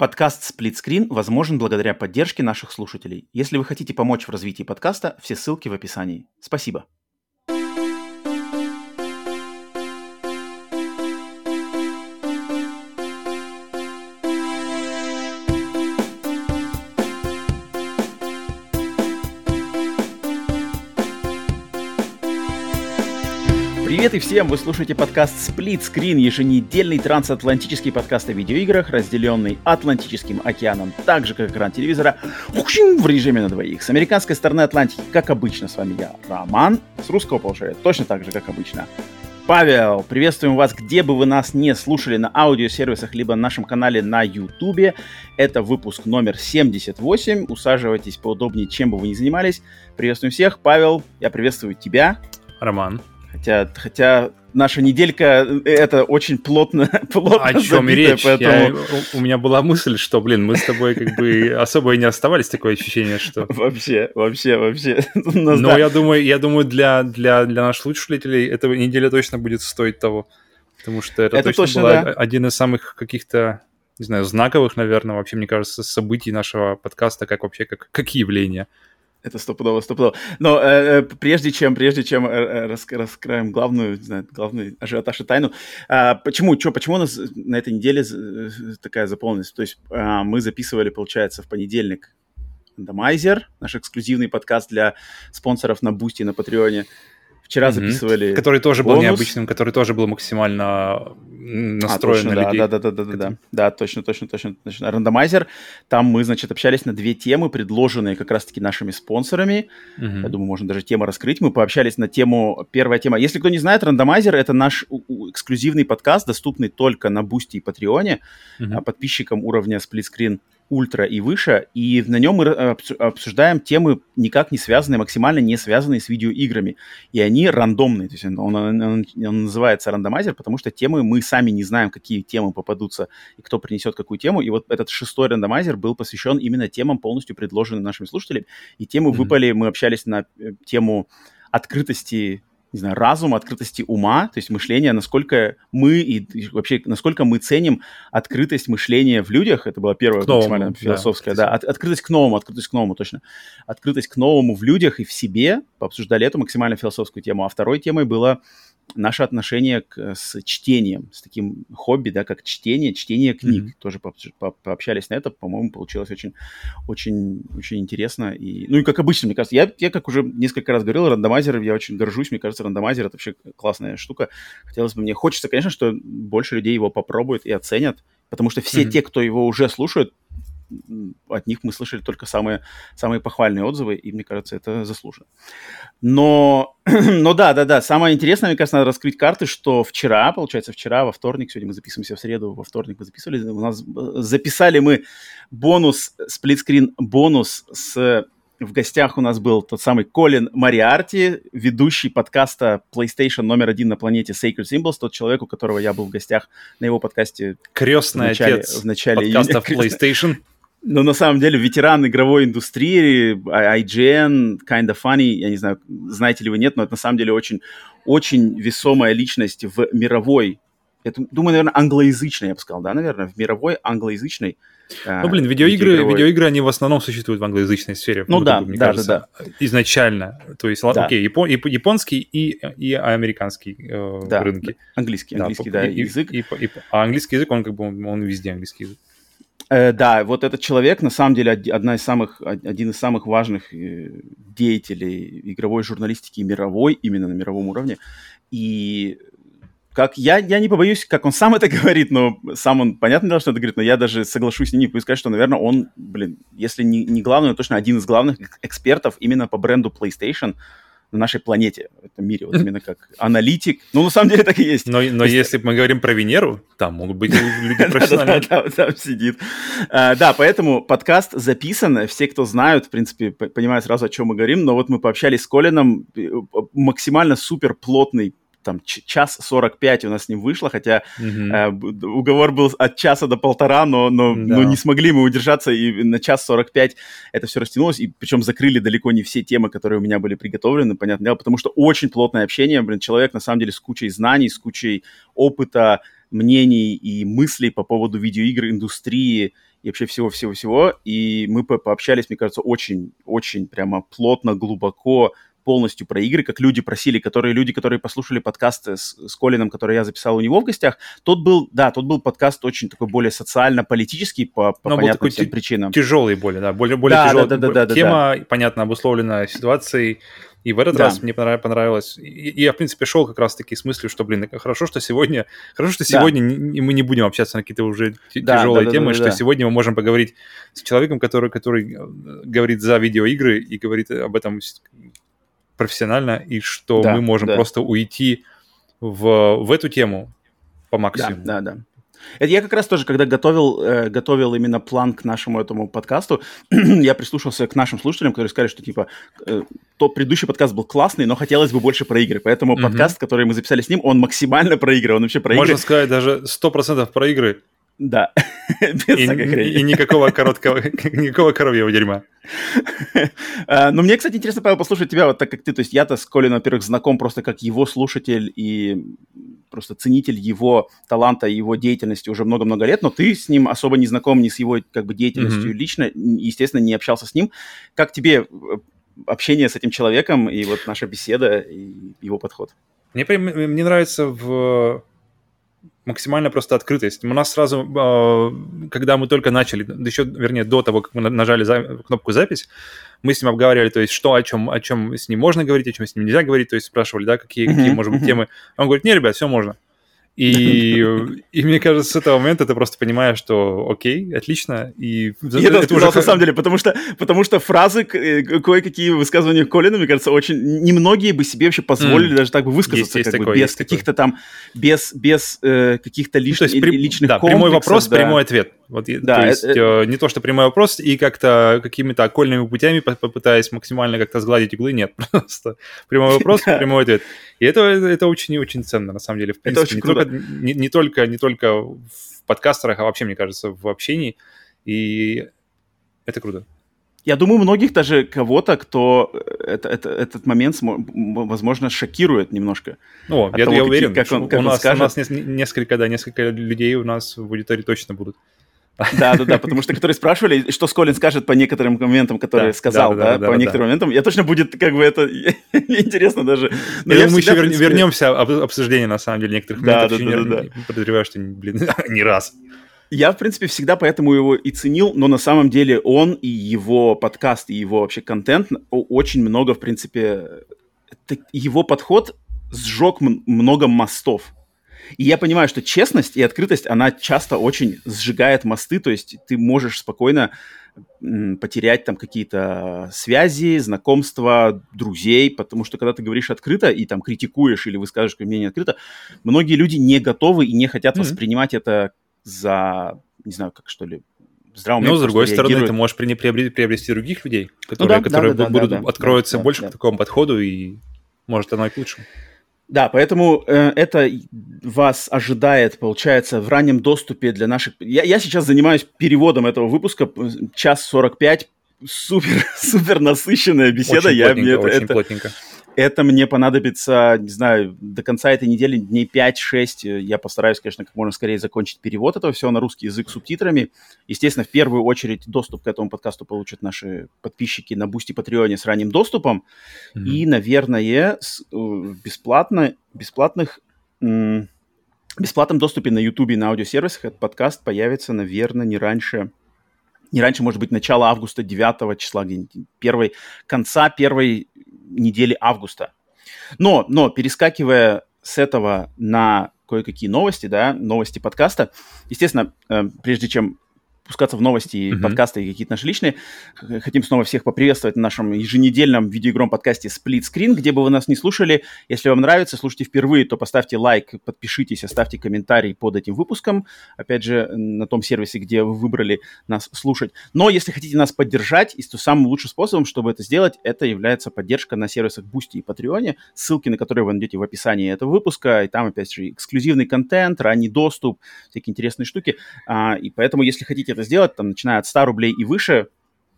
Подкаст «Сплитскрин» возможен благодаря поддержке наших слушателей. Если вы хотите помочь в развитии подкаста, все ссылки в описании. Спасибо. Привет и всем! Вы слушаете подкаст «Сплитскрин», еженедельный трансатлантический подкаст о видеоиграх, разделенный Атлантическим океаном, так же, как экран телевизора, в режиме на двоих. С американской стороны Атлантики, как обычно, с вами я, Роман, с русского полушария, точно так же, как обычно, Павел. Приветствуем вас, где бы вы нас не слушали, на аудиосервисах, либо на нашем канале на YouTube. Это выпуск номер 78. Усаживайтесь поудобнее, чем бы вы ни занимались. Приветствуем всех. Павел, я приветствую тебя. Роман. Хотя наша неделька это очень плотно о чем забита, речь? поэтому... У меня была мысль, что, мы с тобой как бы особо и не расставались, такое ощущение, что... Вообще. Но я думаю, для наших слушателей эта неделя точно будет стоить того, потому что это точно была один из самых каких-то, не знаю, знаковых, наверное, вообще, мне кажется, событий нашего подкаста, как явление. Это стопудово. Но прежде чем раскроем главный ажиотаж и тайну, почему у нас на этой неделе такая заполненность? То есть мы записывали, получается, в понедельник Randomizer, наш эксклюзивный подкаст для спонсоров на Бусти, на Патреоне. Вчера записывали который тоже бонус. Был необычным, который тоже был максимально настроен на людей. Да, точно. Randomizer. Там мы, общались на две темы, предложенные как раз-таки нашими спонсорами. Я думаю, можно даже тему раскрыть. Мы пообщались на тему, первая тема. Если кто не знает, Randomizer — это наш эксклюзивный подкаст, доступный только на Бусти и Патреоне, подписчикам уровня Сплитскрин Ультра и выше, и на нем мы обсуждаем темы, никак не связанные, максимально не связанные с видеоиграми. И они рандомные, то есть он называется рандомайзер, потому что темы мы сами не знаем, какие темы попадутся и кто принесет какую тему. И вот этот 6-й рандомайзер был посвящен именно темам, полностью предложенным нашими слушателями. И темы выпали, мы общались на тему открытости, не знаю, разума, открытости ума, то есть мышления, насколько мы насколько мы ценим открытость мышления в людях. Это была первая максимально философская, открытость к новому, точно. Открытость к новому в людях и в себе. Пообсуждали эту максимально философскую тему. А второй темой было наше отношение с чтением, с таким хобби, да, как чтение книг. Тоже пообщались на это, по-моему, получилось очень, очень, очень интересно. И как обычно, мне кажется, я как уже несколько раз говорил, рандомайзер, я очень горжусь, мне кажется, рандомайзер — это вообще классная штука. Мне хочется, конечно, что больше людей его попробуют и оценят, потому что все те, кто его уже слушают, от них мы слышали только самые похвальные отзывы, и, мне кажется, это заслуженно. Но да, самое интересное, мне кажется, надо раскрыть карты, что вчера, во вторник, сегодня мы записываемся в среду, во вторник мы записали мы бонус, сплитскрин бонус в гостях у нас был тот самый Колин Мориарти, ведущий подкаста PlayStation номер 1 на планете Sacred Symbols, тот человек, у которого я был в гостях на его подкасте. Крестный отец подкастов PlayStation. Но на самом деле ветеран игровой индустрии, IGN, Kinda Funny, я не знаю, знаете ли вы, нет, но это на самом деле очень, очень весомая личность в мировой, я думаю, наверное, англоязычной, я бы сказал, да, наверное, в мировой англоязычной. Видеоигры, они в основном существуют в англоязычной сфере. Мне кажется, изначально. То есть, японский и американский рынки. Английский язык. А английский язык, он везде английский язык. Да, вот этот человек, на самом деле, один из самых важных деятелей игровой журналистики мировой, именно на мировом уровне. И как я не побоюсь, как он сам это говорит, но сам он, понятно дело, что это говорит, но я даже соглашусь с ним, и сказать, что, наверное, он, если не главный, но точно один из главных экспертов именно по бренду PlayStation на нашей планете, в этом мире, вот именно как аналитик. На самом деле так и есть. Но если мы говорим про Венеру, там могут быть люди профессиональные. Там сидит. Да, поэтому подкаст записан. Все, кто знают, в принципе, понимают сразу, о чем мы говорим. Но вот мы пообщались с Колином. Максимально супер плотный, там, 1:45 у нас с ним вышло, хотя уговор был от часа до полтора, но не смогли мы удержаться, и на 1:45 это все растянулось, и причем закрыли далеко не все темы, которые у меня были приготовлены, понятное дело, потому что очень плотное общение, человек, на самом деле, с кучей знаний, с кучей опыта, мнений и мыслей по поводу видеоигр, индустрии и вообще всего-всего-всего. И мы пообщались, мне кажется, очень-очень прямо плотно, глубоко, полностью про игры, как люди просили, которые послушали подкасты с Колином, который я записал у него в гостях. Тот был подкаст очень такой более социально-политический по понятным всем причинам. Тяжелый более, да, более тяжелый. Тема, понятно, обусловлена ситуацией. И в этот раз мне понравилось. И я, в принципе, шел как раз-таки с мыслью, что, хорошо, что сегодня мы не будем общаться на какие-то уже тяжелые темы, что сегодня мы можем поговорить с человеком, который говорит за видеоигры и говорит об этом профессионально, и что мы можем просто уйти в эту тему по максимуму. Да. Это я как раз тоже, когда готовил именно план к нашему этому подкасту, я прислушался к нашим слушателям, которые сказали, что типа тот предыдущий подкаст был классный, но хотелось бы больше про игры. Поэтому подкаст, который мы записали с ним, он максимально про игры. Он вообще про игры. Можно сказать, даже 100% про игры. Да. И никакого коровьего дерьма. Но мне, кстати, интересно, Павел, послушать тебя, вот так как ты, то есть я-то с Колином, во-первых, знаком просто как его слушатель и просто ценитель его таланта и его деятельности уже много-много лет, но ты с ним особо не знаком ни с его как бы деятельностью лично, естественно, не общался с ним. Как тебе общение с этим человеком и вот наша беседа и его подход? Мне нравится максимально просто открытость. У нас сразу, когда мы только начали, до того, как мы нажали кнопку «Запись», мы с ним обговаривали, то есть, о чем с ним можно говорить, о чем с ним нельзя говорить, то есть спрашивали, да, какие может быть, темы. Он говорит: не, ребят, все можно. И мне кажется, с этого момента ты просто понимаешь, что окей, отлично. И это уже на самом деле, потому что фразы, кое-какие высказывания Колина, мне кажется, очень немногие бы себе вообще позволили даже так бы высказаться, без каких-то там, без каких-то личных комплексов. Прямой вопрос, прямой ответ. Вот, то есть не то, что прямой вопрос, и как-то какими-то окольными путями попытаясь максимально как-то сгладить углы, нет, просто прямой вопрос, прямой ответ. И это очень-очень ценно, на самом деле, в принципе, не только в подкастерах, а вообще, мне кажется, в общении, и это круто. Я думаю, многих даже кого-то, кто этот момент, возможно, шокирует немножко. Я уверен, у нас несколько людей у нас в аудитории точно будут. Да, потому что которые спрашивали, что Колин скажет по некоторым моментам, которые сказал, по некоторым моментам. Я точно будет, как бы, это интересно даже. Но мы еще вернемся об обсуждении, на самом деле, некоторых моментов. Подозреваю, что, не раз. Я, в принципе, всегда поэтому его и ценил, но на самом деле он и его подкаст, и его вообще контент очень много, в принципе, его подход сжег много мостов. И я понимаю, что честность и открытость, она часто очень сжигает мосты, то есть ты можешь спокойно потерять там какие-то связи, знакомства, друзей, потому что когда ты говоришь открыто и там критикуешь или высказываешь мнение открыто, многие люди не готовы и не хотят воспринимать это за, не знаю, как что ли, здравым смыслом. Но, с другой стороны, ты можешь приобрести других людей, которые откроются больше к такому подходу, и может оно и к лучшему. Да, поэтому это вас ожидает, получается, в раннем доступе для наших... Я сейчас занимаюсь переводом этого выпуска, 1:45, супер насыщенная беседа. Очень плотненько. Это мне понадобится, не знаю, до конца этой недели, дней 5-6. Я постараюсь, конечно, как можно скорее закончить перевод этого всего на русский язык с субтитрами. Естественно, в первую очередь доступ к этому подкасту получат наши подписчики на Boosty Patreon с ранним доступом. И, наверное, с бесплатном доступе на YouTube и на аудиосервисах этот подкаст появится, наверное, не раньше, может быть, начала августа, 9 числа, где-нибудь конца первой недели августа. Но перескакивая с этого на кое-какие новости, да, новости подкаста, естественно, прежде чем пускаться в новости и подкасты и какие-то наши личные, хотим снова всех поприветствовать на нашем еженедельном видеоигровом подкасте Split Screen, где бы вы нас не слушали. Если вам нравится, слушайте впервые, то поставьте лайк, подпишитесь, оставьте комментарий под этим выпуском, опять же, на том сервисе, где вы выбрали нас слушать. Но если хотите нас поддержать, то самым лучшим способом, чтобы это сделать, это является поддержка на сервисах Boosty и Patreon, ссылки на которые вы найдете в описании этого выпуска, и там, опять же, эксклюзивный контент, ранний доступ, всякие интересные штуки. И поэтому, если хотите это сделать, там, начиная от 100 рублей и выше,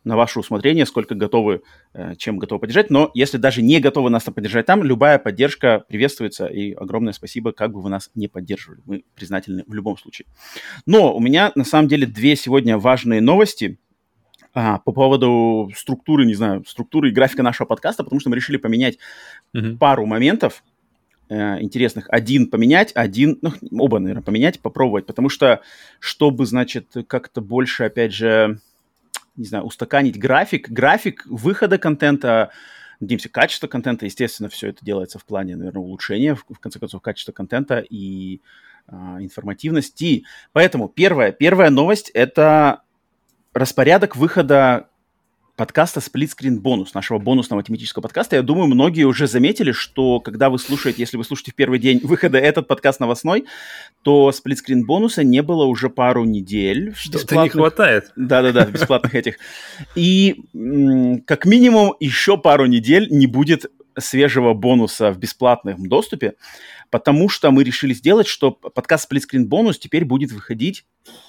на ваше усмотрение, сколько готовы, чем готовы поддержать. Но если даже не готовы нас поддержать там, любая поддержка приветствуется. И огромное спасибо, как бы вы нас не поддерживали. Мы признательны в любом случае. Но у меня, на самом деле, 2 сегодня важные новости по поводу структуры, не знаю, структуры и графика нашего подкаста, потому что мы решили поменять пару моментов интересных. Один поменять, оба, наверное, поменять, попробовать. Потому что, чтобы, значит, как-то больше, опять же, не знаю, устаканить график выхода контента, надеемся, качество контента, естественно, все это делается в плане, наверное, улучшения, в конце концов, качества контента и информативности. Поэтому первая новость – это распорядок выхода подкаста Split Screen Bonus, нашего бонусного тематического подкаста. Я думаю, многие уже заметили, что когда вы слушаете, если вы слушаете в первый день выхода этот подкаст новостной, то Split Screen бонуса не было уже пару недель. Что-то не хватает. Да-да-да, бесплатных этих. И как минимум еще пару недель не будет свежего бонуса в бесплатном доступе, потому что мы решили сделать, что подкаст Split Screen Bonus теперь будет выходить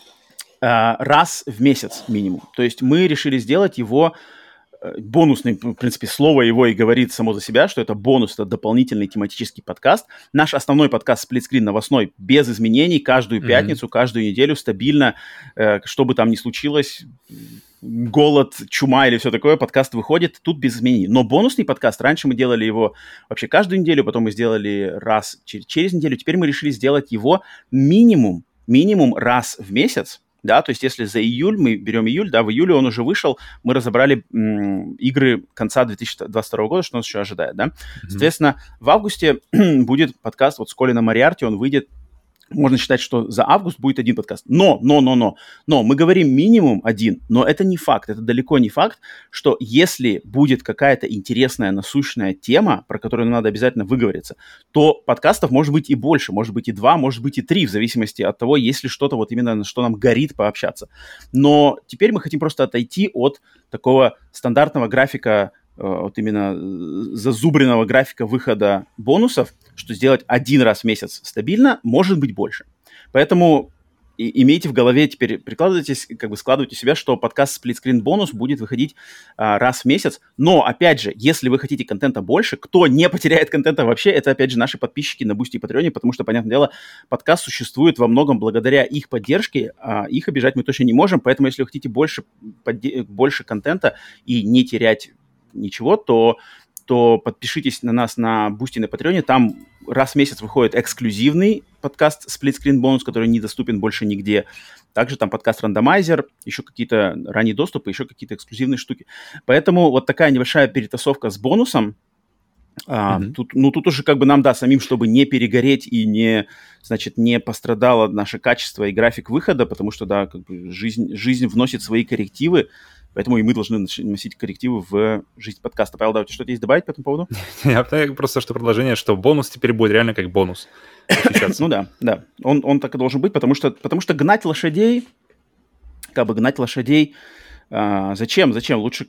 раз в месяц минимум. То есть мы решили сделать его бонусный, в принципе, слово его и говорит само за себя, что это бонус, это дополнительный тематический подкаст. Наш основной подкаст Split Screen новостной без изменений каждую пятницу, каждую неделю стабильно, что бы там ни случилось, голод, чума или все такое, подкаст выходит тут без изменений. Но бонусный подкаст, раньше мы делали его вообще каждую неделю, потом мы сделали раз через неделю, теперь мы решили сделать его минимум раз в месяц. Да, то есть если за июль, мы берем июль, да, в июле он уже вышел, мы разобрали игры конца 2022 года, что нас еще ожидает, да. Соответственно, в августе будет подкаст вот с Колином Мориарти, он выйдет, можно считать, что за август будет один подкаст. Но мы говорим минимум один, но это не факт, это далеко не факт, что если будет какая-то интересная, насущная тема, про которую надо обязательно выговориться, то подкастов может быть и больше, может быть и 2, может быть и 3, в зависимости от того, есть ли что-то вот именно, что нам горит пообщаться. Но теперь мы хотим просто отойти от такого стандартного графика, вот именно зазубренного графика выхода бонусов, что сделать один раз в месяц стабильно, может быть больше. Поэтому имейте в голове, теперь прикладывайтесь, как бы складывайте себя, что подкаст Split Screen Bonus будет выходить раз в месяц. Но, опять же, если вы хотите контента больше, кто не потеряет контента вообще, это, опять же, наши подписчики на Boosty и Patreon, потому что, понятное дело, подкаст существует во многом благодаря их поддержке, их обижать мы точно не можем, поэтому, если вы хотите больше контента и не терять ничего, то подпишитесь на нас на Boosty и на Patreon. Там раз в месяц выходит эксклюзивный подкаст Split Screen Bonus, который недоступен больше нигде. Также там подкаст Рандомайзер, еще какие-то ранние доступы, еще какие-то эксклюзивные штуки. Поэтому вот такая небольшая перетасовка с бонусом. Тут уже как бы нам, да, самим, чтобы не перегореть и не пострадало наше качество и график выхода, потому что, да, как бы жизнь вносит свои коррективы. Поэтому и мы должны носить коррективы в жизнь подкаста. Павел, да, у тебя что-то есть добавить по этому поводу? Я просто что продолжение, что бонус теперь будет реально как бонус. Ну да. Он так и должен быть, потому что гнать лошадей, зачем? Лучше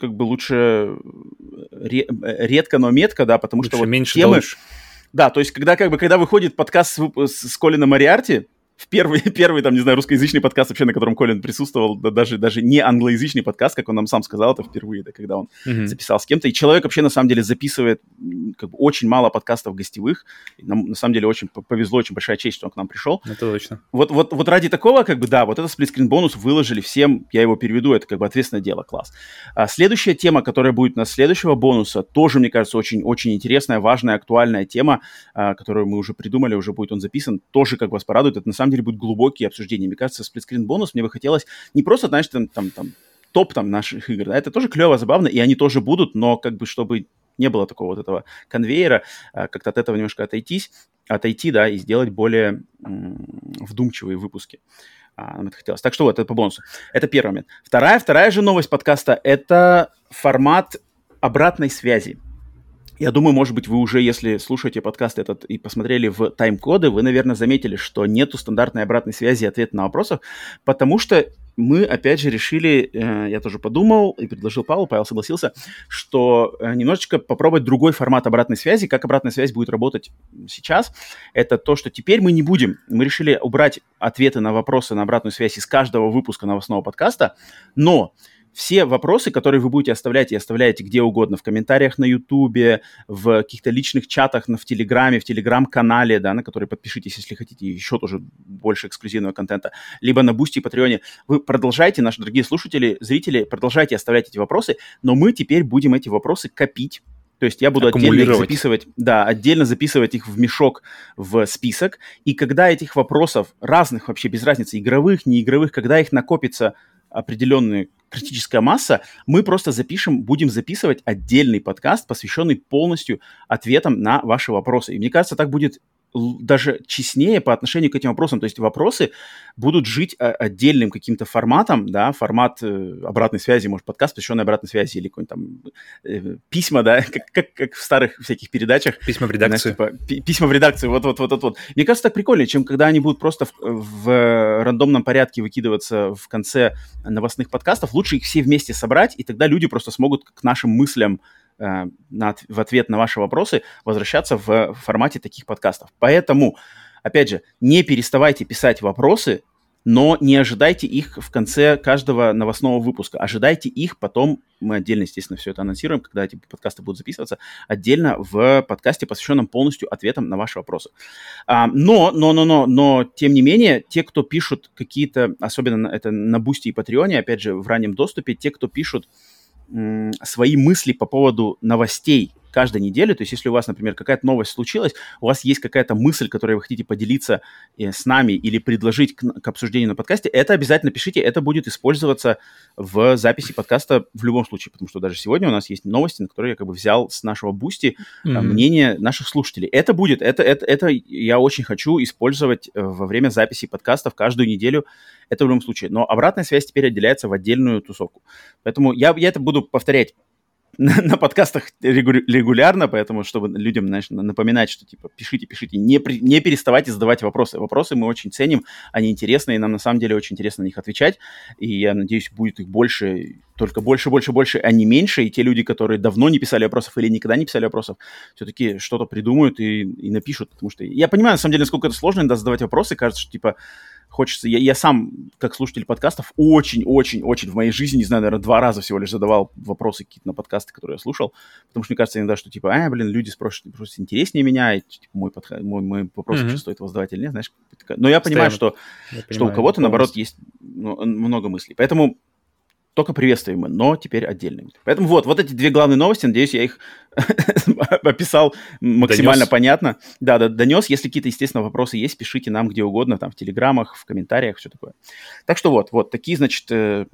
редко, но метко, да, потому что вот меньше темы... Да, то есть когда выходит подкаст с Колином Мориарти, в первый, там, не знаю, русскоязычный подкаст вообще, на котором Колин присутствовал, даже не англоязычный подкаст, как он нам сам сказал, это впервые, да, когда он записал с кем-то. И человек вообще, на самом деле, записывает как бы очень мало подкастов гостевых. И нам, на самом деле, очень повезло, очень большая честь, что он к нам пришел. Это точно. Вот ради такого, как бы, да, вот этот сплитскрин-бонус выложили всем, я его переведу, это как бы ответственное дело, класс. Следующая тема, которая будет у нас следующего бонуса, тоже, мне кажется, очень-очень интересная, важная, актуальная тема, которую мы уже придумали, уже будет он записан, тоже как вас порадует. Это, на самом деле, будут глубокие обсуждения. Мне кажется, сплитскрин-бонус мне бы хотелось не просто, знаешь, там топ там наших игр, да, это тоже клево, забавно, и они тоже будут, но как бы чтобы не было такого вот этого конвейера, как-то от этого немножко отойти, да, и сделать более вдумчивые выпуски. Нам это хотелось. Так что вот, это по бонусу. Это первый момент. Вторая же новость подкаста – это формат обратной связи. Я думаю, может быть, вы уже, если слушаете подкаст этот и посмотрели в тайм-коды, вы, наверное, заметили, что нету стандартной обратной связи и ответа на вопросы, потому что мы, опять же, решили, я тоже подумал и предложил Павлу, Павел согласился, что немножечко попробовать другой формат обратной связи. Как обратная связь будет работать сейчас, это то, что теперь мы решили убрать ответы на вопросы на обратную связь из каждого выпуска новостного подкаста, но все вопросы, которые вы будете оставлять и оставляете где угодно, в комментариях на Ютубе, в каких-то личных чатах, в Телеграме, в Телеграм-канале, да, на который подпишитесь, если хотите еще тоже больше эксклюзивного контента, либо на Бусти и Патреоне. Вы продолжайте, наши дорогие слушатели, зрители, продолжайте оставлять эти вопросы, но мы теперь будем эти вопросы копить. То есть я буду отдельно их записывать, отдельно записывать их в мешок, в список. И когда этих вопросов, разных вообще, без разницы, игровых, неигровых, когда их накопится определенная критическая масса, мы просто будем записывать отдельный подкаст, посвященный полностью ответам на ваши вопросы. И мне кажется, так будет даже честнее по отношению к этим вопросам. То есть вопросы будут жить отдельным каким-то форматом, да, формат обратной связи, может, подкаст, посвященный обратной связи, или какой-нибудь там письма, да, как в старых всяких передачах. Письма в редакцию. Знаешь, типа, письма в редакцию, вот. Мне кажется, так прикольнее, чем когда они будут просто в рандомном порядке выкидываться в конце новостных подкастов. Лучше их все вместе собрать, и тогда люди просто смогут к нашим мыслям в ответ на ваши вопросы возвращаться в формате таких подкастов. Поэтому, опять же, не переставайте писать вопросы, но не ожидайте их в конце каждого новостного выпуска. Ожидайте их потом, мы отдельно, естественно, все это анонсируем, когда эти подкасты будут записываться, отдельно в подкасте, посвященном полностью ответам на ваши вопросы. Но, тем не менее, те, кто пишут какие-то, особенно это на Бусти и Патреоне, опять же, в раннем доступе, те, кто пишут свои мысли по поводу новостей каждой недели. То есть, если у вас, например, какая-то новость случилась, у вас есть какая-то мысль, которой вы хотите поделиться с нами или предложить к обсуждению на подкасте, это обязательно пишите, это будет использоваться в записи подкаста в любом случае, потому что даже сегодня у нас есть новости, на которые я как бы взял с нашего Бусти мнение наших слушателей. Это будет, это я очень хочу использовать во время записи подкастов каждую неделю, это в любом случае. Но обратная связь теперь отделяется в отдельную тусовку. Поэтому я это буду повторять на подкастах регулярно, поэтому, чтобы людям, знаешь, напоминать, что, типа, пишите, не переставайте задавать вопросы. Вопросы мы очень ценим, они интересны, и нам, на самом деле, очень интересно на них отвечать, и я надеюсь, будет их больше, только больше, а не меньше, и те люди, которые давно не писали вопросов или никогда не писали вопросов, все-таки что-то придумают и напишут, потому что я понимаю, на самом деле, насколько это сложно иногда задавать вопросы, кажется, что, типа, хочется... Я сам, как слушатель подкастов, очень-очень-очень в моей жизни, не знаю, наверное, 2 раза всего лишь задавал вопросы какие-то на подкасты, которые я слушал, потому что мне кажется иногда, что типа, люди просто интереснее меня, и типа, мой вопрос вообще стоит его задавать или нет, знаешь. Но я понимаю, что у кого-то, наоборот, есть много мыслей. Поэтому только приветствуемы, но теперь отдельными. Поэтому вот эти 2 главные новости, надеюсь, я их описал максимально понятно. Да, донес. Если какие-то, естественно, вопросы есть, пишите нам где угодно, там в телеграмах, в комментариях, все такое. Так что вот такие, значит,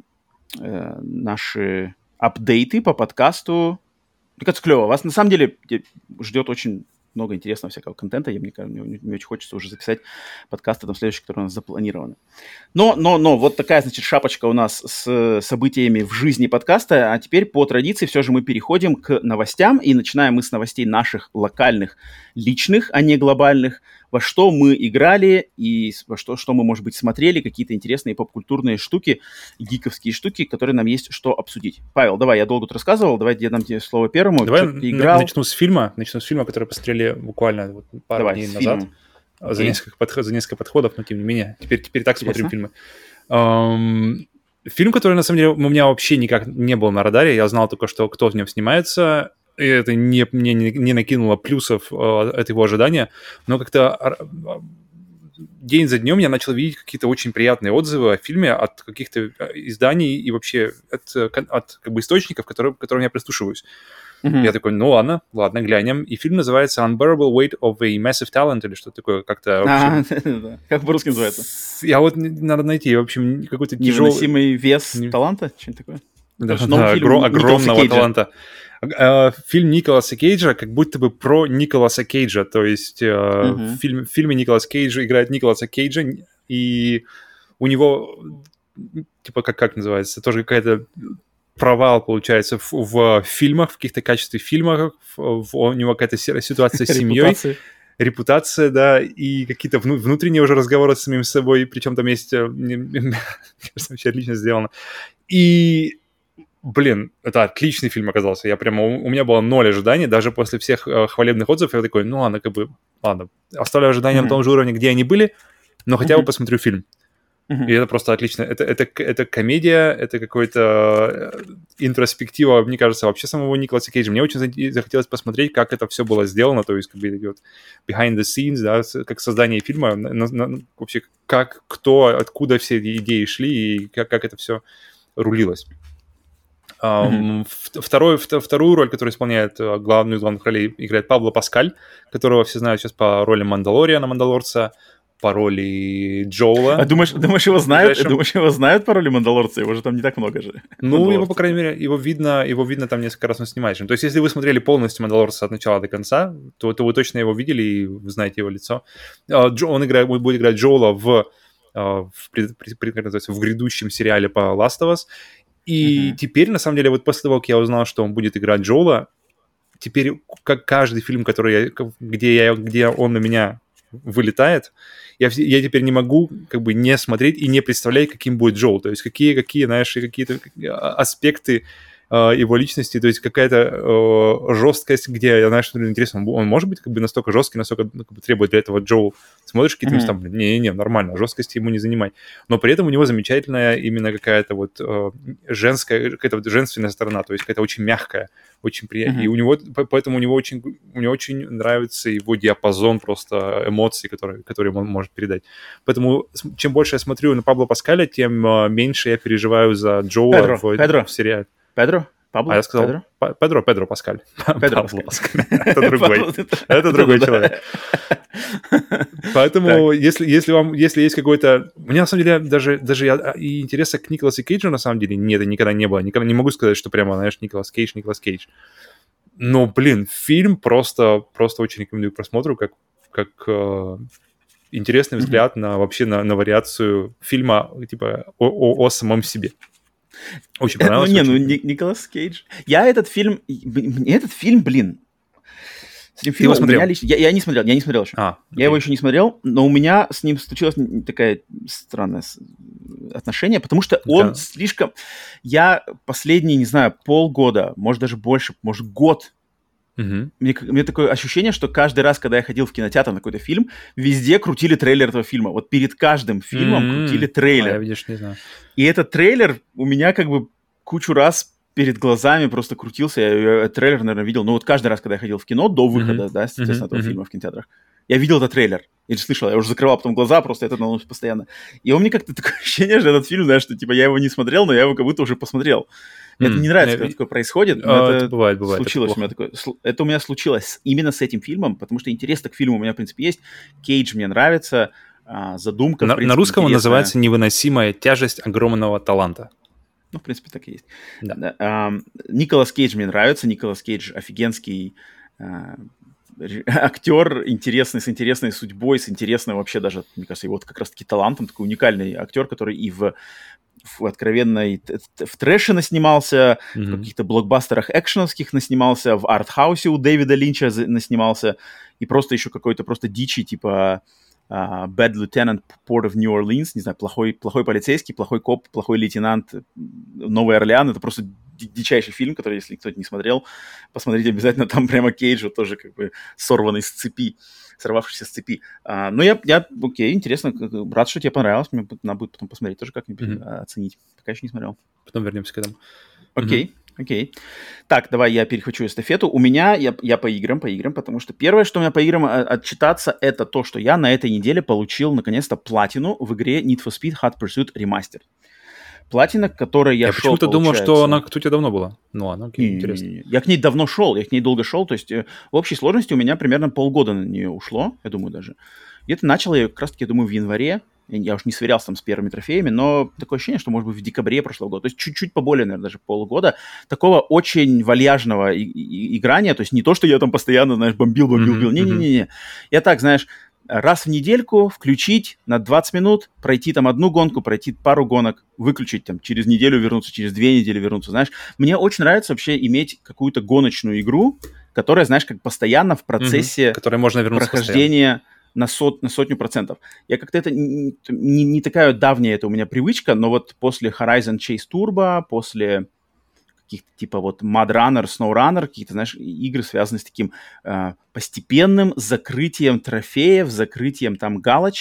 наши апдейты по подкасту. Мне кажется, клево. Вас на самом деле ждет очень много интересного всякого контента. Мне очень хочется уже записать подкасты там следующие, которые у нас запланированы. Но вот такая, значит, шапочка у нас с событиями в жизни подкаста. А теперь по традиции все же мы переходим к новостям. И начинаем мы с новостей наших локальных, личных, а не глобальных. Во что мы играли и во что мы, может быть, смотрели. Какие-то интересные поп-культурные штуки, гиковские штуки, которые нам есть что обсудить. Павел, давай, я долго тут рассказывал. Давай я дам тебе слово первому. Давай начну с фильма, который посмотрели буквально пару дней назад. За несколько подходов, но тем не менее. Теперь так смотрим фильмы. Фильм, который, на самом деле, у меня вообще никак не был на радаре. Я знал только, что кто в нем снимается. И это мне не накинуло плюсов от его ожидания. Но как-то день за днем я начал видеть какие-то очень приятные отзывы о фильме от каких-то изданий и вообще от как бы источников, к которым я прислушиваюсь. Я такой, ну ладно, глянем. И фильм называется Unbearable Weight of a Massive Talent или что-то такое, как-то... Как по-русски называется? Я вот надо найти, в общем, какой-то тяжелый... Невыносимый вес таланта? Что-нибудь такое? Да, огромного таланта. Фильм Николаса Кейджа как будто бы про Николаса Кейджа, то есть в фильме Николас Кейдж играет Николаса Кейджа, и у него, типа, как называется, тоже какая-то провал, получается, в фильмах, в каких-то качественных фильмах, у него какая-то ситуация с семьей, репутация, да, и какие-то внутренние уже разговоры с самим собой, причем там есть, мне кажется, вообще отлично сделано. И блин, это отличный фильм оказался. У меня было 0 ожиданий, даже после всех хвалебных отзывов. Я такой, ладно, оставлю ожидания на том же уровне, где они были, но хотя бы посмотрю фильм. И это просто отлично. Это комедия, это какой-то интроспектива, мне кажется, вообще самого Николаса Кейджа. Мне очень захотелось посмотреть, как это все было сделано, то есть как бы вот behind the scenes, да, как создание фильма, вообще как, кто, откуда все эти идеи шли и как это все рулилось. Вторую роль, которую исполняет главную из главных ролей, играет Пабло Паскаль, которого все знают сейчас по роли Мандалориана, Мандалорца, по роли Джоула. А думаешь, его знают? Думаешь, его знают по роли Мандалорца? Его же там не так много же. Ну, его, по крайней мере, его видно там несколько раз он снимается. То есть, если вы смотрели полностью Мандалорца от начала до конца, то вы точно его видели и вы знаете его лицо. Он будет играть Джоула в грядущем сериале по Last of Us. И теперь, на самом деле, вот после того, как я узнал, что он будет играть Джоула, теперь как каждый фильм, где он на меня вылетает, я теперь не могу как бы не смотреть и не представлять, каким будет Джоул. То есть какие знаешь, какие-то аспекты его личности, то есть какая-то жесткость, где, знаешь, интересно, он может быть как бы настолько жесткий, насколько как бы, требует для этого Джоул. Смотришь какие-то места, не, нормально, жесткости ему не занимай. Но при этом у него замечательная именно какая-то вот женская, какая-то вот женственная сторона, то есть какая-то очень мягкая, очень приятная. И у него, поэтому мне очень нравится его диапазон просто эмоций, которые он может передать. Поэтому чем больше я смотрю на Пабло Паскаля, тем меньше я переживаю за Джоула в сериале. Педро? Пабло? Я сказал Педро Паскаль. Педро Паскаль. Это другой человек. Поэтому, если есть какой-то... У меня, на самом деле, даже и интереса к Николасу Кейджу, на самом деле, нет, никогда не было. Никогда не могу сказать, что прямо, знаешь, Николас Кейдж. Но, блин, фильм просто очень рекомендую к просмотру, как интересный взгляд на вообще на вариацию фильма, типа, о самом себе. Очень понравилось. Николас Кейдж. Этот фильм, блин. С этим фильмом Ты его смотрел? Я не смотрел еще. Я его еще не смотрел, но у меня с ним случилось такое странное отношение, потому что он слишком... Я последние, не знаю, полгода, может даже больше, может год, мне такое ощущение, что каждый раз, когда я ходил в кинотеатр на какой-то фильм, везде крутили трейлер этого фильма. Вот перед каждым фильмом крутили трейлер. Я, видишь, не знаю. И этот трейлер у меня как бы кучу раз перед глазами просто крутился. Я трейлер, наверное, видел. Но вот каждый раз, когда я ходил в кино, до выхода, да, естественно, этого фильма в кинотеатрах, я видел этот трейлер. Или слышал, я уже закрывал потом глаза, просто это налось постоянно. И у меня как-то такое ощущение, что этот фильм, знаешь, что типа я его не смотрел, но я его как будто уже посмотрел. Мне это не нравится, когда такое происходит. Но это бывает. Случилось у меня такое. Это у меня случилось именно с этим фильмом, потому что интерес к фильму у меня, в принципе, есть. Кейдж мне нравится, задумка, в принципе, на русском он интересная. Называется «Невыносимая тяжесть огромного таланта». Ну, в принципе, так и есть. Да. Николас Кейдж мне нравится. Николас Кейдж офигенский актер, интересный, с интересной судьбой, с интересной вообще даже, мне кажется, его вот как раз-таки талантом, такой уникальный актер, который и в откровенной... В трэше наснимался, в каких-то блокбастерах экшеновских наснимался, в артхаусе у Дэвида Линча наснимался, и просто еще какой-то просто дичи, типа Bad Lieutenant Port of New Orleans, не знаю, плохой полицейский, плохой коп, плохой лейтенант Новый Орлеан. Это просто дичайший фильм, который, если кто-то не смотрел, посмотрите обязательно. Там прямо Кейдж тоже как бы сорвавшийся с цепи. Но я окей, интересно, рад, что тебе понравилось. Мне надо будет потом посмотреть тоже как-нибудь, оценить. Пока еще не смотрел. Потом вернемся к этому. Окей. Так, давай я перехвачу эстафету. У меня, я по играм, потому что первое, что у меня по играм отчитаться, это то, что я на этой неделе получил, наконец-то, платину в игре Need for Speed Hot Pursuit Remastered. Платина, к которой я шел, почему-то думал, что она у тебя давно была. Ну ладно, окей, интересно. Я к ней давно шел, я к ней долго шел, то есть в общей сложности у меня примерно полгода на нее ушло, я думаю даже. Где-то начал я как раз-таки, я думаю, в январе. Я уж не сверялся там с первыми трофеями, но такое ощущение, что, может быть, в декабре прошлого года, то есть чуть-чуть поболее, наверное, даже полгода, такого очень вальяжного играния, то есть не то, что я там постоянно, знаешь, бомбил, не-не-не. Я так, знаешь, раз в недельку включить на 20 минут, пройти там одну гонку, пройти пару гонок, выключить там, через неделю вернуться, через 2 недели вернуться, знаешь. Мне очень нравится вообще иметь какую-то гоночную игру, которая, знаешь, как постоянно в процессе прохождения на сотню процентов. Я как-то это не такая давняя это у меня привычка, но вот после Horizon Chase Turbo, после каких-то типа вот Mud Runner, Snow Runner, какие-то, знаешь, игры, связанные с таким постепенным закрытием трофеев, закрытием там галочек,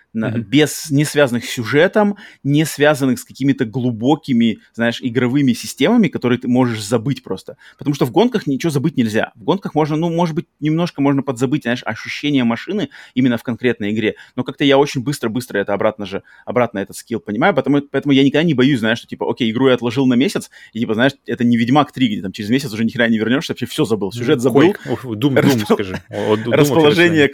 не связанных с сюжетом, не связанных с какими-то глубокими, знаешь, игровыми системами, которые ты можешь забыть просто. Потому что в гонках ничего забыть нельзя. В гонках можно, может быть, немножко можно подзабыть, знаешь, ощущение машины именно в конкретной игре. Но как-то я очень быстро это обратно этот скилл понимаю, поэтому я никогда не боюсь, знаешь, что, типа, окей, игру я отложил на месяц, и, типа, знаешь, это не Ведьмак 3, где там через месяц уже ни хера не вернешься, вообще все забыл, сюжет забыл. Doom, скажи. Расположение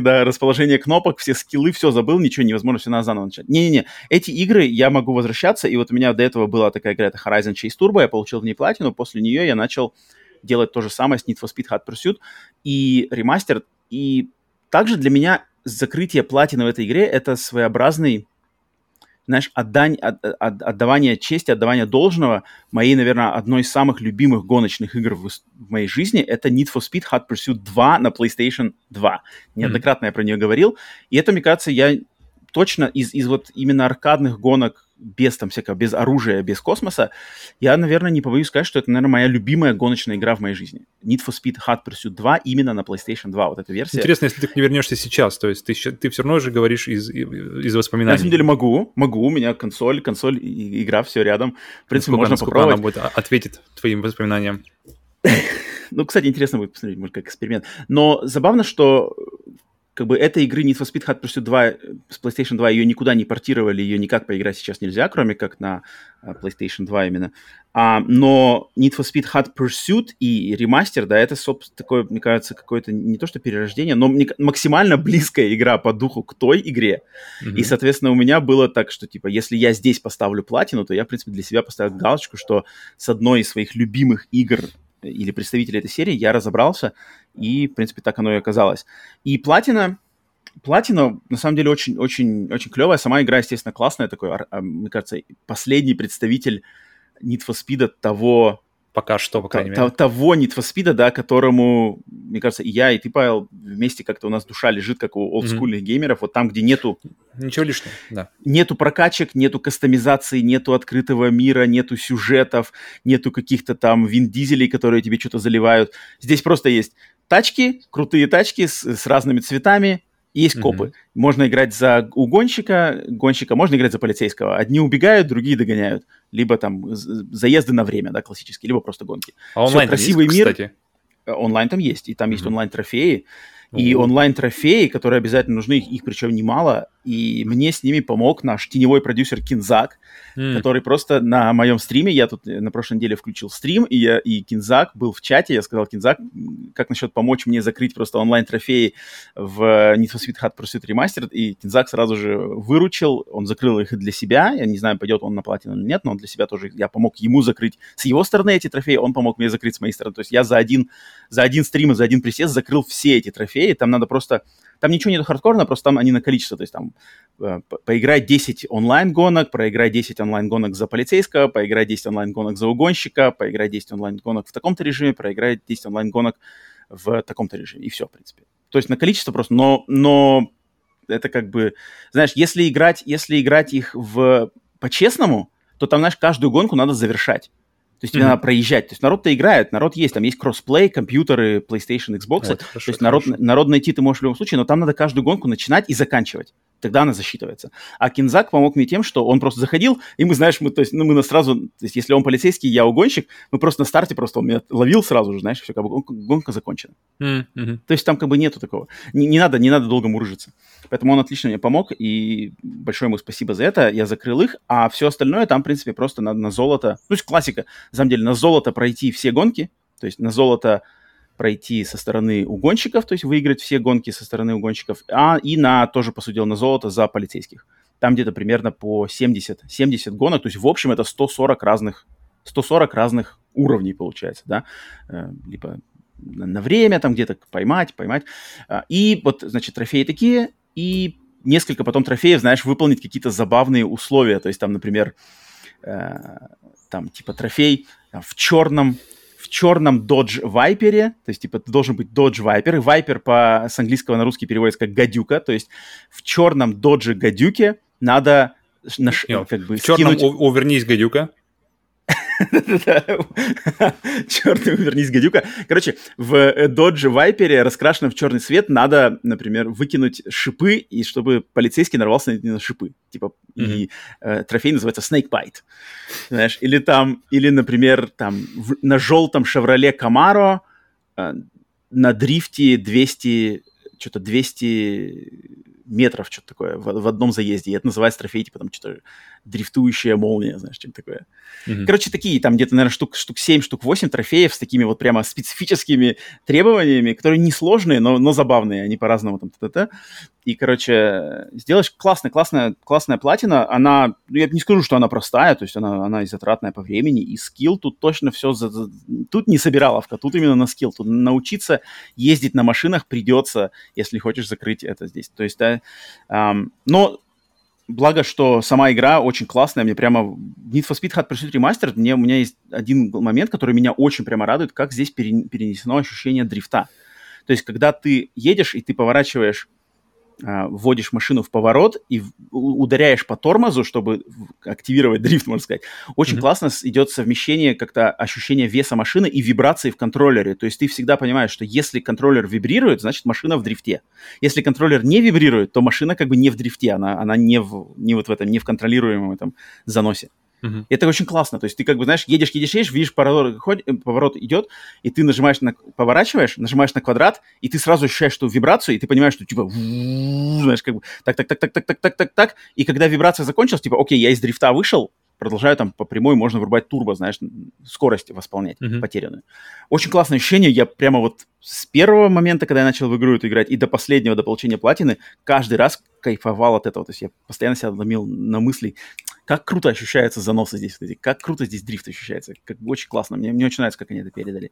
кнопок, все скиллы, все забыл, ничего невозможно, все надо заново начать. Не-не-не, эти игры я могу возвращаться, и вот у меня до этого была такая игра, это Horizon Chase Turbo, я получил в ней платину, после нее я начал делать то же самое с Need for Speed Hot Pursuit и ремастер, и также для меня закрытие платины в этой игре — это своеобразный, знаешь, отдавание чести, отдавание должного моей, наверное, одной из самых любимых гоночных игр в моей жизни — это Need for Speed Hot Pursuit 2 на PlayStation 2. Неоднократно я про нее говорил, и это, мне кажется, я точно из вот именно аркадных гонок без там всякого, без оружия, без космоса, я, наверное, не побоюсь сказать, что это, наверное, моя любимая гоночная игра в моей жизни. Need for Speed Hot Pursuit 2 именно на PlayStation 2, вот эта версия. Интересно, если ты не вернешься сейчас, то есть ты все равно же говоришь из воспоминаний. На самом деле могу, у меня консоль, игра, все рядом. В принципе, можно попробовать. Она будет ответит твоим воспоминаниям? Ну, кстати, интересно будет посмотреть, может, как эксперимент. Но забавно, что как бы этой игры Need for Speed Hot Pursuit 2 с PlayStation 2 ее никуда не портировали, ее никак поиграть сейчас нельзя, кроме как на PlayStation 2 именно. Но Need for Speed Hot Pursuit и ремастер, да, это, собственно, такое, мне кажется, какое-то не то что перерождение, но максимально близкая игра по духу к той игре. Mm-hmm. И, соответственно, у меня было так, что, типа, если я здесь поставлю платину, то я, в принципе, для себя поставил галочку, что с одной из своих любимых игр или представителей этой серии я разобрался, и, в принципе, так оно и оказалось. И платина, на самом деле, очень-очень-очень клевая. Сама игра, естественно, классная. Такой, мне кажется, последний представитель Need for Speed того... Пока что, по крайней мере. Того Need for Speed, да, которому, мне кажется, и я, и ты, Павел, вместе как-то у нас душа лежит, как у олдскульных геймеров, вот там, где нету... Ничего лишнего, да. Нету прокачек, нету кастомизации, нету открытого мира, нету сюжетов, нету каких-то там Вин-дизелей, которые тебе что-то заливают. Здесь просто есть тачки, крутые тачки с разными цветами, есть копы. Можно играть за гонщика, можно играть за полицейского. Одни убегают, другие догоняют. Либо там заезды на время, да, классические, либо просто гонки. А онлайн красивый есть, мир. Кстати? Онлайн там есть, и там есть онлайн-трофеи. И онлайн-трофеи, которые обязательно нужны, их причем немало. И мне с ними помог наш теневой продюсер Кинзак, который просто на моем стриме, я тут на прошлой неделе включил стрим, и Кинзак был в чате, я сказал: Кинзак, как насчет помочь мне закрыть просто онлайн-трофеи в Need for Speed Hot Pursuit Remastered? И Кинзак сразу же выручил, он закрыл их для себя, я не знаю, пойдет он на платину или нет, но он для себя тоже, я помог ему закрыть с его стороны эти трофеи, он помог мне закрыть с моей стороны. То есть я за один стрим и за один присест закрыл все эти трофеи, там надо просто... Там ничего нету хардкорного, просто там они на количество. То есть там поиграть 10 онлайн-гонок, проиграть 10 онлайн-гонок за полицейского, поиграть 10 онлайн-гонок за угонщика, поиграть 10 онлайн-гонок в таком-то режиме, проиграть 10 онлайн-гонок в таком-то режиме. И все, в принципе. То есть на количество просто. Но это как бы... Знаешь, если играть их по-честному, то там, знаешь, каждую гонку надо завершать. То есть тебе надо проезжать. То есть народ-то играет, народ есть. Там есть кроссплей, компьютеры, PlayStation, Xbox. Вот, хорошо, то есть народ найти ты можешь в любом случае, но там надо каждую гонку начинать и заканчивать. Тогда она засчитывается. А Кинзак помог мне тем, что он просто заходил, и мы, знаешь, мы сразу... То есть если он полицейский, я угонщик, мы просто на старте он меня ловил сразу же, знаешь, все, как бы гонка закончена. То есть там как бы нету такого. Не надо долго мурыжиться. Поэтому он отлично мне помог, и большое ему спасибо за это. Я закрыл их, а все остальное там, в принципе, просто надо на золото... То есть классика. На самом деле, на золото пройти все гонки, то есть на золото пройти со стороны угонщиков, то есть выиграть все гонки со стороны угонщиков, и тоже, по сути дела, на золото за полицейских. Там где-то примерно по 70 гонок, то есть в общем это 140 разных уровней получается, да, либо на время там где-то поймать. И вот, значит, трофеи такие, и несколько потом трофеев, знаешь, выполнить какие-то забавные условия, то есть там, например, там типа трофей в черном Dodge Viper, то есть, типа, ты должен быть Dodge Viper, и Viper с английского на русский переводится как гадюка, то есть в черном Dodge гадюке надо как бы в черном скинуть... Вернись гадюка. Черный вернись, гадюка. Короче, в Dodge Viper раскрашено в черный цвет, надо, например, выкинуть шипы, и чтобы полицейский нарвался на шипы. Типа, и трофей называется Snake Bite. Знаешь, или, например, там, на желтом Chevrolet Camaro на дрифте 200 метров, что-то такое, в одном заезде. И это называется трофей, типа, там, что-то дрифтующая молния, знаешь, чем такое. Короче, такие, там, где-то, наверное, штук 7, штук 8 трофеев с такими вот прямо специфическими требованиями, которые несложные, но забавные, они по-разному там, т-т-т. И, короче, сделаешь классная платина, она, я не скажу, что она простая, то есть она и затратная по времени, и скилл тут точно все, тут не собираловка, тут именно на скилл, тут научиться ездить на машинах придется, если хочешь закрыть это здесь. То есть, да, но благо, что сама игра очень классная, мне прямо Need for Speed Hot Pursuit Remastered, у меня есть один момент, который меня очень прямо радует, как здесь перенесено ощущение дрифта. То есть, когда ты едешь и ты поворачиваешь, вводишь машину в поворот и ударяешь по тормозу, чтобы активировать дрифт, можно сказать. Очень классно идет совмещение как-то ощущения веса машины и вибрации в контроллере. То есть ты всегда понимаешь, что если контроллер вибрирует, значит машина в дрифте. Если контроллер не вибрирует, то машина как бы не в дрифте, она не вот в этом, не в контролируемом этом заносе. Это очень классно. То есть ты как бы, знаешь, едешь, видишь, поворот идет, и ты поворачиваешь, нажимаешь на квадрат, и ты сразу ощущаешь что вибрацию, и ты понимаешь, что типа, знаешь, как бы так, и когда вибрация закончилась, типа, окей, я из дрифта вышел, продолжаю там по прямой, можно врубать турбо, знаешь, скорость восполнять потерянную. Очень классное ощущение. Я прямо вот с первого момента, когда я начал в игру эту играть, и до последнего, до получения платины, каждый раз кайфовал от этого. То есть я постоянно себя ломил на мысли, как круто ощущаются заносы здесь, как круто здесь дрифт ощущается. Очень классно. Мне очень нравится, как они это передали.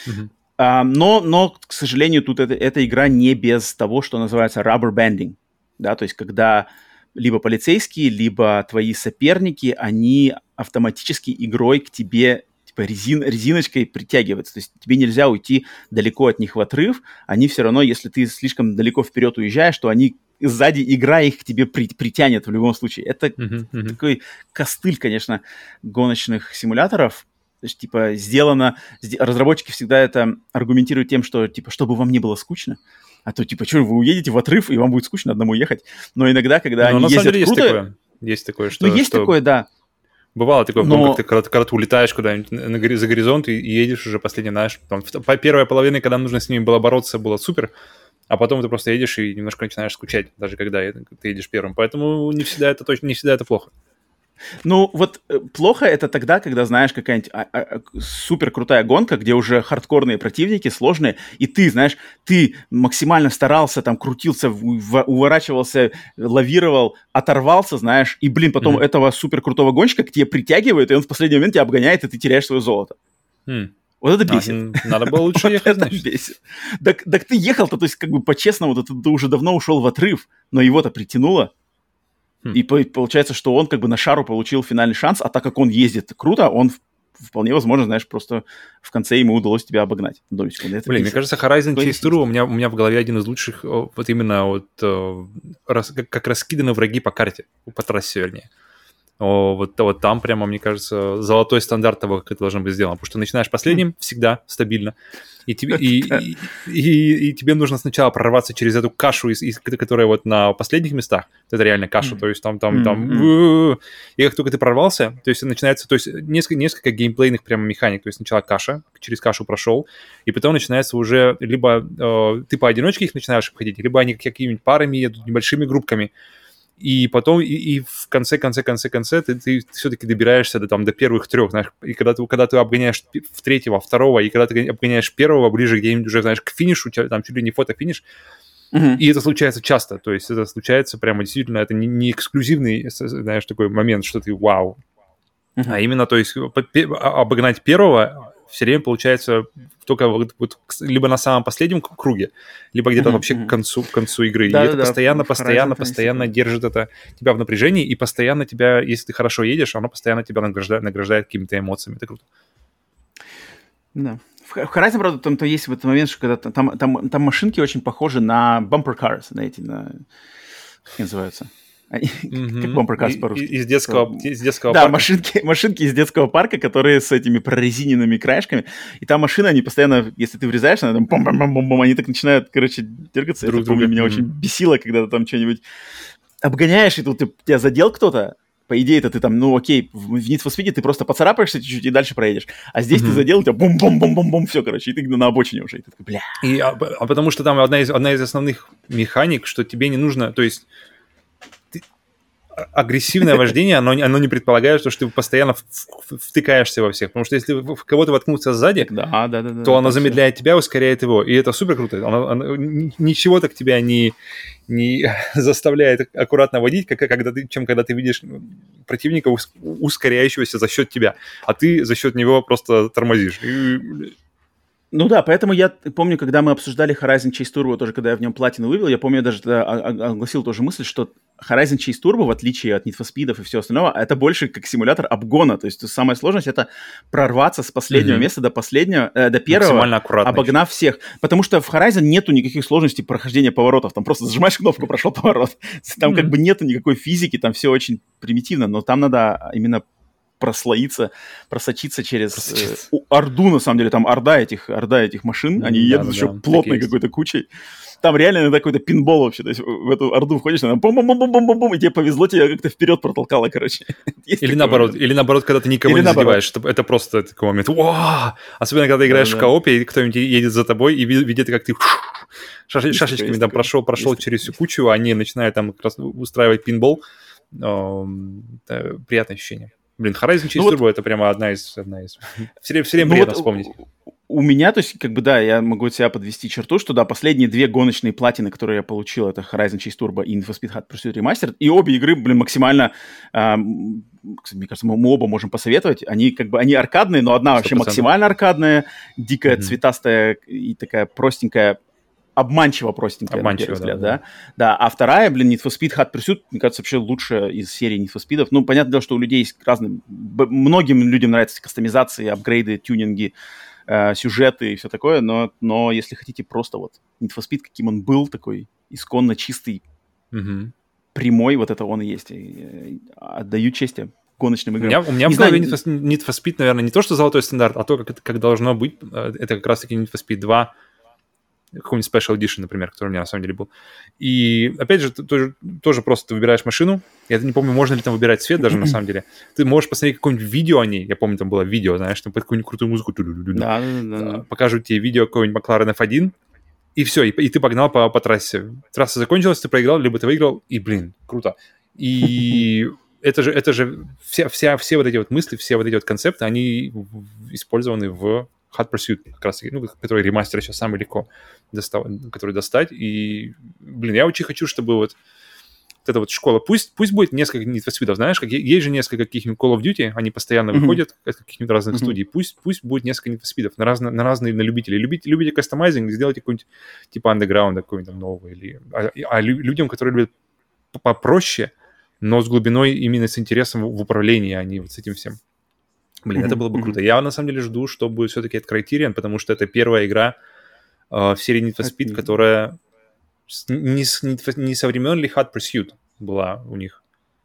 Но, к сожалению, тут эта игра не без того, что называется rubber banding. Да, то есть когда либо полицейские, либо твои соперники, они автоматически игрой к тебе типа резиночкой притягиваются. То есть тебе нельзя уйти далеко от них в отрыв. Они все равно, если ты слишком далеко вперед уезжаешь, то они сзади игра их к тебе притянет в любом случае. Это такой костыль, конечно, гоночных симуляторов. То есть, типа, разработчики всегда это аргументируют тем, что, типа, чтобы вам не было скучно. А то, типа, что, вы уедете в отрыв, и вам будет скучно одному ехать. Но иногда, когда они ездят круто... Есть такое, что... Ну, есть такое, да. Бывало такое, когда ты улетаешь куда-нибудь за горизонт и едешь уже последний, знаешь, там, первая половина, когда нужно с ними было бороться, было супер, а потом ты просто едешь и немножко начинаешь скучать, даже когда ты едешь первым. Поэтому не всегда это плохо. Ну, вот плохо это тогда, когда, знаешь, какая-нибудь супер крутая гонка, где уже хардкорные противники, сложные, и ты, знаешь, ты максимально старался, там, крутился, уворачивался, лавировал, оторвался, знаешь, и, блин, потом этого супер крутого гонщика к тебе притягивает, и он в последний момент тебя обгоняет, и ты теряешь свое золото. Вот это бесит. Надо было лучше ехать, значит. Бесит. Так ты ехал-то, то есть, как бы, по-честному, ты уже давно ушел в отрыв, но его-то притянуло. И получается, что он как бы на шару получил финальный шанс, а так как он ездит круто, он вполне возможно, знаешь, просто в конце ему удалось тебя обогнать. Блин, мне кажется, Horizon Chase Turbo у меня в голове один из лучших, вот именно вот как раскиданы враги по карте, по трассе, вернее. Вот там прямо, мне кажется, золотой стандарт того, как это должно быть сделано. Потому что начинаешь последним всегда стабильно, и тебе нужно сначала прорваться через эту кашу, которая вот на последних местах. Это реально каша, то есть там. И как только ты прорвался, то есть начинается, то есть несколько геймплейных прямо механик. То есть сначала каша, через кашу прошел, и потом начинается уже либо ты поодиночке их начинаешь обходить, либо они какими-нибудь парами едут, небольшими группками. И потом, и в конце ты все-таки добираешься до первых трех, знаешь, и когда ты обгоняешь третьего, второго, и когда ты обгоняешь первого, ближе где-нибудь уже, знаешь, к финишу, там чуть ли не фото-финиш, и это случается часто, то есть это случается прямо действительно, это не эксклюзивный, знаешь, такой момент, что ты вау, а именно, то есть обогнать первого все время получается только вот либо на самом последнем круге, либо где-то вообще к концу игры. Да, и это постоянно держит это тебя в напряжении, и постоянно тебя, если ты хорошо едешь, оно постоянно тебя награждает какими-то эмоциями. Это круто. Да. В Horizon, правда, там есть в этот момент, что когда там машинки очень похожи на bumper cars, знаете, как называются? Как Bumper Cars по-русски? Из детского да, парка. машинки из детского парка, которые с этими прорезиненными краешками. И там машины, они постоянно, если ты врезаешь, они там бум-бум-бум-бум, они так начинают, короче, дергаться. Друг Это, помню, меня очень бесило, когда ты там что-нибудь обгоняешь, и тут тебя задел кто-то. По идее, это ты там, ну окей, в Need for Speed ты просто поцарапаешься чуть-чуть и дальше проедешь. А здесь ты задел, у тебя бум-бум-бум-бум-бум, все, короче, и ты на обочине уже. И ты такой, бля. Потому что там одна из основных механик, что тебе не нужно, то есть агрессивное вождение, оно не предполагает, что ты постоянно втыкаешься во всех. Потому что если в кого-то воткнуться сзади, то оно замедляет тебя, ускоряет его. И это супер круто. Оно ничего так тебя не заставляет аккуратно водить, чем когда ты видишь противника, ускоряющегося за счет тебя. А ты за счет него просто тормозишь. Ну да, поэтому я помню, когда мы обсуждали Horizon Chase Turbo, тоже когда я в нем платину вывел, я помню, я даже огласил тоже мысль, что Horizon Chase Turbo, в отличие от Need for Speed и всего остального, это больше как симулятор обгона. То есть самая сложность — это прорваться с последнего места до первого, обогнав всех. Потому что в Horizon нету никаких сложностей прохождения поворотов. Там просто зажимаешь кнопку, прошел поворот. Там как бы нету никакой физики, там все очень примитивно, но там надо именно просочиться через орду, на самом деле, там орда этих машин, они едут еще плотной какой-то кучей. Там реально это какой-то пинбол вообще, то есть в эту орду входишь, она бум-бум-бум-бум-бум-бум, и тебе повезло, тебя как-то вперед протолкало, короче. Или наоборот, когда ты никого не задеваешь, это просто такой момент, особенно когда ты играешь в коопе, и кто-нибудь едет за тобой и видит, как ты шашечками там прошел через всю кучу, они начинают там как раз устраивать пинбол. Приятное ощущение. Блин, Horizon Chase Turbo это прямо одна из... Все время приятно вспомнить. У меня, то есть, как бы, да, я могу от себя подвести черту, что, да, последние две гоночные платины, которые я получил, это Horizon Chase Turbo и Need for Speed Hot Pursuit Remastered, и обе игры, блин, максимально, мне кажется, мы оба можем посоветовать, они аркадные, но одна 100%. Вообще максимально аркадная, дикая, цветастая и такая простенькая, обманчиво простенькая, на первый взгляд, да. Да, а вторая, блин, Need for Speed Hot Pursuit, мне кажется, вообще лучшая из серии Need for Speed'ов. Ну, понятное дело, что у людей есть разные... Многим людям нравятся кастомизации, апгрейды, тюнинги, сюжеты и все такое, но если хотите просто вот Need for Speed, каким он был, такой исконно чистый, прямой, вот это он и есть. И отдаю честь гоночным играм. У меня в голове Need for Speed, наверное, не то, что золотой стандарт, а то, как должно быть. Это как раз-таки Need for Speed 2, какой-нибудь Special Edition, например, который у меня на самом деле был. И, опять же, тоже просто ты выбираешь машину. Я не помню, можно ли там выбирать цвет даже, на самом деле. Ты можешь посмотреть какое-нибудь видео о ней. Я помню, там было видео, знаешь, там под какую-нибудь крутую музыку. Да. Покажут тебе видео какой-нибудь McLaren F1, и все, и ты погнал по трассе. Трасса закончилась, ты проиграл, либо ты выиграл, и, блин, круто. И это же все вот эти вот мысли, все вот эти вот концепты, они использованы в Hot Pursuit, как раз, который ремастер сейчас самый легко достать. И, блин, я очень хочу, чтобы вот эта вот школа, пусть будет несколько Need for Speed'ов, знаешь, как есть же несколько каких-нибудь Call of Duty, они постоянно выходят из каких-нибудь разных студий, пусть будет несколько Need for Speed'ов на разные любителей. Любите кастомайзинг, сделайте какой-нибудь типа Underground какой-нибудь там новый. Людям, которые любят попроще, но с глубиной именно с интересом в управлении, а не вот с этим всем. Блин, это было бы круто. Я, на самом деле, жду, что будет все-таки от Criterion, потому что это первая игра в серии Need for Speed, которая не со времен ли Hot Pursuit была у них.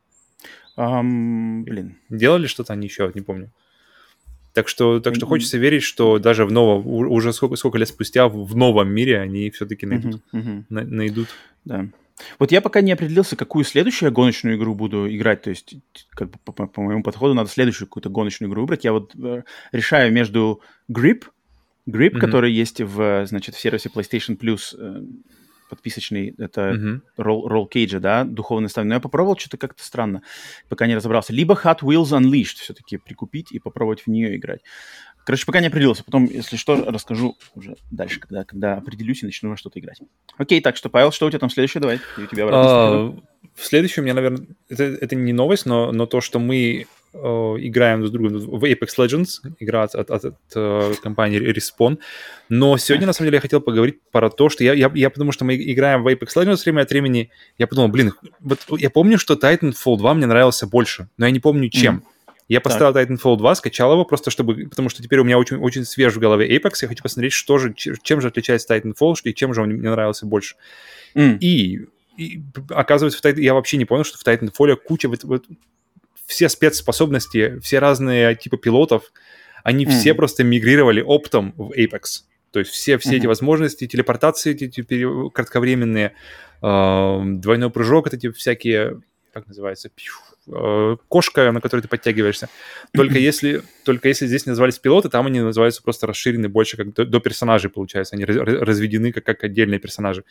Блин. Делали что-то они еще, не помню. Так что хочется верить, что даже в новом, уже сколько лет спустя, в новом мире они все-таки найдут. Да. Вот я пока не определился, какую следующую гоночную игру буду играть. То есть, как бы по моему подходу, надо следующую какую-то гоночную игру выбрать. Я вот решаю между Grip, который есть в сервисе PlayStation Plus подписочный, это Roll Cage, да, духовный ставь. Но я попробовал, что-то как-то странно, пока не разобрался. Либо Hot Wheels Unleashed все-таки прикупить и попробовать в нее играть. Короче, пока не определился. Потом, если что, расскажу уже дальше, когда определюсь и начну во что-то играть. Окей, так что, Павел, что у тебя там следующее? Давай, у тебя в следующем у меня, наверное, это не новость, но то, что мы играем друг с другом в Apex Legends, игра от компании Respawn. Но сегодня, на самом деле, я хотел поговорить про то, что я потому что мы играем в Apex Legends время от времени, я подумал, блин, вот я помню, что Titanfall 2 мне нравился больше, но я не помню, чем. Я поставил Titanfall 2, скачал его просто потому что теперь у меня очень, очень свеж в голове Apex, я хочу посмотреть, чем же отличается Titanfall, и чем же он мне нравился больше. И И оказывается, я вообще не понял, что в Titanfall куча все спецспособности, все разные типы пилотов, они все просто мигрировали оптом в Apex. То есть все эти возможности, телепортации эти кратковременные, двойной прыжок, эти всякие, как называется, кошка, на которой ты подтягиваешься. Только если здесь назывались пилоты, там они называются просто расширены больше, как до персонажей, получается. Они разведены как отдельные персонажи.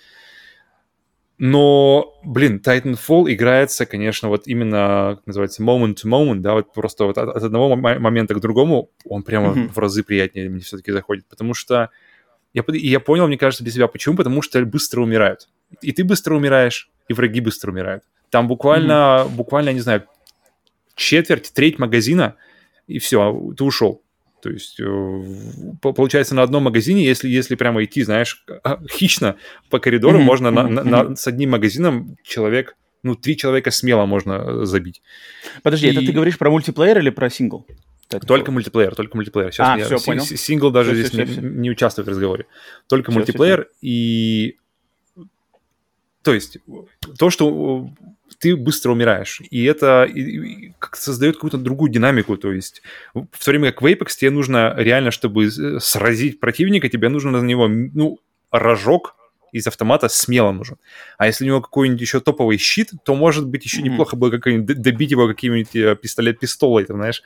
Но, Titanfall играется, конечно, вот именно, как называется, moment to moment, да, вот просто вот от одного момента к другому он прямо в разы приятнее мне все-таки заходит, потому что я понял, мне кажется, для себя, почему, потому что быстро умирают. И ты быстро умираешь, и враги быстро умирают. Там буквально, я не знаю, треть магазина, и все, ты ушел. То есть, получается, на одном магазине, если прямо идти, знаешь, хищно по коридору, можно с одним магазином 3 человека смело можно забить. Подожди, это ты говоришь про мультиплеер или про сингл? Только мультиплеер. Сейчас все, понял. Сингл даже здесь не участвует в разговоре. Только мультиплеер. И... То есть, то, что ты быстро умираешь. И это как-то создает какую-то другую динамику. То есть, в то время как в Apex тебе нужно реально, чтобы сразить противника, тебе нужно на него, рожок из автомата смело нужен. А если у него какой-нибудь еще топовый щит, то, может быть, еще неплохо было добить его каким-нибудь пистолой, там, знаешь.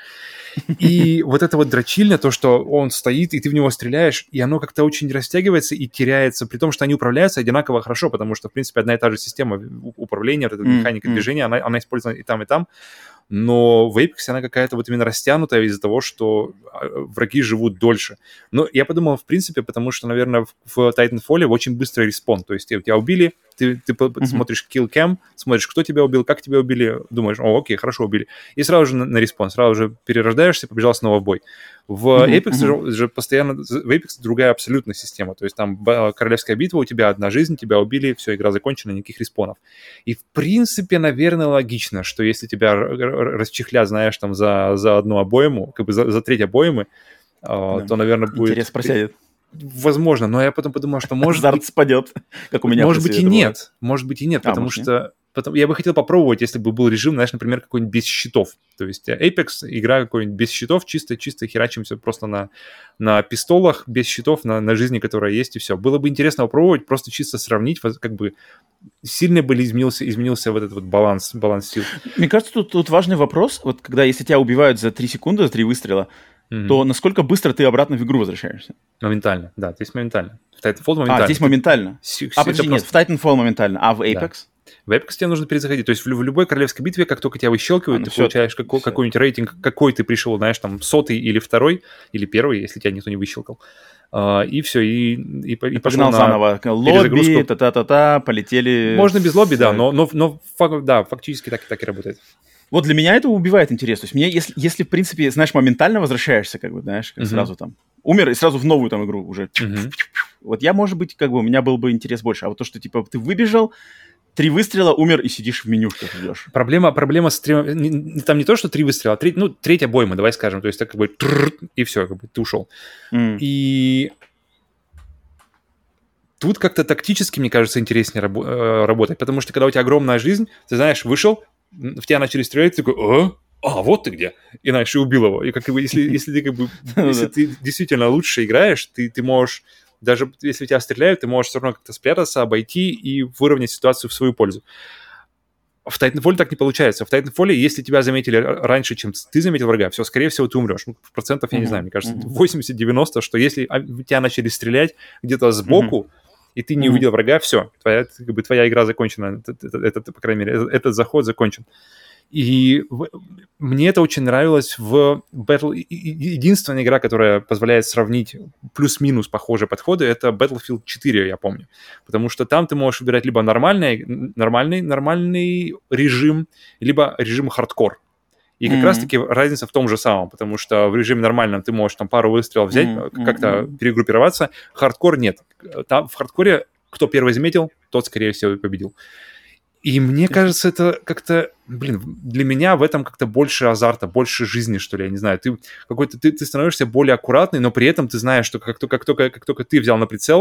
И вот это вот дрочильня, то, что он стоит, и ты в него стреляешь, и оно как-то очень растягивается и теряется, при том, что они управляются одинаково хорошо, потому что, в принципе, одна и та же система управления, вот эта механика движения, она использована и там, но в Apex она какая-то вот именно растянутая из-за того, что враги живут дольше. Но я подумал, в принципе, потому что, наверное, в Titanfall очень быстрый респон, то есть тебя убили, ты смотришь kill cam, смотришь, кто тебя убил, как тебя убили, думаешь, окей, хорошо убили, и сразу же на респон, сразу же перерождаешься, побежал снова в бой. В Apex же постоянно, в Apex другая абсолютная система, то есть там королевская битва, у тебя одна жизнь, тебя убили, все, игра закончена, никаких респонов. И в принципе, наверное, логично, что если тебя расчехлят, знаешь, там за одну обойму, как бы за треть обоймы, то, наверное, будет... Интерес просядет. Возможно, но я потом подумал, что может азарт спадет, как у меня. Может быть и нет, потому что я бы хотел попробовать, если бы был режим, знаешь, например, какой-нибудь без щитов. То есть Apex, игра какой-нибудь без щитов, чисто херачимся просто на пистолах, без щитов, на жизни, которая есть, и все. Было бы интересно попробовать, просто чисто сравнить, как бы сильно бы ли изменился вот этот вот баланс сил. Мне кажется, тут важный вопрос, вот когда если тебя убивают за 3 секунды, за 3 выстрела, то насколько быстро ты обратно в игру возвращаешься? Моментально, да, здесь моментально. В Titanfall моментально. Здесь моментально? Подожди, нет, в Titanfall моментально, а в Apex? Да. В Apex тебе нужно перезаходить. То есть в любой королевской битве, как только тебя выщелкивают, ты получаешь какой-нибудь рейтинг, какой ты пришел, знаешь, там, 100-й или 2-й, или 1-й, если тебя никто не выщелкал. И все, и погнал заново. Лобби, та-та-та-та, полетели. Можно без лобби, да, но фактически так и работает. Вот для меня это убивает интерес. То есть мне, если в принципе, знаешь, моментально возвращаешься, как бы, знаешь, как сразу там умер и сразу в новую там игру уже. Вот я, может быть, как бы у меня был бы интерес больше. А вот то, что типа ты выбежал, 3 выстрела, умер и сидишь в менюшках ждешь. Проблема с там не то, что 3 выстрела, а треть обоймы, давай скажем. То есть так как бы и все, как бы ты ушел. И тут как-то тактически, мне кажется, интереснее работать, потому что когда у тебя огромная жизнь, ты знаешь, вышел, в тебя начали стрелять, ты такой, вот ты где, и знаешь, и убил его. И как бы если ты как бы если ты действительно лучше играешь, ты можешь, даже если тебя стреляют, ты можешь все равно как-то спрятаться, обойти и выровнять ситуацию в свою пользу. В Titanfall так не получается. В Titanfall, если тебя заметили раньше, чем ты заметил врага, все, скорее всего, ты умрешь. Процентов, я не знаю, мне кажется, 80-90, что если тебя начали стрелять где-то сбоку, и ты не увидел врага, все, твоя игра закончена, по крайней мере, этот заход закончен. И мне это очень нравилось в Battle... Единственная игра, которая позволяет сравнить плюс-минус похожие подходы, это Battlefield 4, я помню. Потому что там ты можешь выбирать либо нормальный режим, либо режим хардкор. И как раз-таки разница в том же самом, потому что в режиме нормальном ты можешь там пару выстрелов взять, как-то перегруппироваться. Хардкор нет. Там в хардкоре кто первый заметил, тот, скорее всего, и победил. И мне кажется, это как-то, для меня в этом как-то больше азарта, больше жизни, что ли, я не знаю. Ты становишься более аккуратный, но при этом ты знаешь, что как только ты взял на прицел,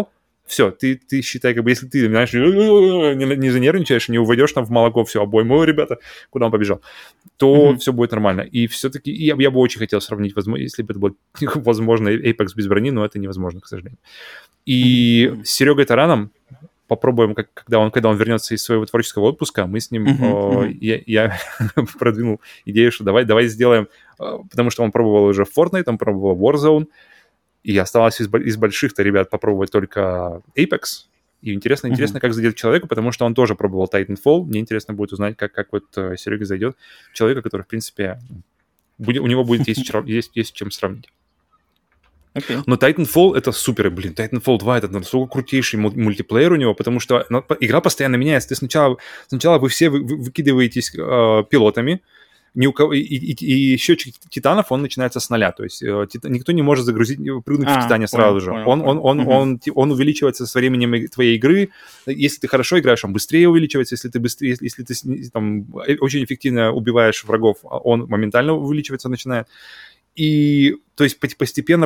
все, ты считай, как бы, если ты, знаешь, не занервничаешь, не уведешь там в молоко, все, обоим, ребята, куда он побежал, то все будет нормально. И все-таки я бы очень хотел сравнить, если бы это было возможно, Apex без брони, но это невозможно, к сожалению. И с Серегой Тараном попробуем, когда он вернется из своего творческого отпуска, мы с ним, я продвинул идею, что давай сделаем, потому что он пробовал уже Fortnite, он пробовал Warzone, и осталось из больших-то ребят попробовать только Apex. И интересно, как зайдет человеку, потому что он тоже пробовал Titanfall. Мне интересно будет узнать, как вот Серега зайдет человека, который, в принципе, у него будет есть чем сравнить. Okay. Но Titanfall — это супер, Titanfall 2 — это настолько крутейший мультиплеер у него, потому что игра постоянно меняется. Ты сначала вы все выкидываетесь пилотами, и счетчик титанов, он начинается с 0. То есть никто не может прыгнуть в титане сразу же. Он увеличивается со временем твоей игры. Если ты хорошо играешь, он быстрее увеличивается. Если ты там, очень эффективно убиваешь врагов, он моментально увеличиваться начинает. И то есть постепенно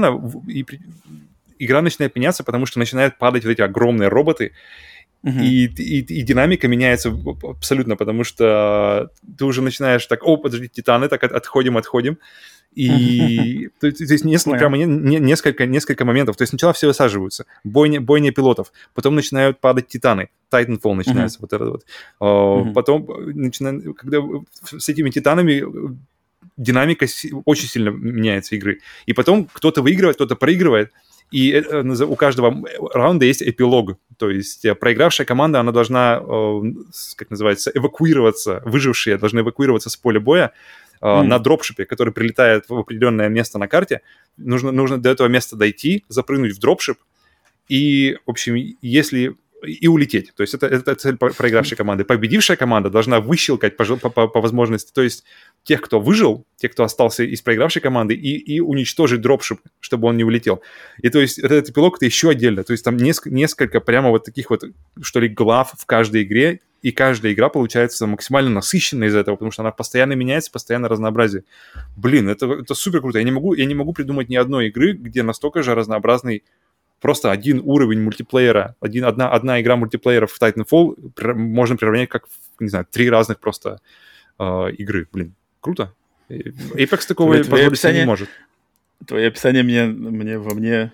игра начинает меняться, потому что начинают падать вот эти огромные роботы, и динамика меняется абсолютно, потому что ты уже начинаешь так, подожди, титаны, так отходим. И то есть несколько моментов. То есть сначала все высаживаются, бойня пилотов, потом начинают падать титаны, Titanfall начинается, вот это вот. Потом когда с этими титанами динамика очень сильно меняется игры. И потом кто-то выигрывает, кто-то проигрывает. И у каждого раунда есть эпилог. То есть проигравшая команда, она должна, как называется, эвакуироваться, выжившие должны эвакуироваться с поля боя на дропшипе, который прилетает в определенное место на карте. Нужно до этого места дойти, запрыгнуть в дропшип. И, в общем, и улететь. То есть это цель проигравшей команды. Победившая команда должна выщелкать по возможности. То есть тех, кто выжил, тех, кто остался из проигравшей команды, и уничтожить дропшип, чтобы он не улетел. И то есть этот эпилог — это еще отдельно. То есть там несколько прямо вот таких вот, что ли, глав в каждой игре, и каждая игра получается максимально насыщенной из этого, потому что она постоянно меняется, постоянно разнообразие. Это супер круто. Я не могу придумать ни одной игры, где настолько же разнообразный просто один уровень мультиплеера, одна игра мультиплеера в Titanfall можно приравнять как, не знаю, 3 разных просто игры. Круто. Apex такого позволить себе не может. Твое описание во мне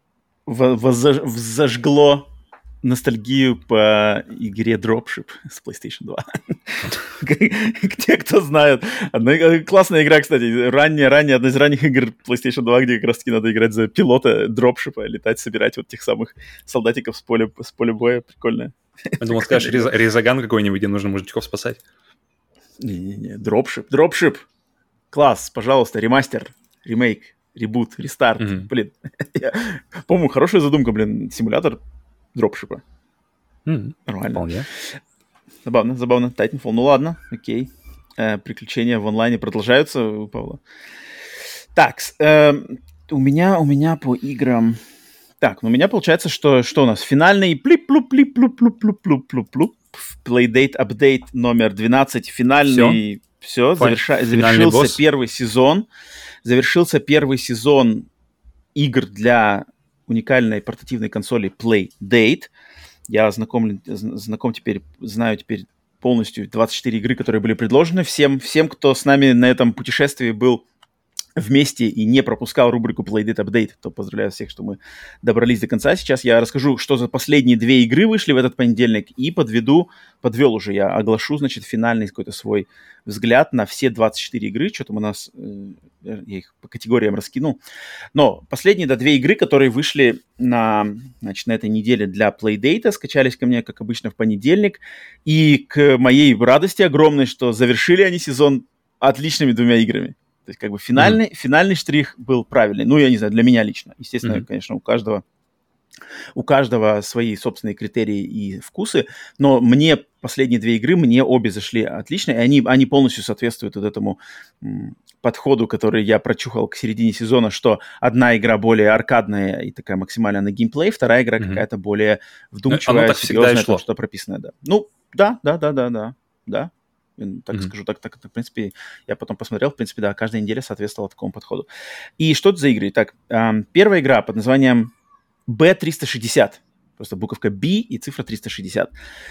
зажгло ностальгию по игре Dropship с PlayStation 2. Те, кто знает. Классная игра, кстати. Одна из ранних игр PlayStation 2, где как раз-таки надо играть за пилота дропшипа, летать, собирать вот тех самых солдатиков с поля боя. Прикольная. Я думал, скажешь, резаган какой-нибудь, где нужно мужичков спасать. Не-не-не, Dropship. Класс, пожалуйста, ремастер, ремейк, ребут, рестарт. Блин, по-моему, хорошая задумка, симулятор дропшипа. Нормально. Вполне. Забавно. Titanfall. Ну ладно, окей. Приключения в онлайне продолжаются у Павла. Так, у меня по играм... Так, у меня получается, что у нас? Финальный плип-плуп-плип-плуп-плуп-плуп-плуп. Playdate апдейт номер 12. Финальный... Все, завершился первый сезон. Завершился первый сезон игр для уникальной портативной консоли Playdate. Я знаю теперь полностью 24 игры, которые были предложены. Всем, кто с нами на этом путешествии был вместе и не пропускал рубрику Playdate Update, то поздравляю всех, что мы добрались до конца. Сейчас я расскажу, что за последние 2 игры вышли в этот понедельник, и оглашу, значит, финальный какой-то свой взгляд на все 24 игры. Что там у нас, я их по категориям раскинул. Но последние 2 игры, которые вышли на этой неделе для Playdate, скачались ко мне, как обычно, в понедельник. И к моей радости огромной, что завершили они сезон отличными 2 играми. То есть, как бы финальный штрих был правильный. Ну, я не знаю, для меня лично. Естественно, конечно, у каждого свои собственные критерии и вкусы. Но мне последние 2 игры, мне обе зашли отлично. И они полностью соответствуют вот этому подходу, который я прочухал к середине сезона, что одна игра более аркадная и такая максимально на геймплей, вторая игра какая-то более вдумчивая, серьезная, там что-то прописанное. Да. Ну, да. Так скажу, так, в принципе, я потом посмотрел, в принципе, да, каждая неделя соответствовала такому подходу. И что это за игры? Так, первая игра под названием B360. Просто буковка B и цифра 360.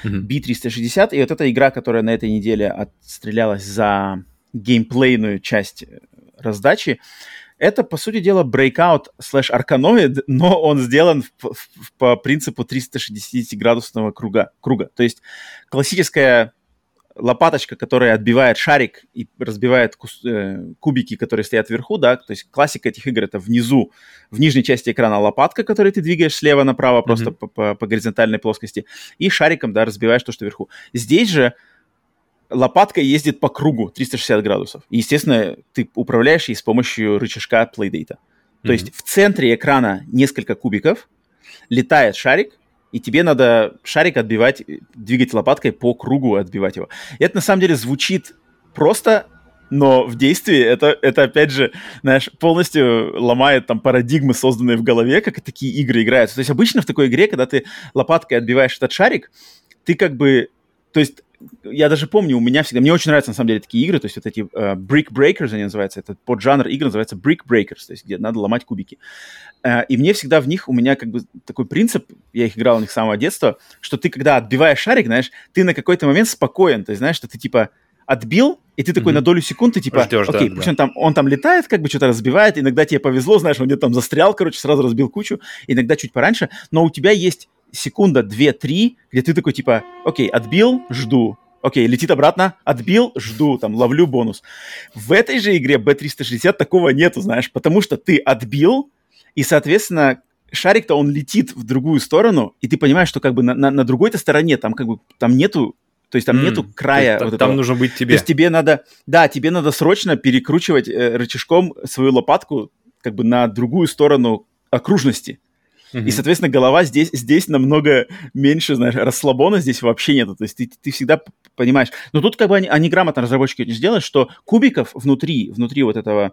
B360. И вот эта игра, которая на этой неделе отстрелялась за геймплейную часть раздачи, это, по сути дела, Breakout /Arkanoid, но он сделан по принципу 360-градусного круга. То есть классическая лопаточка, которая отбивает шарик и разбивает кубики, которые стоят вверху, да, то есть классика этих игр — это внизу, в нижней части экрана лопатка, которую ты двигаешь слева направо просто по горизонтальной плоскости, и шариком, да, разбиваешь то, что вверху. Здесь же лопатка ездит по кругу 360 градусов. И, естественно, ты управляешь ей с помощью рычажка Playdate. То есть в центре экрана несколько кубиков, летает шарик, и тебе надо шарик отбивать, двигать лопаткой по кругу, отбивать его. И это, на самом деле, звучит просто, но в действии это опять же, знаешь, полностью ломает там парадигмы, созданные в голове, как и такие игры играются. То есть обычно в такой игре, когда ты лопаткой отбиваешь этот шарик, ты как бы... То есть я даже помню, у меня всегда... Мне очень нравятся, на самом деле, такие игры, то есть вот эти Brick Breakers, они называются, это поджанр игр называется Brick Breakers, то есть где надо ломать кубики. И мне всегда в них, у меня как бы такой принцип, я их играл в них с самого детства, что ты, когда отбиваешь шарик, знаешь, ты на какой-то момент спокоен, то есть знаешь, что ты типа отбил, и ты такой на долю секунды, типа, ждешь, окей, да, пусть он там летает, как бы что-то разбивает, иногда тебе повезло, знаешь, он где-то там застрял, короче, сразу разбил кучу, иногда чуть пораньше, но у тебя есть секунда, 2-3, где ты такой, типа, окей, отбил, жду, окей, летит обратно, отбил, жду, там, ловлю бонус. В этой же игре B360 такого нету, знаешь, потому что ты отбил, и, соответственно, шарик-то он летит в другую сторону, и ты понимаешь, что как бы на другой-то стороне там как бы, там нету, то есть там нету края. Вот там нужно быть тебе. То есть тебе надо срочно перекручивать рычажком свою лопатку как бы на другую сторону окружности. И, соответственно, голова здесь намного меньше, знаешь, расслабона здесь вообще нету. То есть ты всегда понимаешь. Но тут как бы они грамотно, разработчики, сделали, что кубиков внутри вот этого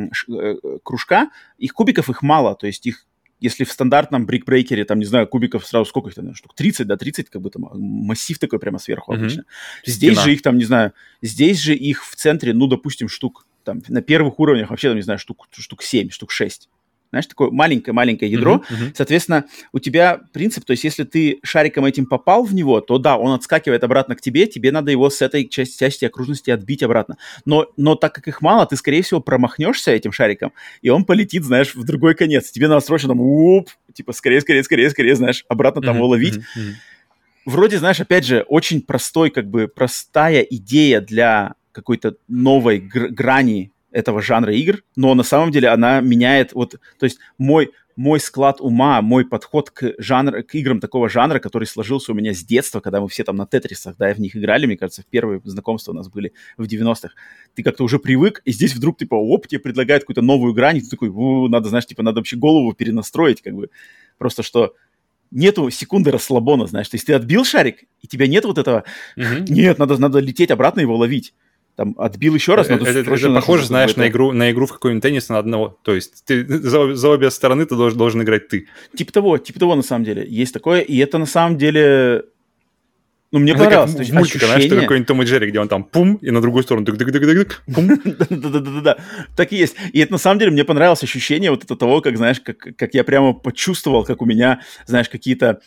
кружка, кубиков их мало. То есть их, если в стандартном брикбрейкере, там, не знаю, кубиков сразу сколько их там, штук 30, да, 30, как бы там массив такой прямо сверху обычно. Здесь же их там, не знаю, здесь же их в центре, ну, допустим, штук, там, на первых уровнях вообще, там, не знаю, штук 7, штук 6. Знаешь, такое маленькое ядро. Соответственно, у тебя принцип, то есть если ты шариком этим попал в него, то да, он отскакивает обратно к тебе, тебе надо его с этой части окружности отбить обратно. Но так как их мало, ты, скорее всего, промахнешься этим шариком, и он полетит, знаешь, в другой конец. Тебе надо срочно там, типа, скорее, знаешь, обратно там его ловить. Вроде, знаешь, опять же, очень простая идея для какой-то новой грани этого жанра игр, но на самом деле она меняет, вот, то есть мой склад ума, мой подход к играм такого жанра, который сложился у меня с детства, когда мы все там на Тетрисах, да, в них играли, мне кажется, первые знакомства у нас были в 90-х, ты как-то уже привык, и здесь вдруг, типа, тебе предлагают какую-то новую грань, и ты такой, надо, знаешь, типа, надо вообще голову перенастроить, как бы, просто что нету секунды расслабона, знаешь, то есть ты отбил шарик, и тебя нет вот этого, нет, надо лететь обратно его ловить. Там отбил еще раз, надо это похоже, знаешь, на игру в какой-нибудь теннис на одного. То есть ты за обе стороны ты должен играть ты. Типа того, на самом деле. Есть такое, и это на самом деле... Ну, мне понравилось. Как в мультике, знаешь, что какой-нибудь Том и Джерри, где он там пум, и на другую сторону дык-дык-дык-дык, пум. Да-да-да, так и есть. И это на самом деле мне понравилось ощущение вот это того, как, знаешь, как я прямо почувствовал, как у меня, знаешь, какие-то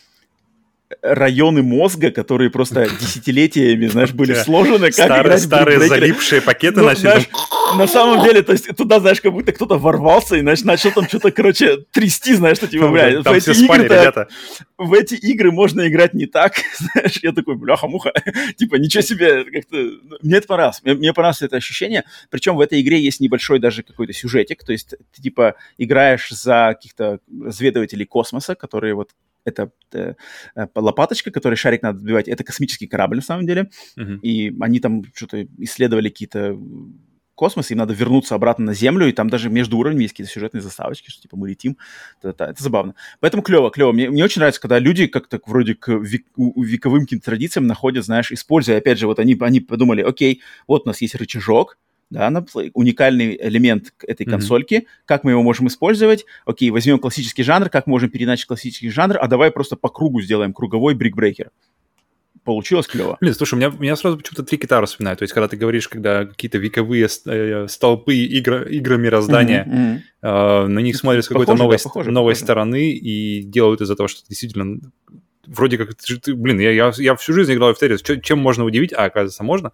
районы мозга, которые просто десятилетиями, знаешь, были сложены. Старые залипшие пакеты начали. На самом деле, то есть туда, знаешь, как будто кто-то ворвался и, знаешь, начал там что-то, короче, трясти, знаешь, что типа, блядь, там все спали, ребята. В эти игры можно играть не так, знаешь, я такой, бляха-муха, типа, ничего себе, как-то... Мне это понравилось, мне понравилось это ощущение, причем в этой игре есть небольшой даже какой-то сюжетик, то есть ты, типа, играешь за каких-то разведывателей космоса, которые вот это лопаточка, которой шарик надо отбивать. Это космический корабль, на самом деле. И они там что-то исследовали какие-то космосы, им надо вернуться обратно на Землю, и там даже между уровнями есть какие-то сюжетные заставочки, что типа мы летим. Это забавно. Поэтому клево. Мне очень нравится, когда люди как-то вроде к вековым каким-то традициям находят, знаешь, используя, опять же, вот они подумали, окей, вот у нас есть рычажок, да, уникальный элемент этой консольки, как мы его можем использовать, окей, возьмем классический жанр, как мы можем переначить классический жанр, а давай просто по кругу сделаем круговой брикбрейкер. получилось клево. Блин, слушай, меня сразу почему-то 3 кита вспоминают. То есть, когда ты говоришь, когда какие-то вековые столпы игры мироздания, на них смотрят с какой-то новой стороны и делают из-за того, что действительно... Вроде как... Блин, я всю жизнь играл в Тетрис. Чем можно удивить? Оказывается, можно.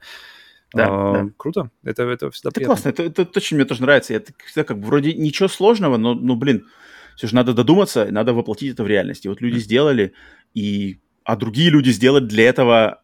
Да. Круто. Это всегда это классно. Это очень мне тоже нравится. Это всегда как бы вроде ничего сложного, но блин, все же надо додуматься, надо воплотить это в реальность. И вот люди сделали, а другие люди сделали для этого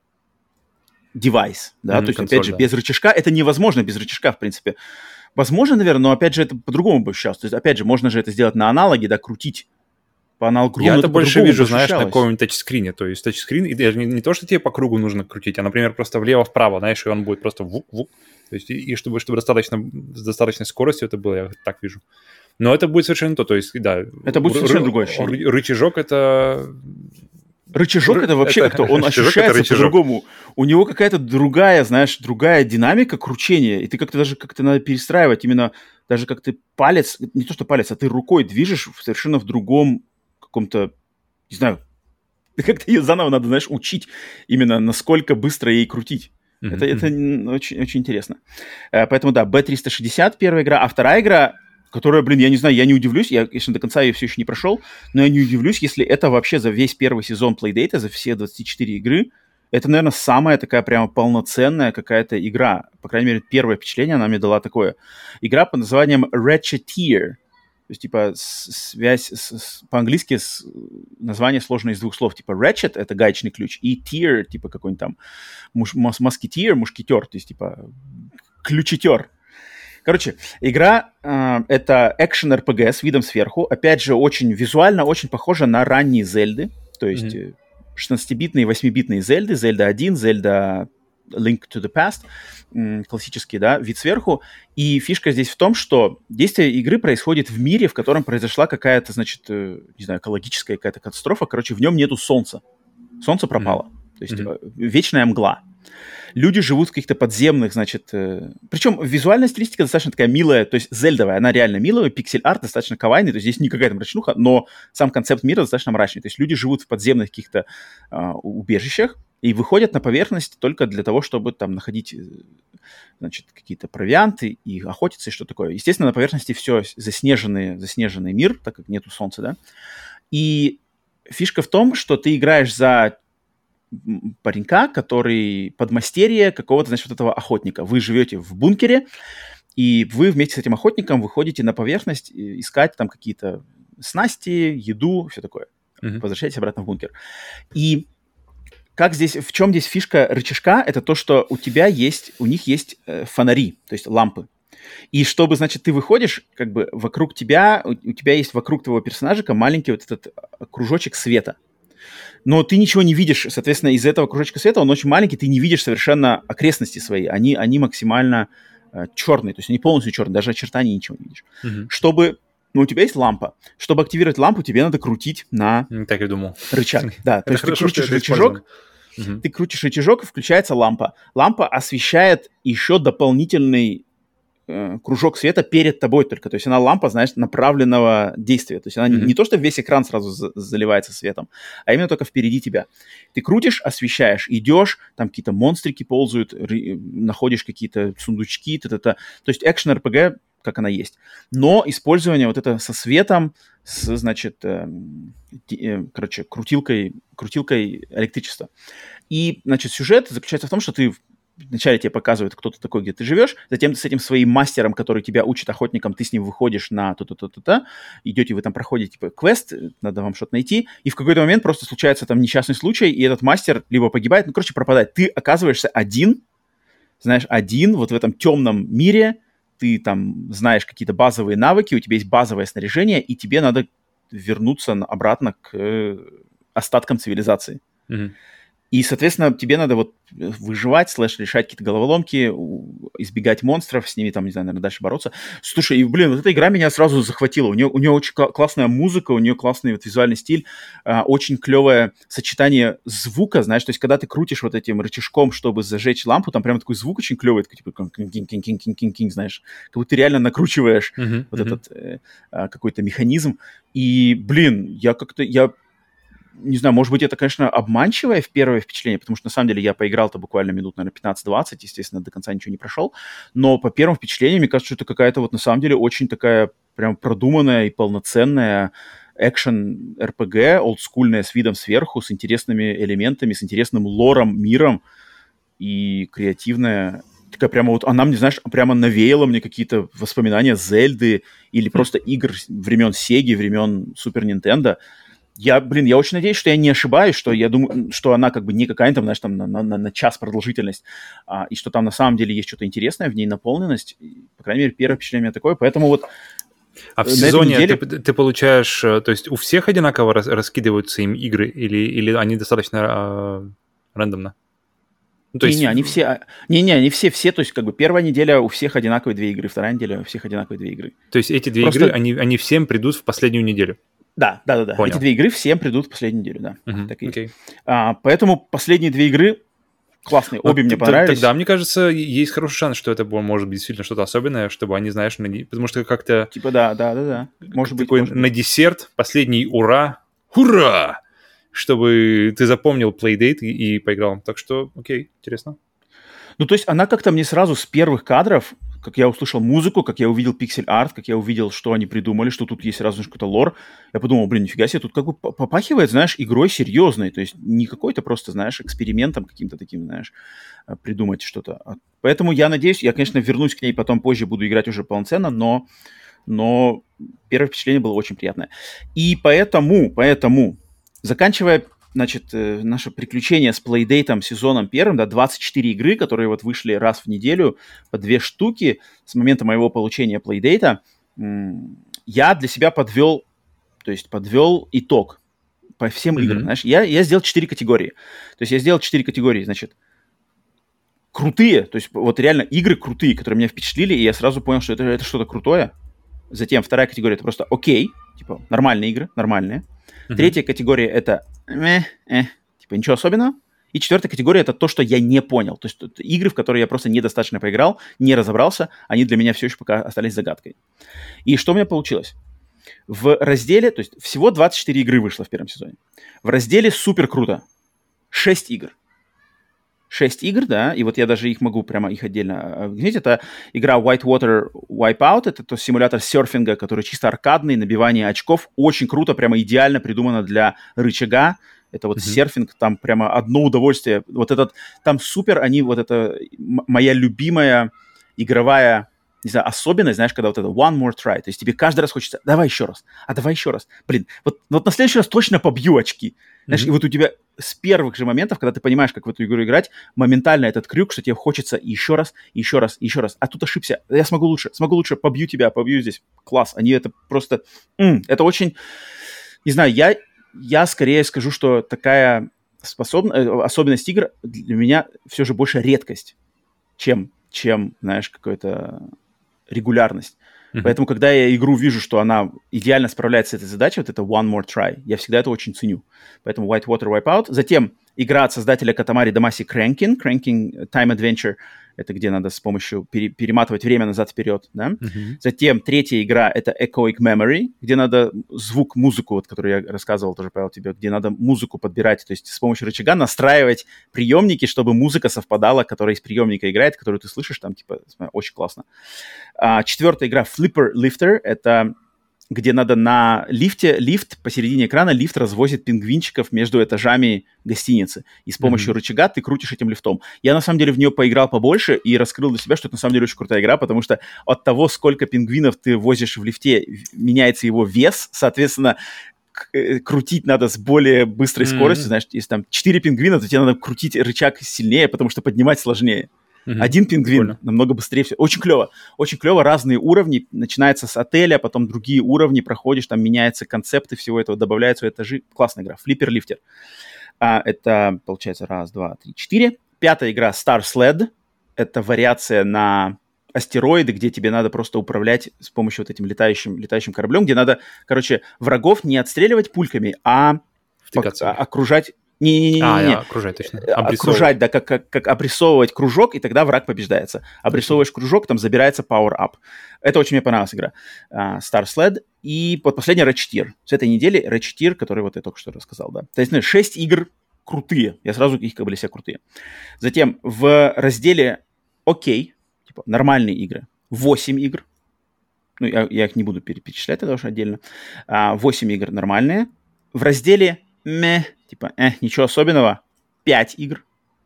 девайс. Да? То есть, консоль, опять же, без рычажка. Это невозможно без рычажка, в принципе. Возможно, наверное, но, опять же, это по-другому бы сейчас. То есть, опять же, можно же это сделать на аналоге, да, крутить. По аналогу. Я это больше вижу, знаешь, на каком-нибудь тачскрине. То есть тачскрин, и не то, что тебе по кругу нужно крутить, а, например, просто влево-вправо, знаешь, и он будет просто вук-вук. То есть, и чтобы с достаточной скоростью это было, я так вижу. Но это будет совершенно то. То есть, да. Это будет совершенно другое ощущение. Рычажок это... Рычажок это вообще как-то, он ощущается по-другому. У него какая-то другая динамика кручения, и ты как-то надо перестраивать именно, даже как ты палец, не то что палец, а ты рукой движешь совершенно в другом каком-то, не знаю, как-то ее заново надо, знаешь, учить именно, насколько быстро ей крутить. Это очень, очень интересно. Поэтому, да, B360 первая игра, а вторая игра, которая, блин, я не знаю, я не удивлюсь, я, конечно, до конца ее все еще не прошел, но я не удивлюсь, если это вообще за весь первый сезон Playdate, за все 24 игры, это, наверное, самая такая прямо полноценная какая-то игра. По крайней мере, первое впечатление она мне дала такое. Игра под названием Ratcheteer. То есть, типа, по-английски название сложно из двух слов. Типа, ratchet — это гаечный ключ, и tear, типа, какой-нибудь там мушкетер, то есть, типа, ключетер. Короче, игра это экшен-РПГ с видом сверху. Опять же, очень визуально, очень похожа на ранние Зельды. То есть 16-битные, 8-битные Зельды. Зельда 1, Зельда Link to the Past. Классический, да, вид сверху. И фишка здесь в том, что действие игры происходит в мире, в котором произошла какая-то, значит, не знаю, экологическая какая-то катастрофа. Короче, в нем нету солнца. Солнце пропало. То есть вечная мгла. Люди живут в каких-то подземных, значит... Причем визуальная стилистика достаточно такая милая, то есть зельдовая, она реально милая, пиксель-арт достаточно кавайный, то есть здесь не какая-то мрачнуха, но сам концепт мира достаточно мрачный. То есть люди живут в подземных каких-то убежищах и выходят на поверхность только для того, чтобы там находить, значит, какие-то провианты и охотиться, и что такое. Естественно, на поверхности все заснеженный мир, так как нету солнца, да. И фишка в том, что ты играешь за паренька, который подмастерье какого-то, значит, вот этого охотника. Вы живете в бункере, и вы вместе с этим охотником выходите на поверхность искать там какие-то снасти, еду, все такое. Возвращаетесь обратно в бункер. И в чем здесь фишка рычажка? Это то, что у них есть фонари, то есть лампы. И чтобы, значит, ты выходишь, как бы вокруг тебя, у тебя есть вокруг твоего персонажика маленький вот этот кружочек света. Но ты ничего не видишь, соответственно, из этого кружочка света, он очень маленький, ты не видишь совершенно окрестности свои, они максимально черные, то есть они полностью черные, даже очертаний ничего не видишь. У тебя есть лампа. Чтобы активировать лампу, тебе надо крутить на рычаг. Да, то есть ты крутишь рычажок, ты крутишь рычажок, и включается лампа. Лампа освещает еще дополнительный кружок света перед тобой только. То есть она лампа, знаешь, направленного действия. То есть она не то, что весь экран сразу заливается светом, а именно только впереди тебя. Ты крутишь, освещаешь, идешь, там какие-то монстрики ползают, находишь какие-то сундучки, То есть экшен-РПГ, как она есть. Но использование вот это со светом, значит, крутилкой электричества. И, значит, сюжет заключается в том, что вначале тебе показывают, кто ты такой, где ты живешь, затем ты с этим своим мастером, который тебя учит охотникам, ты с ним выходишь на идете, вы там проходите типа квест, надо вам что-то найти, и в какой-то момент просто случается там несчастный случай, и этот мастер либо погибает, пропадает. Ты оказываешься один вот в этом темном мире, ты там знаешь какие-то базовые навыки, у тебя есть базовое снаряжение, и тебе надо вернуться обратно к остаткам цивилизации. И, соответственно, тебе надо вот выживать, решать какие-то головоломки, избегать монстров, с ними там, не знаю, наверное, дальше бороться. Слушай, вот эта игра меня сразу захватила. У нее очень классная музыка, у нее классный вот визуальный стиль, очень клевое сочетание звука, знаешь, то есть когда ты крутишь вот этим рычажком, чтобы зажечь лампу, там прямо такой звук очень клевый, такой, типа, кинг-кинг-кинг-кинг-кинг, знаешь, как будто ты реально накручиваешь вот этот какой-то механизм. И, блин, я не знаю, может быть, это, конечно, обманчивое в первое впечатление, потому что, на самом деле, я поиграл-то буквально минут, наверное, 15-20, естественно, до конца ничего не прошел, но по первым впечатлениям, мне кажется, что это какая-то вот, на самом деле, очень такая прям продуманная и полноценная экшен-РПГ, олдскульная, с видом сверху, с интересными элементами, с интересным лором, миром, и креативная. Такая прямо вот, она мне, знаешь, прямо навеяла мне какие-то воспоминания Зельды или просто игр времен Сеги, времен Супер Нинтендо. Я очень надеюсь, что я не ошибаюсь, что я думаю, что она как бы не какая-то, знаешь, там на час продолжительность, и что там на самом деле есть что-то интересное, в ней наполненность. По крайней мере, первое впечатление у меня такое. Поэтому вот а в сезоне неделе... ты получаешь, то есть у всех одинаково раскидываются им игры или они достаточно рандомно? То есть... они все... они все, то есть как бы первая неделя у всех одинаковые 2 игры, вторая неделя у всех одинаковые 2 игры. То есть эти 2 игры, они всем придут в последнюю неделю? Да. Понял. Эти 2 игры всем придут в последнюю неделю, да. Так и есть. Поэтому последние 2 игры классные, обе мне понравились. Тогда, мне кажется, есть хороший шанс, что это может быть действительно что-то особенное, чтобы они, знаешь, потому что как-то... Типа да. Может быть. На десерт, последний ура! Чтобы ты запомнил Playdate и поиграл. Так что, окей, интересно. Ну, то есть она как-то мне сразу с первых кадров, как я услышал музыку, как я увидел пиксель-арт, как я увидел, что они придумали, что тут есть сразу же какой-то лор, я подумал, нифига себе, тут как бы попахивает, знаешь, игрой серьезной, то есть не какой-то просто, знаешь, экспериментом каким-то таким, знаешь, придумать что-то. Поэтому я надеюсь, я, конечно, вернусь к ней потом позже, буду играть уже полноценно, но первое впечатление было очень приятное. И поэтому заканчивая, значит, наше приключение с Playdate сезоном первым, 24 игры, которые вот вышли раз в неделю, по 2 штуки с момента моего получения Playdate, я для себя подвел итог по всем играм. Знаешь, я сделал 4 категории. То есть я сделал 4 категории, значит, крутые, то есть вот реально игры крутые, которые меня впечатлили, и я сразу понял, что это что-то крутое. Затем вторая категория — это просто окей, типа нормальные игры, нормальные. Третья категория — это типа ничего особенного. И четвертая категория — это то, что я не понял. То есть это игры, в которые я просто недостаточно поиграл, не разобрался, они для меня все еще пока остались загадкой. И что у меня получилось? В разделе, то есть всего 24 игры вышло в первом сезоне. В разделе супер круто 6 игр. 6 игр, да, и вот я даже их отдельно... Видите, это игра Whitewater Wipeout, это симулятор серфинга, который чисто аркадный, набивание очков, очень круто, прямо идеально придумано для рычага. Это вот серфинг, там прямо одно удовольствие. Вот этот, там супер, моя любимая игровая, не знаю, особенность, знаешь, когда вот это one more try, то есть тебе каждый раз хочется, давай еще раз. Блин, вот на следующий раз точно побью очки. Знаешь, и вот у тебя с первых же моментов, когда ты понимаешь, как в эту игру играть, моментально этот крюк, что тебе хочется еще раз. А тут ошибся. Я смогу лучше, побью тебя, побью здесь. Класс. Они это просто... это очень... Не знаю, я скорее скажу, что такая особенность игр для меня все же больше редкость, чем знаешь, какая-то регулярность. Поэтому, когда я игру вижу, что она идеально справляется с этой задачей, вот это one more try, я всегда это очень ценю. Поэтому Whitewater Wipeout. Затем игра от создателя Katamari Damacy Cranking Time Adventure. Это где надо с помощью перематывать время назад-вперед, да? Затем третья игра — это Echoic Memory, где надо музыку, вот, которую я рассказывал тоже, Павел, тебе, где надо музыку подбирать, то есть с помощью рычага настраивать приемники, чтобы музыка совпадала, которая из приемника играет, которую ты слышишь, там, типа, очень классно. Четвертая игра Flipper Lifter — это где надо на лифт посередине экрана, лифт развозит пингвинчиков между этажами гостиницы. И с помощью рычага ты крутишь этим лифтом. Я, на самом деле, в нее поиграл побольше и раскрыл для себя, что это, на самом деле, очень крутая игра, потому что от того, сколько пингвинов ты возишь в лифте, меняется его вес, соответственно, крутить надо с более быстрой скоростью. Знаешь, если там 4 пингвина, то тебе надо крутить рычаг сильнее, потому что поднимать сложнее. Один пингвин намного быстрее все. Очень клево, разные уровни. Начинается с отеля, потом другие уровни проходишь, там меняются концепты всего этого, добавляются этажи. Классная игра. Flipper Lifter. Это, получается, 1, 2, 3, 4. Пятая игра Star Sled. Это вариация на астероиды, где тебе надо просто управлять с помощью вот этим летающим кораблем, где надо, короче, врагов не отстреливать пульками, а окружать Не-не-не. Окружать, точно. Окружать, да, как обрисовывать кружок, и тогда враг побеждается. Обрисовываешь кружок, там забирается power-up. Это очень мне понравилась игра. Star Sled. И вот последняя Ratchet Tier. С этой недели Ratchet Tier, который вот я только что рассказал, да. То есть, 6 игр крутые. Я сразу их как бы для себя крутые. Затем в разделе окей, типа нормальные игры, 8 игр. Ну, я их не буду перечислять, это уже отдельно. 8 игр нормальные. В разделе типа, ничего особенного, 5 игр.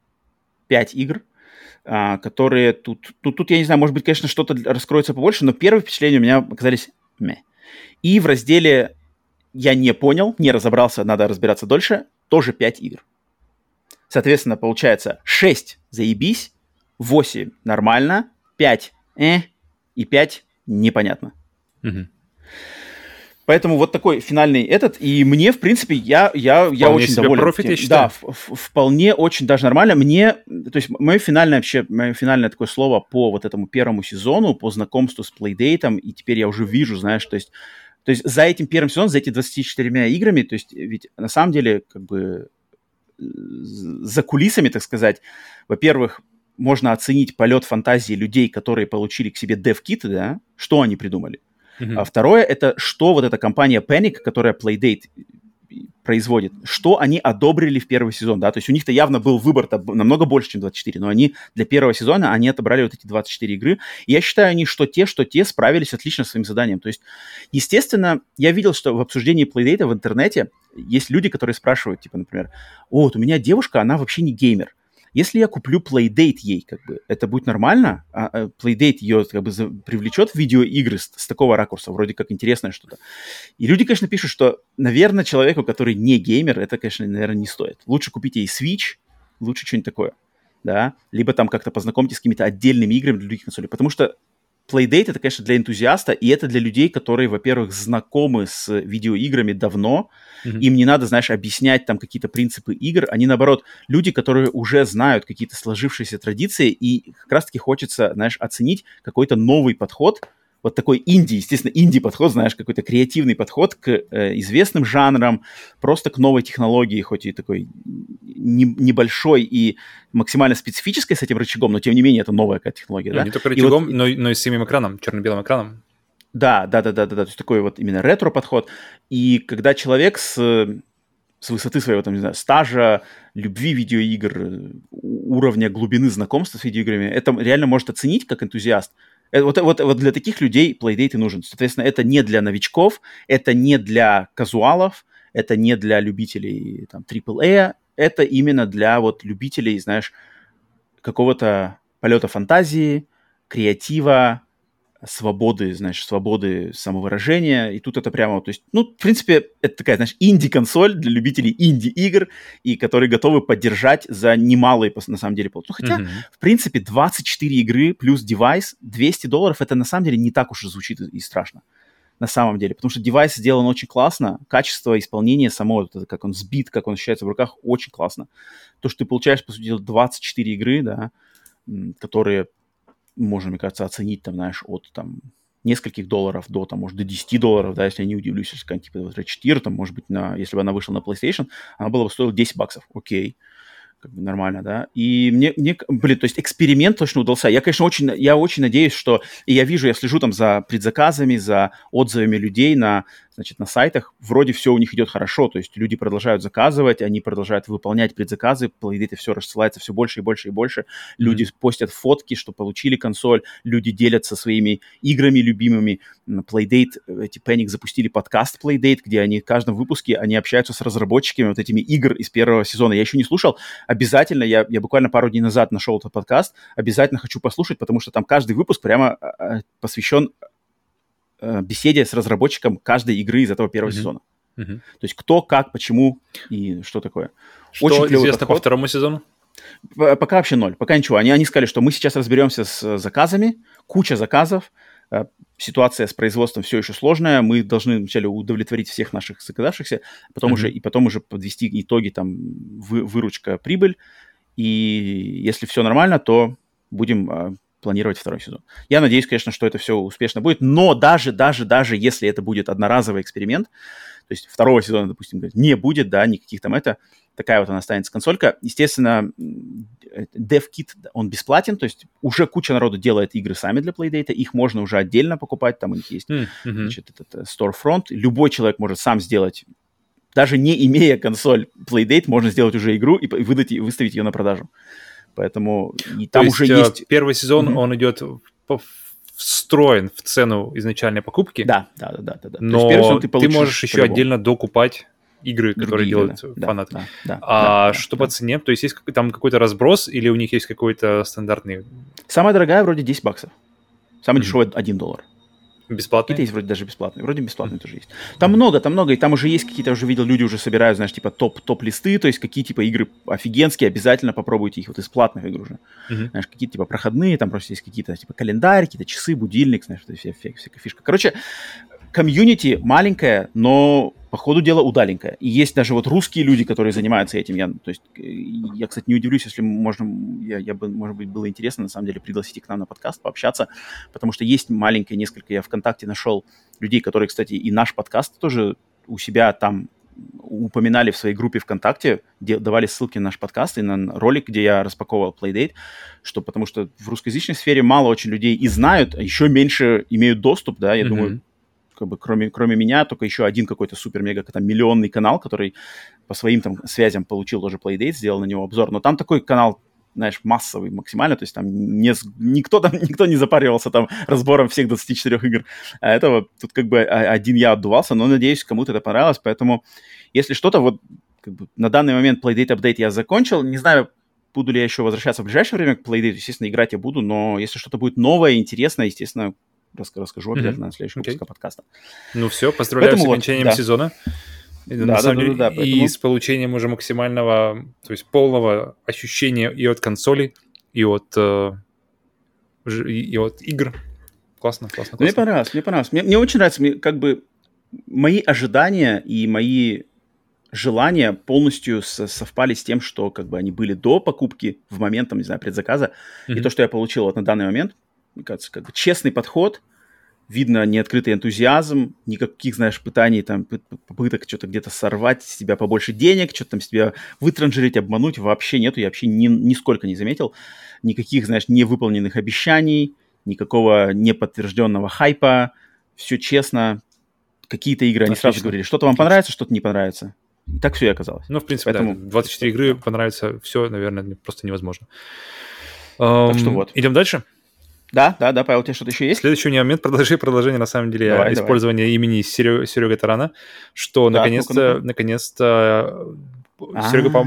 5 игр, которые тут, я не знаю, может быть, конечно, что-то раскроется побольше, но первые впечатления у меня оказались И в разделе я не понял, не разобрался, надо разбираться дольше, тоже 5 игр. Соответственно, получается 6 заебись, 8 нормально, 5 и 5 непонятно. Угу. Поэтому вот такой финальный этот. И мне, в принципе, я очень доволен. Профит, я считаю. Да, вполне очень даже нормально. Мне, то есть мое финальное такое слово по вот этому первому сезону, по знакомству с Playdate, и теперь я уже вижу, знаешь, то есть за этим первым сезоном, за эти 24 играми, то есть ведь на самом деле как бы за кулисами, так сказать, во-первых, можно оценить полет фантазии людей, которые получили к себе дев-киты, да, что они придумали. А второе, это что вот эта компания Panic, которая Playdate производит, что они одобрили в первый сезон, да, то есть у них-то явно был выбор намного больше, чем 24, но они для первого сезона, они отобрали вот эти 24 игры, и я считаю, они что те справились отлично со своим заданием, то есть, естественно, я видел, что в обсуждении Playdate в интернете есть люди, которые спрашивают, типа, например, вот у меня девушка, она вообще не геймер, если я куплю Playdate ей, как бы, это будет нормально? Playdate ее как бы привлечет в видеоигры с такого ракурса, вроде как интересное что-то. И люди, конечно, пишут, что, наверное, человеку, который не геймер, это, конечно, наверное, не стоит. Лучше купите ей Switch, лучше что-нибудь такое, да? Либо там как-то познакомьтесь с какими-то отдельными играми для других консолей. Потому что Playdate это, конечно, для энтузиаста, и это для людей, которые, во-первых, знакомы с видеоиграми давно, им не надо, знаешь, объяснять там какие-то принципы игр, они, наоборот, люди, которые уже знают какие-то сложившиеся традиции, и как раз-таки хочется, знаешь, оценить какой-то новый подход, вот такой естественно, инди-подход, знаешь, какой-то креативный подход к известным жанрам, просто к новой технологии, хоть и такой небольшой и максимально специфической с этим рычагом, но тем не менее это новая какая-то технология. Да? Не только рычагом, но и с самим экраном, черно-белым экраном. Да, то есть такой вот именно ретро-подход. И когда человек с высоты своего, там, не знаю, стажа, любви видеоигр, уровня глубины знакомства с видеоиграми, это реально может оценить как энтузиаст. Вот для таких людей Playdate и нужен. Соответственно, это не для новичков, это не для казуалов, это не для любителей там, AAA, это именно для вот любителей, знаешь, какого-то полета фантазии, креатива, свободы самовыражения, и тут это прямо, то есть, в принципе, это такая, знаешь, инди-консоль для любителей инди-игр, и которые готовы поддержать за немалые, на самом деле, хотя, в принципе, 24 игры плюс девайс, $200, это на самом деле не так уж и звучит и страшно, на самом деле, потому что девайс сделан очень классно, качество исполнения само, как он сбит, как он ощущается в руках, очень классно. То, что ты получаешь, по сути дела, 24 игры, да, которые можно, мне кажется, оценить, там, знаешь, от там нескольких долларов до, там, может, до $10, да, если я не удивлюсь, если какая-нибудь, типа, вот Ratchet Tier, там, может быть, если бы она вышла на PlayStation, она была бы стоила $10, окей, как бы нормально, да, и мне, то есть эксперимент точно удался. Я, конечно, очень надеюсь, что, и я слежу там за предзаказами, за отзывами людей на сайтах, вроде все у них идет хорошо, то есть люди продолжают заказывать, они продолжают выполнять предзаказы, Playdate все рассылается все больше и больше и больше, люди постят фотки, что получили консоль, люди делятся своими играми любимыми, Playdate, эти Panic запустили подкаст Playdate, где они в каждом выпуске, они общаются с разработчиками вот этими игр из первого сезона, я еще не слушал, обязательно, я буквально пару дней назад нашел этот подкаст, обязательно хочу послушать, потому что там каждый выпуск прямо посвящен беседе с разработчиком каждой игры из этого первого сезона. То есть кто, как, почему и что такое. Что очень известно по второму сезону? Пока вообще ноль, пока ничего. Они сказали, что мы сейчас разберемся с заказами, куча заказов, ситуация с производством все еще сложная, мы должны вначале удовлетворить всех наших заказавшихся, потом уже подвести итоги, там, выручка, прибыль, и если все нормально, то будем планировать второй сезон. Я надеюсь, конечно, что это все успешно будет, но даже если это будет одноразовый эксперимент, то есть второго сезона, допустим, не будет, да, никаких там такая вот она останется консолька. Естественно, DevKit, он бесплатен, то есть уже куча народу делает игры сами для Playdate, их можно уже отдельно покупать, там у них есть, значит, этот Storefront. Любой человек может сам сделать, даже не имея консоль Playdate, можно сделать уже игру и выставить ее на продажу. Поэтому и там уже есть... Первый сезон, он идет встроен в цену изначальной покупки. Да. Но ты можешь еще отдельно докупать игры, которые делают фанаты. Что по цене? То есть там какой-то разброс или у них есть какой-то стандартный... Самая дорогая вроде $10. Самая дешевая $1. Бесплатные? Какие-то есть вроде даже бесплатные. Вроде бесплатные тоже есть. Там много. И там уже есть какие-то, уже видел, люди уже собирают, знаешь, типа топ-листы, то есть какие типа игры офигенские, обязательно попробуйте их вот из платных игр уже. Знаешь, какие-то типа проходные, там просто есть какие-то типа календарь, какие-то часы, будильник, знаешь, вся фишка. Короче, комьюнити маленькое, но по ходу дела удаленькое. И есть даже вот русские люди, которые занимаются этим. Я, кстати, не удивлюсь, если может быть, было интересно, на самом деле, пригласить их к нам на подкаст, пообщаться, потому что есть маленькое несколько, я ВКонтакте нашел людей, которые, кстати, и наш подкаст тоже у себя там упоминали в своей группе ВКонтакте, давали ссылки на наш подкаст и на ролик, где я распаковывал Playdate, потому что в русскоязычной сфере мало очень людей и знают, а еще меньше имеют доступ, да, я думаю, как бы кроме меня, только еще один какой-то супер-мега там миллионный канал, который по своим там связям получил тоже Playdate, сделал на него обзор. Но там такой канал, знаешь, массовый максимально, то есть там никто не запаривался там разбором всех 24 игр. А этого тут как бы один я отдувался, но надеюсь, кому-то это понравилось. Поэтому, если что-то, вот как бы на данный момент Playdate Update я закончил. Не знаю, буду ли я еще возвращаться в ближайшее время к Playdate. Естественно, играть я буду, но если что-то будет новое, интересное, естественно, расскажу обязательно на следующем выпуске подкаста. Ну все, поздравляю с окончанием сезона. Да. И с получением уже максимального, то есть полного ощущения и от консолей, и от игр. Классно. Мне понравилось. Мне очень нравится, как бы мои ожидания и мои желания полностью совпали с тем, что как бы они были до покупки, в момент, там, не знаю, предзаказа, и то, что я получил вот на данный момент. Мне кажется, как бы честный подход, видно неоткрытый энтузиазм, никаких, знаешь, пытаний, там, попыток что-то где-то сорвать с тебя побольше денег, что-то там с тебя вытранжирить, обмануть, вообще нету, я вообще нисколько не заметил. Никаких, знаешь, невыполненных обещаний, никакого неподтвержденного хайпа, все честно. Какие-то игры, они сразу говорили, что-то вам понравится, что-то не понравится. И так все и оказалось. Ну, в принципе, поэтому... 24 игры понравится, все, наверное, просто невозможно. Так что вот. Идем дальше? Да, Павел, у тебя что-то еще есть? Следующий момент, продолжение, на самом деле, использования имени Серега Тарана, что наконец-то Серега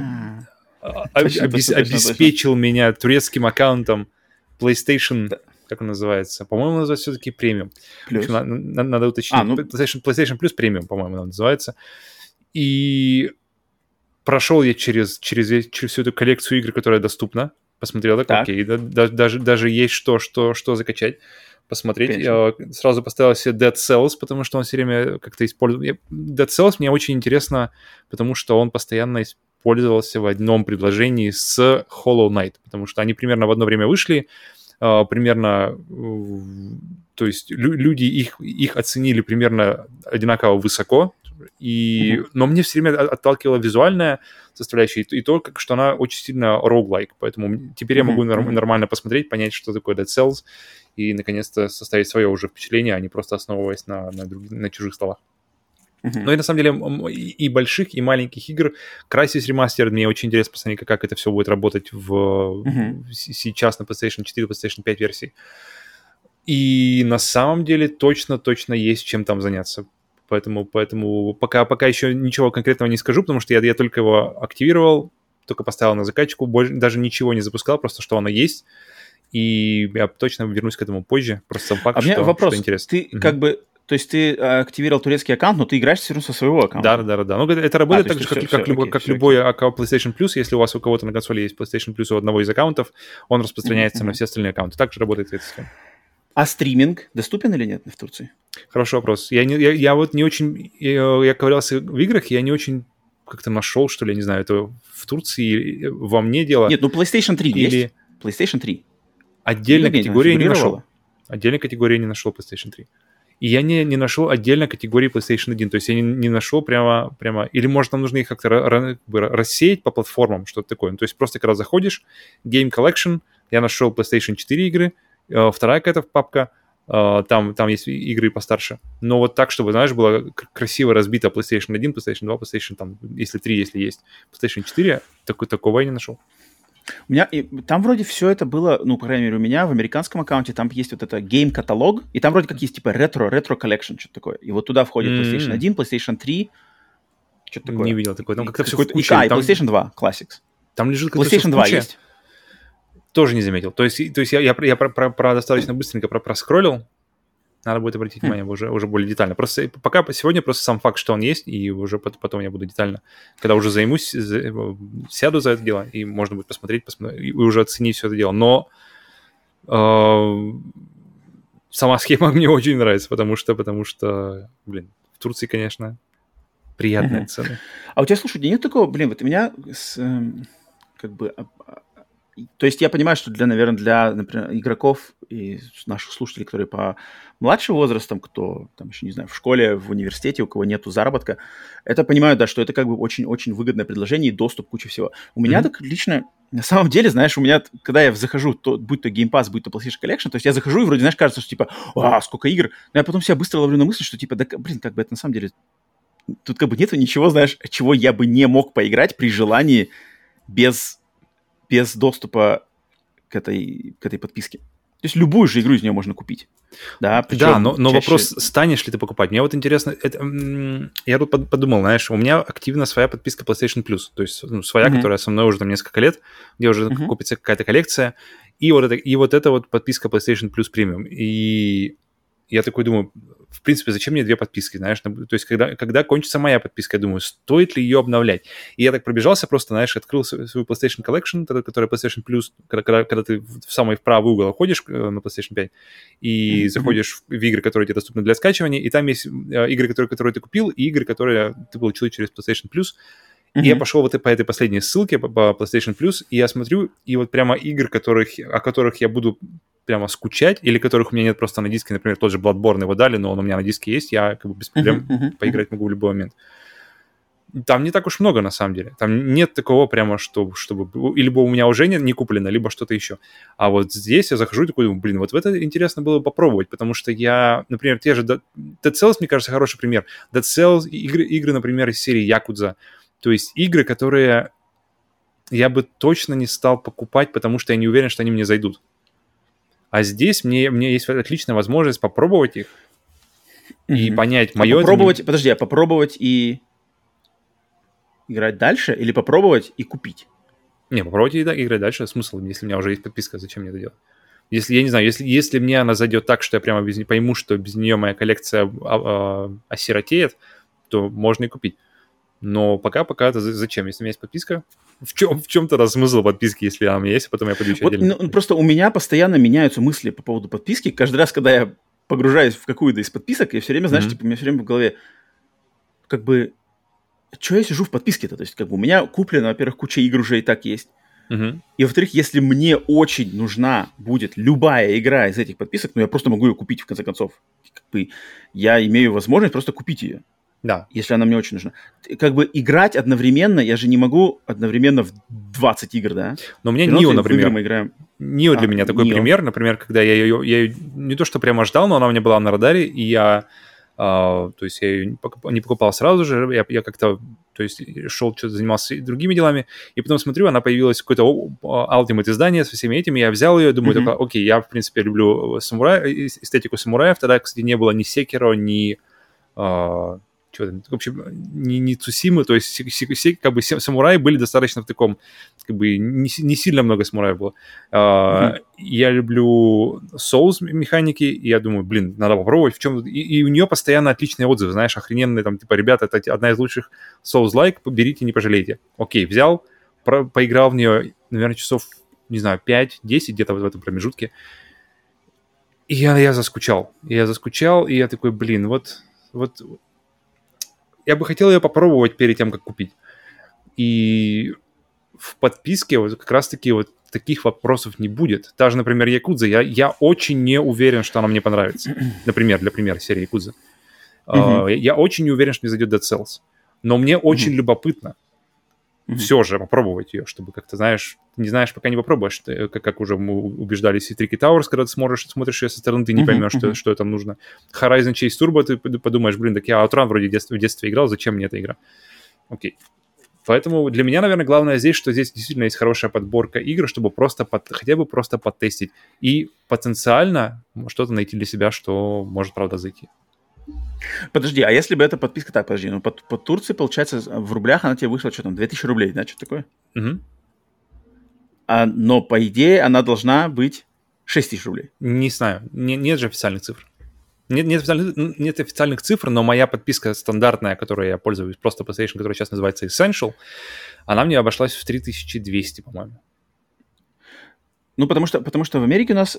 обеспечил меня турецким аккаунтом PlayStation, как он называется? По-моему, называется все-таки премиум. Надо уточнить. PlayStation Plus премиум, по-моему, он называется. И прошел я через всю эту коллекцию игр, которая доступна. Посмотрел, так, окей, даже есть что закачать, посмотреть. Конечно. Я сразу поставил себе Dead Cells, потому что он все время как-то использует... Dead Cells мне очень интересно, потому что он постоянно использовался в одном предложении с Hollow Knight, потому что они примерно в одно время вышли, примерно... То есть люди их оценили примерно одинаково высоко, но мне все время отталкивала визуальная составляющая и то, что она очень сильно roguelike, поэтому теперь я могу нормально посмотреть, понять, что такое Dead Cells, и наконец-то составить свое уже впечатление, а не просто основываясь на чужих столах. Ну и на самом деле и больших, и маленьких игр. Crysis Remastered, мне очень интересно посмотреть, как это все будет работать сейчас на PlayStation 4, PlayStation 5 версии. И на самом деле точно есть чем там заняться. Поэтому пока еще ничего конкретного не скажу, потому что я только его активировал, только поставил на закачку, даже ничего не запускал, просто что оно есть. И я точно вернусь к этому позже. Просто сам факт, что вопрос. Интересно. Ты как бы... То есть ты активировал турецкий аккаунт, но ты играешь все равно со своего аккаунта? Да. Ну, это работает так же, как любой аккаунт PlayStation Plus. Если у вас у кого-то на консоли есть PlayStation Plus у одного из аккаунтов, он распространяется на все остальные аккаунты. Так же работает эта схема. А стриминг доступен или нет в Турции? Хороший вопрос. Я вот не очень... Я ковырялся в играх, я не очень как-то нашел, что ли, я не знаю, это в Турции во мне дело. Нет, ну PlayStation 3 есть. PlayStation 3. Отдельной категории я не нашел. Отдельной категории я не нашел PlayStation 3. И я не нашел отдельной категории PlayStation 1. То есть я не нашел прямо... Или, может, нам нужно их как-то рассеять по платформам, что-то такое. Ну, то есть просто когда заходишь, Game Collection, я нашел PlayStation 4 игры, вторая какая-то папка, там есть игры постарше. Но вот так, чтобы, знаешь, было красиво разбито PlayStation 1, PlayStation 2, PlayStation, там, если 3, если есть. PlayStation 4, такого я не нашел. У меня, там вроде все это было, ну, по крайней мере, у меня в американском аккаунте там есть вот это гейм-каталог, и там вроде как есть типа ретро-коллекшн, что-то такое. И вот туда входит PlayStation 1, PlayStation 3, что-то такое. Не видел такое. Там как-то все в куче. И PlayStation 2, Classics. Там лежит как-то PlayStation 2 есть? Тоже не заметил. То есть я про достаточно быстренько проскроллил. Надо будет обратить внимание уже более детально. Просто пока сегодня просто сам факт, что он есть, и уже потом я буду детально, когда уже займусь, сяду за это дело, и можно будет посмотреть и уже оценить все это дело. Но сама схема мне очень нравится, потому что, блин, в Турции, конечно, приятная цена. А у тебя, слушай, нет такого, блин, вот у меня как бы... То есть я понимаю, что наверное, например, игроков и наших слушателей, которые по младшим возрастам, кто там еще, не знаю, в школе, в университете, у кого нету заработка, это понимаю, да, что это как бы очень-очень выгодное предложение и доступ к куче всего. У меня так лично, на самом деле, знаешь, у меня, когда я захожу, будь то Game Pass, будь то PlayStation Collection, то есть я захожу и вроде, знаешь, кажется, что типа, сколько игр, но я потом себя быстро ловлю на мысли, что типа, да, блин, как бы это на самом деле, тут как бы нету ничего, знаешь, чего я бы не мог поиграть при желании без доступа к этой подписке. То есть любую же игру из нее можно купить. Да, но вопрос, станешь ли ты покупать. Мне вот интересно, я тут подумал, знаешь, у меня активно своя подписка PlayStation Plus, то есть своя, которая со мной уже там несколько лет, где уже купится какая-то коллекция, и вот эта вот подписка PlayStation Plus Premium. И я такой думаю, в принципе, зачем мне две подписки, знаешь? То есть, когда кончится моя подписка, я думаю, стоит ли ее обновлять? И я так пробежался просто, знаешь, открыл свою PlayStation Collection, которая PlayStation Plus, когда ты в самый правый угол ходишь на PlayStation 5 и заходишь в игры, которые тебе доступны для скачивания, и там есть игры, которые ты купил, и игры, которые ты получил через PlayStation Plus. И я пошел вот по этой последней ссылке по PlayStation Plus, и я смотрю, и вот прямо игр, о которых я буду прямо скучать, или которых у меня нет просто на диске, например, тот же Bloodborne его дали, но он у меня на диске есть, я как бы без проблем поиграть могу в любой момент. Там не так уж много, на самом деле. Там нет такого прямо, чтобы либо у меня уже не куплено, либо что-то еще. А вот здесь я захожу и такой думаю, блин, вот в это интересно было попробовать, потому что я, например, те же Dead Cells, мне кажется, хороший пример. Dead Cells, игры, например, из серии Yakuza. То есть игры, которые я бы точно не стал покупать, потому что я не уверен, что они мне зайдут. А здесь мне есть отличная возможность попробовать их и понять, мое... попробовать и играть дальше или попробовать и купить? Не, попробовать и играть дальше. Смысл, если у меня уже есть подписка, зачем мне это делать? Если, я не знаю, если мне она зайдет так, что я прямо пойму, что без нее моя коллекция осиротеет, то можно и купить. Но пока это зачем? Если у меня есть подписка, в чем тогда смысл подписки, если она у меня есть, а потом я пойду еще отдельно? Просто у меня постоянно меняются мысли по поводу подписки. Каждый раз, когда я погружаюсь в какую-то из подписок, я все время, знаешь, типа, у меня все время в голове, как бы, что я сижу в подписке-то? То есть, как бы, у меня куплено, во-первых, куча игр уже и так есть. И, во-вторых, если мне очень нужна будет любая игра из этих подписок, я просто могу ее купить, в конце концов. Как бы, я имею возможность просто купить ее. Да. Если она мне очень нужна. Как бы играть одновременно, я же не могу одновременно в 20 игр, да? Но у меня Нио, например. Нио для меня такой пример. Например, когда я ее не то что прямо ждал, но она у меня была на радаре, и я... то есть я ее не покупал сразу же, я как-то, то есть шел, что-то занимался другими делами, и потом смотрю, она появилась в какое-то Ultimate издание со всеми этими, я взял ее, думаю, такой, окей, я, в принципе, люблю эстетику самураев, тогда, кстати, не было ни Секиро, ни... в общем, не Цусимы, то есть как бы самураи были достаточно в таком, как бы не сильно много самураев было. Я люблю Souls механики, и я думаю, блин, надо попробовать в чем. И у нее постоянно отличные отзывы, знаешь, охрененные, там, типа, ребята, это одна из лучших Souls-like, берите, не пожалейте. Окей, взял, поиграл в нее, наверное, часов, не знаю, 5-10, где-то в этом промежутке. И я заскучал. И я такой, блин, вот я бы хотел ее попробовать перед тем, как купить. И в подписке вот как раз-таки вот таких вопросов не будет. Даже, например, Якудза, я очень не уверен, что она мне понравится. Например, для примера, серия Якудза. Я очень не уверен, что мне зайдет Dead Cells. Но мне очень любопытно все же попробовать ее, чтобы как-то, знаешь, не знаешь, пока не попробуешь, как уже мы убеждались и Tricky Towers, когда ты смотришь ее со стороны, ты не поймешь, что там нужно. Horizon Chase Turbo, ты подумаешь, блин, так я Outrun вроде в детстве играл, зачем мне эта игра? Окей. Поэтому для меня, наверное, главное здесь, что здесь действительно есть хорошая подборка игр, чтобы хотя бы просто подтестить и потенциально что-то найти для себя, что может, правда, зайти. Подожди, а если бы эта подписка... Так, подожди, ну по Турции, получается, в рублях она тебе вышла, что там, 2000 рублей, да, что такое? Но, по идее, она должна быть 6000 рублей. Не знаю, нет же официальных цифр. Нет официальных цифр, но моя подписка стандартная, которой я пользуюсь, просто PlayStation, которая сейчас называется Essential, она мне обошлась в 3200, по-моему. Ну, потому что в Америке у нас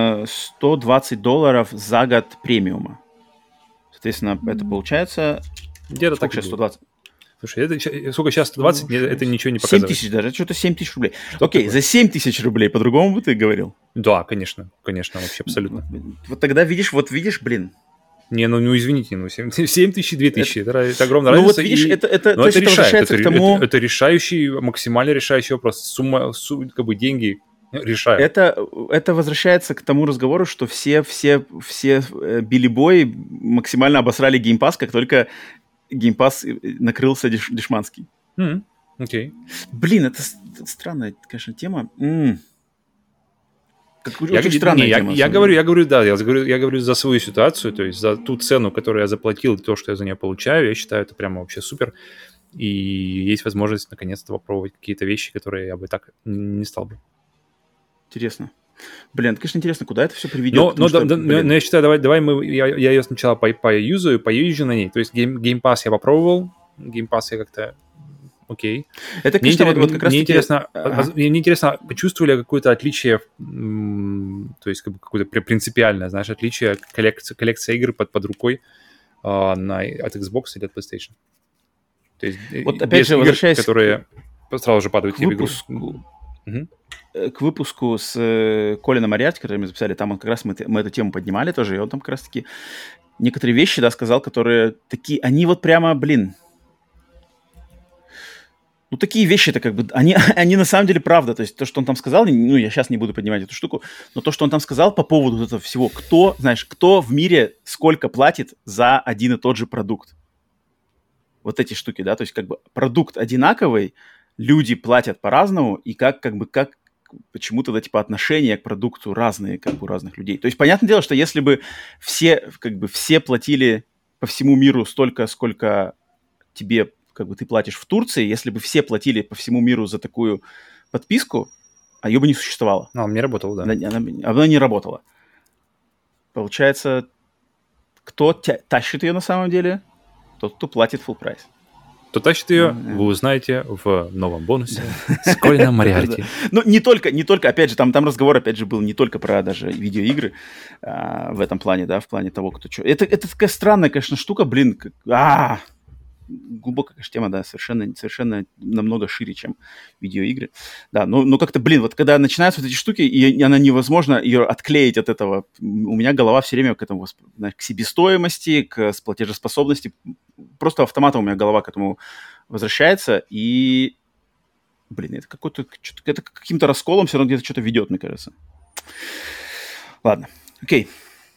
$120 за год премиума. Соответственно, это получается... Где-то так сейчас 120. Слушай, сколько сейчас 120, это ничего не показывает. 7 тысяч даже, это что-то 7 тысяч рублей. Окей, за 7 тысяч рублей по-другому бы ты говорил? Да, конечно, вообще абсолютно. Вот тогда видишь, блин. Не, ну извините, 7 тысяч и 2 тысячи, это огромная разница. Ну вот видишь, это возвращается к тому... Это решающий, максимально решающий вопрос. Сумма, как бы деньги решают. Это возвращается к тому разговору, что все билибои максимально обосрали Game Pass, как только Game Pass накрылся дешманский. Окей. Блин, это странная, конечно, тема. Очень странная тема. Я говорю за свою ситуацию, то есть за ту цену, которую я заплатил, то, что я за нее получаю, я считаю, это прямо вообще супер. И есть возможность наконец-то попробовать какие-то вещи, которые я бы так не стал бы. Интересно. Блин, это, конечно, интересно, куда это все приведет. Но я считаю, давай я ее сначала поюзю на ней. То есть Game Pass я попробовал, Game Pass я как-то... Окей. Это, конечно, мне интересно, почувствовали ли какое-то отличие, то есть какое-то принципиальное, знаешь, отличие коллекции игр под рукой от Xbox или от PlayStation? То есть вот опять же, возвращаясь которые сразу же падают тебе в игру. К выпуску с Колином Мориарти, который мы записали, там он как раз мы эту тему поднимали тоже, и он там как раз-таки некоторые вещи, да, сказал, которые такие, они вот прямо, блин, ну, такие вещи-то как бы, они на самом деле правда. То есть то, что он там сказал, ну, я сейчас не буду поднимать эту штуку, но то, что он там сказал по поводу этого всего, кто в мире сколько платит за один и тот же продукт. Вот эти штуки, да, то есть как бы продукт одинаковый, люди платят по-разному, и как почему тогда типа отношения к продукту разные, как бы у разных людей. То есть понятное дело, что если бы все платили по всему миру столько, сколько тебе как бы ты платишь в Турции, если бы все платили по всему миру за такую подписку, ее бы не существовало. Она не работала, да. Она не работала. Получается, кто тащит ее на самом деле? Тот, кто платит full прайс. Кто тащит ее, вы узнаете в новом бонусе с Колином Мориарти. Ну, не только, опять же, там разговор, опять же, был не только про даже видеоигры в этом плане, да, в плане того, кто что. Это такая странная, конечно, штука, блин, глубокая, конечно, тема, да, совершенно намного шире, чем видеоигры. Да, но как-то, блин, вот когда начинаются вот эти штуки, и она невозможно ее отклеить от этого, у меня голова все время к этому, знаешь, к себестоимости, к платежеспособности, просто автоматом у меня голова к этому возвращается, и, блин, это каким-то расколом все равно где-то что-то ведет, мне кажется. Ладно, окей.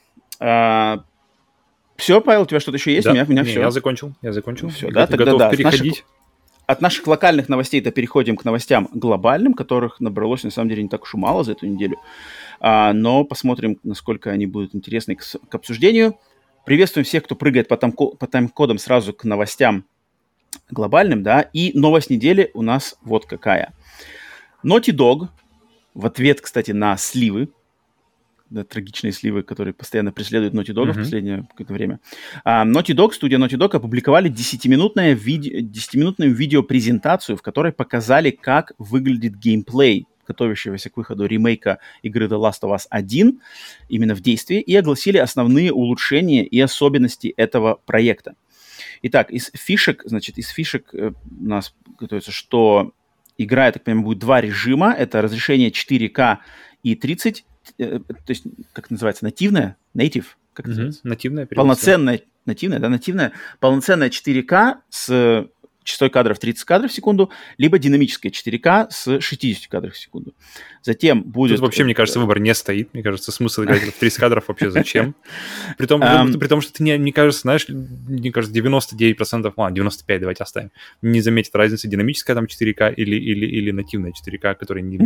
Все, Павел, у тебя что-то еще есть? Да, у меня все. Я закончил. Все, да, тогда готов переходить. От наших локальных новостей-то переходим к новостям глобальным, которых набралось, на самом деле, не так уж и мало за эту неделю. Но посмотрим, насколько они будут интересны к обсуждению. Приветствуем всех, кто прыгает по тайм-кодам сразу к новостям глобальным, да. И новость недели у нас вот какая. Naughty Dog, в ответ, кстати, на сливы, да, трагичные сливы, которые постоянно преследуют Naughty Dog в последнее какое-то время. Студия Naughty Dog опубликовали 10-минутную видеопрезентацию, в которой показали, как выглядит геймплей готовящегося к выходу ремейка игры The Last of Us 1 именно в действии, и огласили основные улучшения и особенности этого проекта. Итак, из фишек у нас готовится, что игра, я так понимаю, будет 2 режима. Это разрешение 4К и 30, то есть, как называется, нативное? Native? Как называется? Нативное. Полноценное, нативное, да, нативное. Полноценное 4К с частотой кадров 30 кадров в секунду, либо динамическое 4К с 60 кадров в секунду. Затем будет... Тут вообще, мне кажется, выбор не стоит. Мне кажется, смысл играть в 30 кадров вообще зачем? При том, что ты, мне кажется, знаешь, мне кажется, 99%, ладно, 95 давайте оставим, не заметит разницы динамическая там 4К или нативная 4К, которая не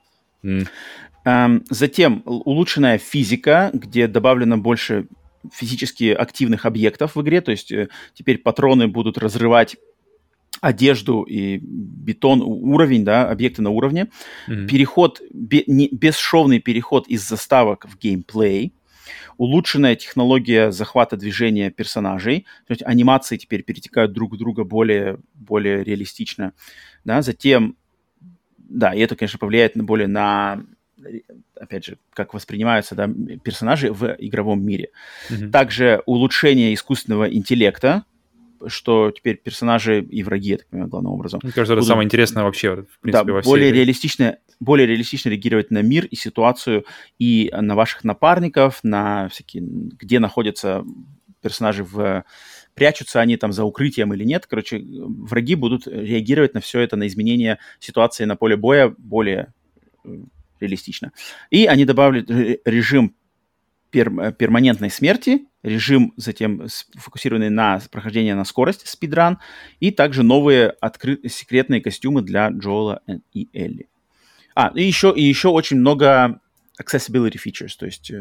меняется. Затем улучшенная физика, где добавлено больше физически активных объектов в игре, то есть теперь патроны будут разрывать одежду и бетон, уровень, да, объекты на уровне. Переход, бесшовный переход из заставок в геймплей. Улучшенная технология захвата движения персонажей. То есть анимации теперь перетекают друг в друга более реалистично. Да? Затем, да, и это, конечно, повлияет более на, опять же, как воспринимаются, да, персонажи в игровом мире. Также улучшение искусственного интеллекта, что теперь персонажи и враги, я так понимаю, главным образом. Мне кажется, это самое интересное вообще, в принципе, да, во всей более реалистично реагировать на мир и ситуацию, и на ваших напарников, на всякие, где находятся персонажи, прячутся они там за укрытием или нет. Короче, враги будут реагировать на все это, на изменения ситуации на поле боя более реалистично. И они добавили режим перманентной смерти, режим затем сфокусированный на прохождение на скорость, спидран, и также новые секретные костюмы для Джоэла и Элли. И еще очень много accessibility features, то есть...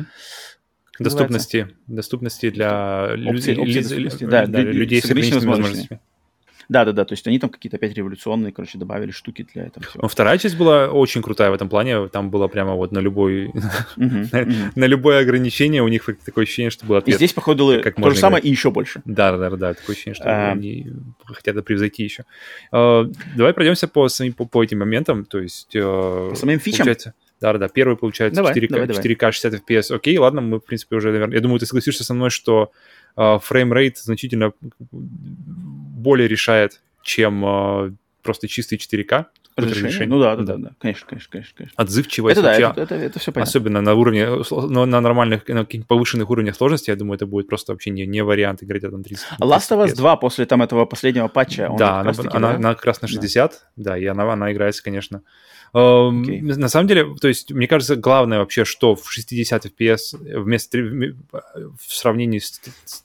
Доступности для людей с ограниченными возможностями. Да, то есть они там какие-то опять революционные, короче, добавили штуки для этого всего. Но вторая часть была очень крутая в этом плане, там было прямо вот на любое ограничение у них такое ощущение, что был ответ. И здесь, походу, то же самое и еще больше. Да, такое ощущение, что они хотят это превзойти еще. Давай пройдемся по этим моментам, то есть... По самим фичам? Да, первый, получается, 4К 60 FPS. Окей, ладно, мы, в принципе, уже, наверное... Я думаю, ты согласишься со мной, что фреймрейт значительно более решает, чем просто чистый 4К. Разрешение? Ну да, конечно. Отзывчивость. Это все понятно. Особенно на уровне, на нормальных, на каких-то повышенных уровнях сложности, я думаю, это будет просто вообще не вариант играть там 30. Last of Us 2 после там этого последнего патча, да, она как раз на 60, да, и она играется, конечно. На самом деле, то есть, мне кажется, главное вообще, что в 60 FPS в сравнении с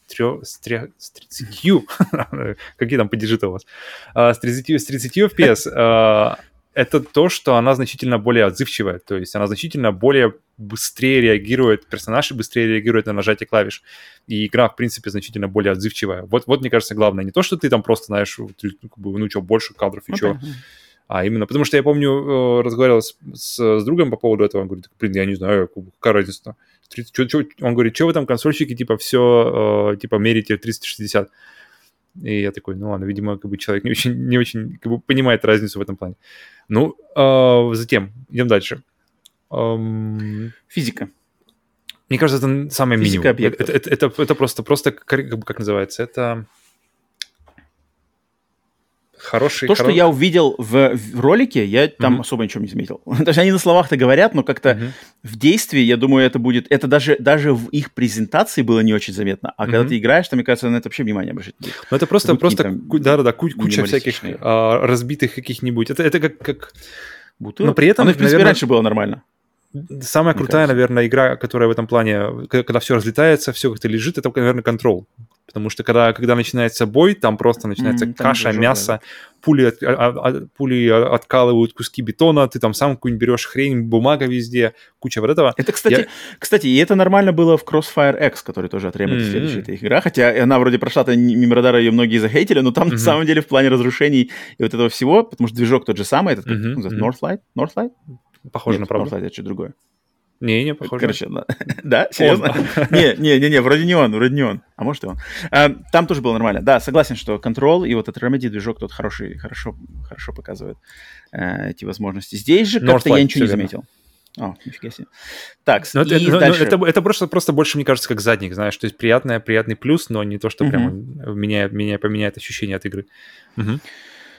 30, какие там падежи-то у вас, с 30 FPS, это то, что она значительно более отзывчивая, то есть она значительно более быстрее реагирует, персонаж быстрее реагирует на нажатие клавиш, и игра, в принципе, значительно более отзывчивая. Вот мне кажется, главное, не то, что ты там просто, знаешь, что, больше кадров и что, а именно, потому что я помню, разговаривал с другом по поводу этого, он говорит, я не знаю, какая разница. Он говорит, что вы там, консольщики, типа, все, типа, мерите 30-60. И я такой, ну ладно, видимо, человек не очень понимает разницу в этом плане. Ну, затем, идем дальше. Физика. Мне кажется, это самое минимум. Это просто, как называется, это... Что я увидел в ролике, я там особо ничего не заметил. Даже они на словах-то говорят, но как-то в действии, я думаю, это будет... Это даже в их презентации было не очень заметно. А когда ты играешь, то, мне кажется, на это вообще внимание обращать. Ну, это просто куча всяких разбитых каких-нибудь... Это как... Бутылок? Но при этом, в принципе, раньше было нормально. Самая крутая, наверное, игра, которая в этом плане, когда все разлетается, все как-то лежит, это, наверное, Control. Потому что когда начинается бой, там просто начинается каша, мясо, пули откалывают куски бетона, ты там сам какую-нибудь берешь хрень, бумага везде, куча вот этого. Это, кстати, и это нормально было в Crossfire X, который тоже от Remedy следующая эта игра, хотя она вроде прошла-то мимо радара, ее многие захейтили, но там на самом деле в плане разрушений и вот этого всего, потому что движок тот же самый, этот, как называется, Northlight? Похоже на правду. Northlight — это что другое. Не, похоже. Короче, да? Серьезно? Не, вроде не он. А может и он. Там тоже было нормально. Да, согласен, что Control и вот этот Remedy движок тут хорошо показывает эти возможности. Здесь же как-то я ничего не заметил. О, нифига себе. Так, и дальше. Это просто больше, мне кажется, как задник, знаешь, то есть приятный плюс, но не то, что прямо поменяет ощущение от игры.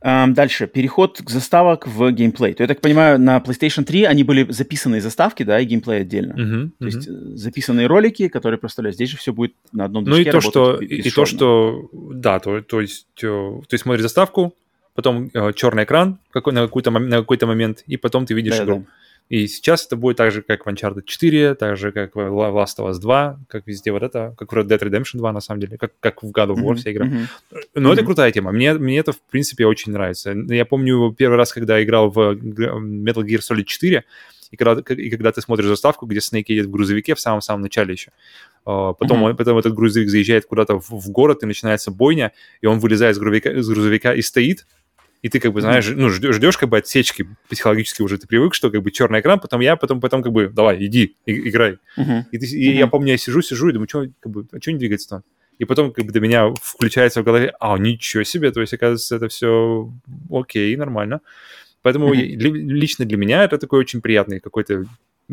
Дальше. Переход к заставок в геймплей. То, я так понимаю, на PlayStation 3 они были записанные заставки, да, и геймплей отдельно. То есть записанные ролики, которые представляют. Здесь же все будет на одном движке работать бесшовно. Да, то есть ты смотришь заставку, потом черный экран на какой-то момент, и потом ты видишь игру. Да. И сейчас это будет так же, как в Uncharted 4, так же, как в Last of Us 2, как везде вот это, как в Red Dead Redemption 2, на самом деле, как в God of War вся игра. Но это крутая тема. Мне это, в принципе, очень нравится. Я помню первый раз, когда играл в Metal Gear Solid 4, и когда ты смотришь заставку, где Снейк едет в грузовике в самом-самом начале еще. Потом этот грузовик заезжает куда-то в город, и начинается бойня, и он вылезает из грузовика и стоит. И ты, как бы, знаешь, ждешь, как бы, отсечки психологически уже. Ты привык, что, как бы, черный экран, потом как бы, давай, иди, играй. И я помню, я сижу и думаю, что не двигаться-то? И потом, как бы, до меня включается в голове, ничего себе, то есть, оказывается, это все окей, нормально. Поэтому лично для меня это такой очень приятный какой-то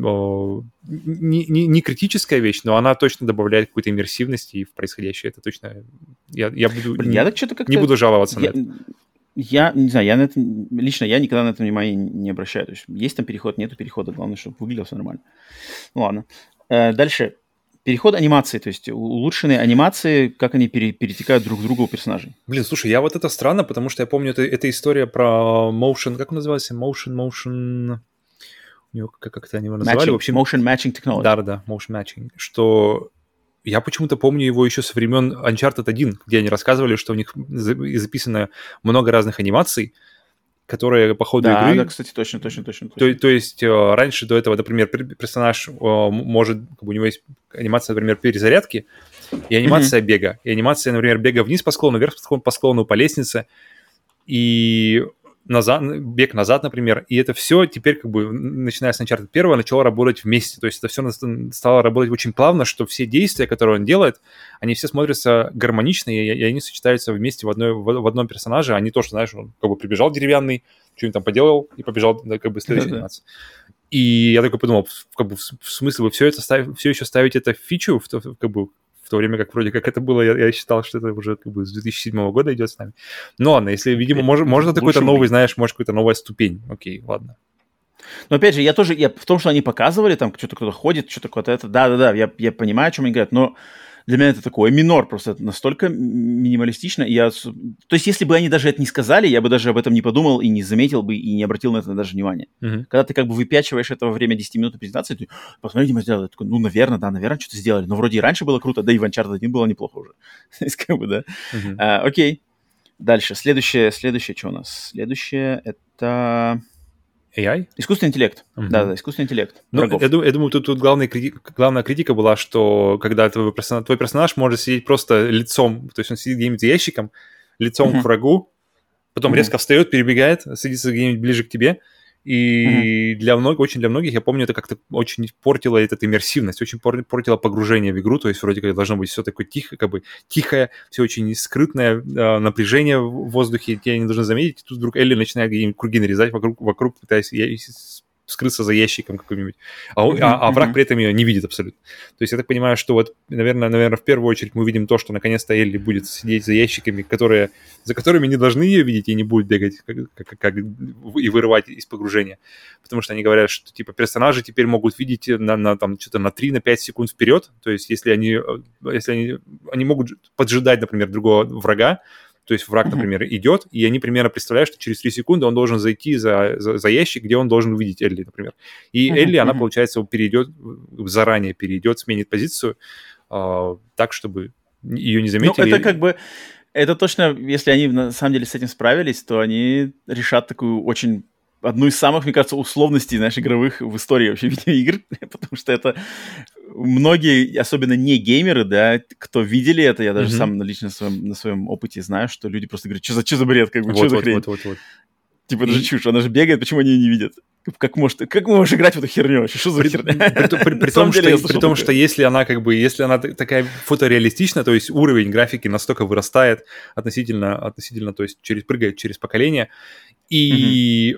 не критическая вещь, но она точно добавляет какой-то иммерсивности в происходящее. Это точно... Я не буду жаловаться на это. Я не знаю, лично я никогда на это внимание не обращаю. То есть там переход, нету перехода. Главное, чтобы выглядело все нормально. Ну ладно. Дальше. Переход анимации, то есть улучшенные анимации, как они перетекают друг к другу у персонажей. Блин, слушай, вот это странно, потому что я помню, это история про motion, как он назывался? Motion... Как-то они его называли. В общем, motion matching technology. Да, motion matching. Что... Я почему-то помню его еще со времен Uncharted 1, где они рассказывали, что у них записано много разных анимаций, которые по ходу игры... Да, кстати, точно. То есть раньше до этого, например, персонаж может... Как бы у него есть анимация, например, перезарядки, и анимация бега. И анимация, например, бега вниз по склону, вверх по склону, по лестнице. И... бег назад, например, и это все теперь, как бы, начиная с Uncharted 1, начало работать вместе, то есть это все стало работать очень плавно, что все действия, которые он делает, они все смотрятся гармонично, и они сочетаются вместе в одном персонаже, а не то, что, знаешь, он как бы прибежал деревянный, что-нибудь там поделал и побежал, как бы, следующая анимация. И я такой подумал, как бы, в смысле вы все еще ставите это в фичу, как бы, в то время как вроде как это было, я считал, что это уже как бы с 2007 года идет с нами. Ну ладно, если, видимо, может это какой-то новый, знаешь, может какая-то новая ступень. Окей, ладно. Но опять же, я в том, что они показывали, там что-то кто-то ходит, что-то какое-то это, да, я понимаю, о чем они говорят, но для меня это такой минор, просто это настолько минималистично. То есть, если бы они даже это не сказали, я бы даже об этом не подумал и не заметил бы, и не обратил на это даже внимания. Когда ты как бы выпячиваешь это во время 10 минут презентации, ты, посмотрите, мы сделали. Такой, наверное, что-то сделали. Но вроде и раньше было круто, да и в Uncharted 1 было неплохо уже. То есть, как бы, да. Окей. Дальше. Следующее, что у нас? Следующее, это... AI? Искусственный интеллект. Да, искусственный интеллект. Я думаю, тут главная критика была, что когда твой персонаж может сидеть просто лицом, то есть он сидит где-нибудь за ящиком, лицом к врагу, потом резко встает, перебегает, садится где-нибудь ближе к тебе, и очень для многих, я помню, это как-то очень портило эту иммерсивность, очень портило погружение в игру, то есть вроде как должно быть все такое тихое, все очень скрытное, напряжение в воздухе, тебя не должны заметить, и тут вдруг Элли начинает где-нибудь круги нарезать вокруг пытаясь скрыться за ящиком каким-нибудь, а враг при этом ее не видит абсолютно. То есть я так понимаю, что вот, наверное, в первую очередь мы увидим то, что наконец-то Элли будет сидеть за ящиками, за которыми не должны ее видеть и не будут бегать и вырывать из погружения. Потому что они говорят, что типа персонажи теперь могут видеть там что-то на 3-5 секунд вперед. То есть если они могут поджидать, например, другого врага, то есть враг, например, идет, и они примерно представляют, что через 3 секунды он должен зайти за ящик, где он должен увидеть Элли, например. И Элли, она, получается, заранее перейдет, сменит позицию так, чтобы ее не заметили. Ну, это как бы... Это точно, если они на самом деле с этим справились, то они решат такую очень... Одну из самых, мне кажется, условностей, знаешь, игровых в истории вообще видеоигр, потому что это многие, особенно не геймеры, да, кто видели это, я даже сам лично на своем опыте знаю, что люди просто говорят, что за бред, как бы, что за хрень? Типа, это же чушь, она же бегает, почему они ее не видят? Как мы можешь играть в эту херню вообще? Что за херня? При том, что если она такая фотореалистична, то есть уровень графики настолько вырастает относительно, то есть прыгает через поколение, и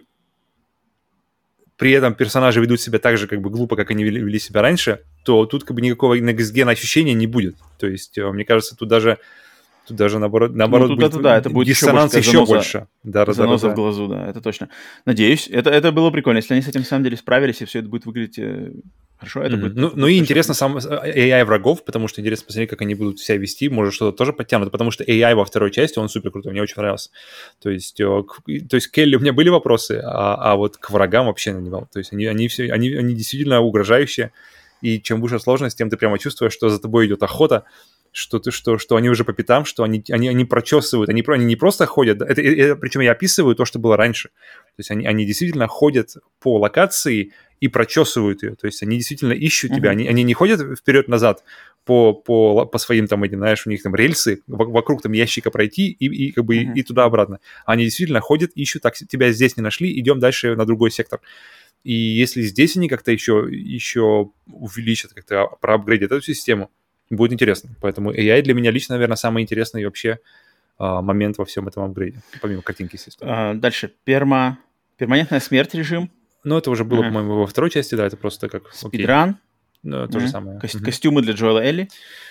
при этом персонажи ведут себя так же как бы глупо, как они вели себя раньше, то тут как бы никакого next-gen ощущения не будет. То есть, мне кажется, тут Тут даже наоборот будет это будет диссонанс еще больше. Заноза в глазу, да, это точно. Надеюсь, это было прикольно. Если они с этим, на самом деле, справились, и все это будет выглядеть хорошо, это будет... Ну и интересно сам AI врагов, потому что интересно посмотреть, как они будут себя вести, может, что-то тоже подтянут, потому что AI во второй части, он супер крутой, мне очень понравился. То есть к Келли у меня были вопросы, а вот к врагам вообще не было. То есть они действительно угрожающие, и чем выше сложность, тем ты прямо чувствуешь, что за тобой идет охота, что они уже по пятам, что они прочесывают, они не просто ходят, причем я описываю то, что было раньше. То есть они действительно ходят по локации и прочесывают ее. То есть они действительно ищут тебя, они не ходят вперед-назад по своим там этим, знаешь, у них там рельсы, вокруг там ящика пройти и как бы и туда-обратно. Они действительно ходят, ищут, так, тебя здесь не нашли, идем дальше на другой сектор. И если здесь они как-то еще увеличат, как-то проапгрейдят эту систему, будет интересно. Поэтому AI для меня лично, наверное, самый интересный вообще момент во всем этом апгрейде, помимо картинки, естественно. Дальше. Перманентная смерть режим. Ну, это уже было, по-моему, во второй части, да, это просто как... Спидран. Ну, то же самое. Костюмы для Джоэла Элли.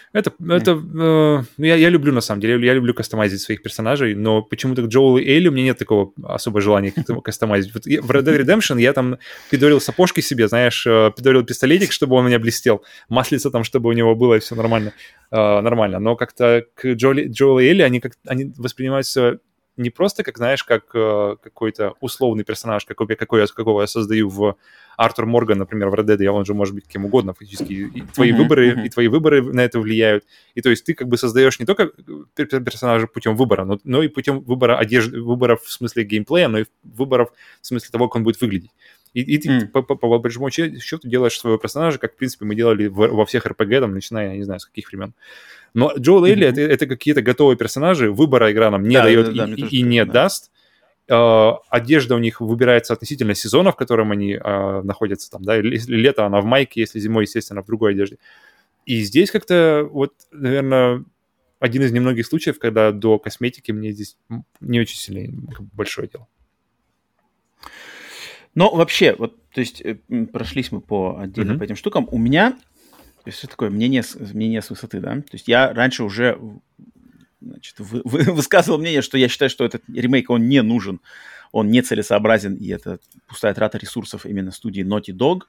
Я люблю, на самом деле, я люблю кастомайзить своих персонажей, но почему-то к Джоэлу и Элли у меня нет такого особого желания кастомайзить. Вот в Red Dead Redemption я там пидорил сапожки себе, знаешь, пидорил пистолетик, чтобы он у меня блестел, маслица там, чтобы у него было, и все нормально. Но как-то к Джоэлу и Элли они воспринимаются не просто, как, знаешь, как какой-то условный персонаж, какого я создаю в Артур Морган, например, в Red Dead, он же может быть кем угодно фактически, и твои выборы на это влияют. И то есть ты как бы создаешь не только персонажа путем выбора, но и путем выбора одежды, выборов в смысле геймплея, но и выборов в смысле того, как он будет выглядеть. И ты по большому счету делаешь своего персонажа, как, в принципе, мы делали во всех RPG, там, начиная, я не знаю, с каких времен. Но Джоэл Элли это какие-то готовые персонажи, выбора игра нам не дает и не даст. Одежда у них выбирается относительно сезона, в котором они находятся. Там, да? Если лето, она в майке, если зимой, естественно, в другой одежде. И здесь как-то, вот, наверное, один из немногих случаев, когда до косметики мне здесь не очень сильно большое дело. Но вообще, вот, то есть прошлись мы по этим штукам. У меня, то есть, что такое мнение с высоты, да? То есть я раньше уже, значит, высказывал мнение, что я считаю, что этот ремейк, он не нужен, он не целесообразен, и это пустая трата ресурсов именно студии Naughty Dog.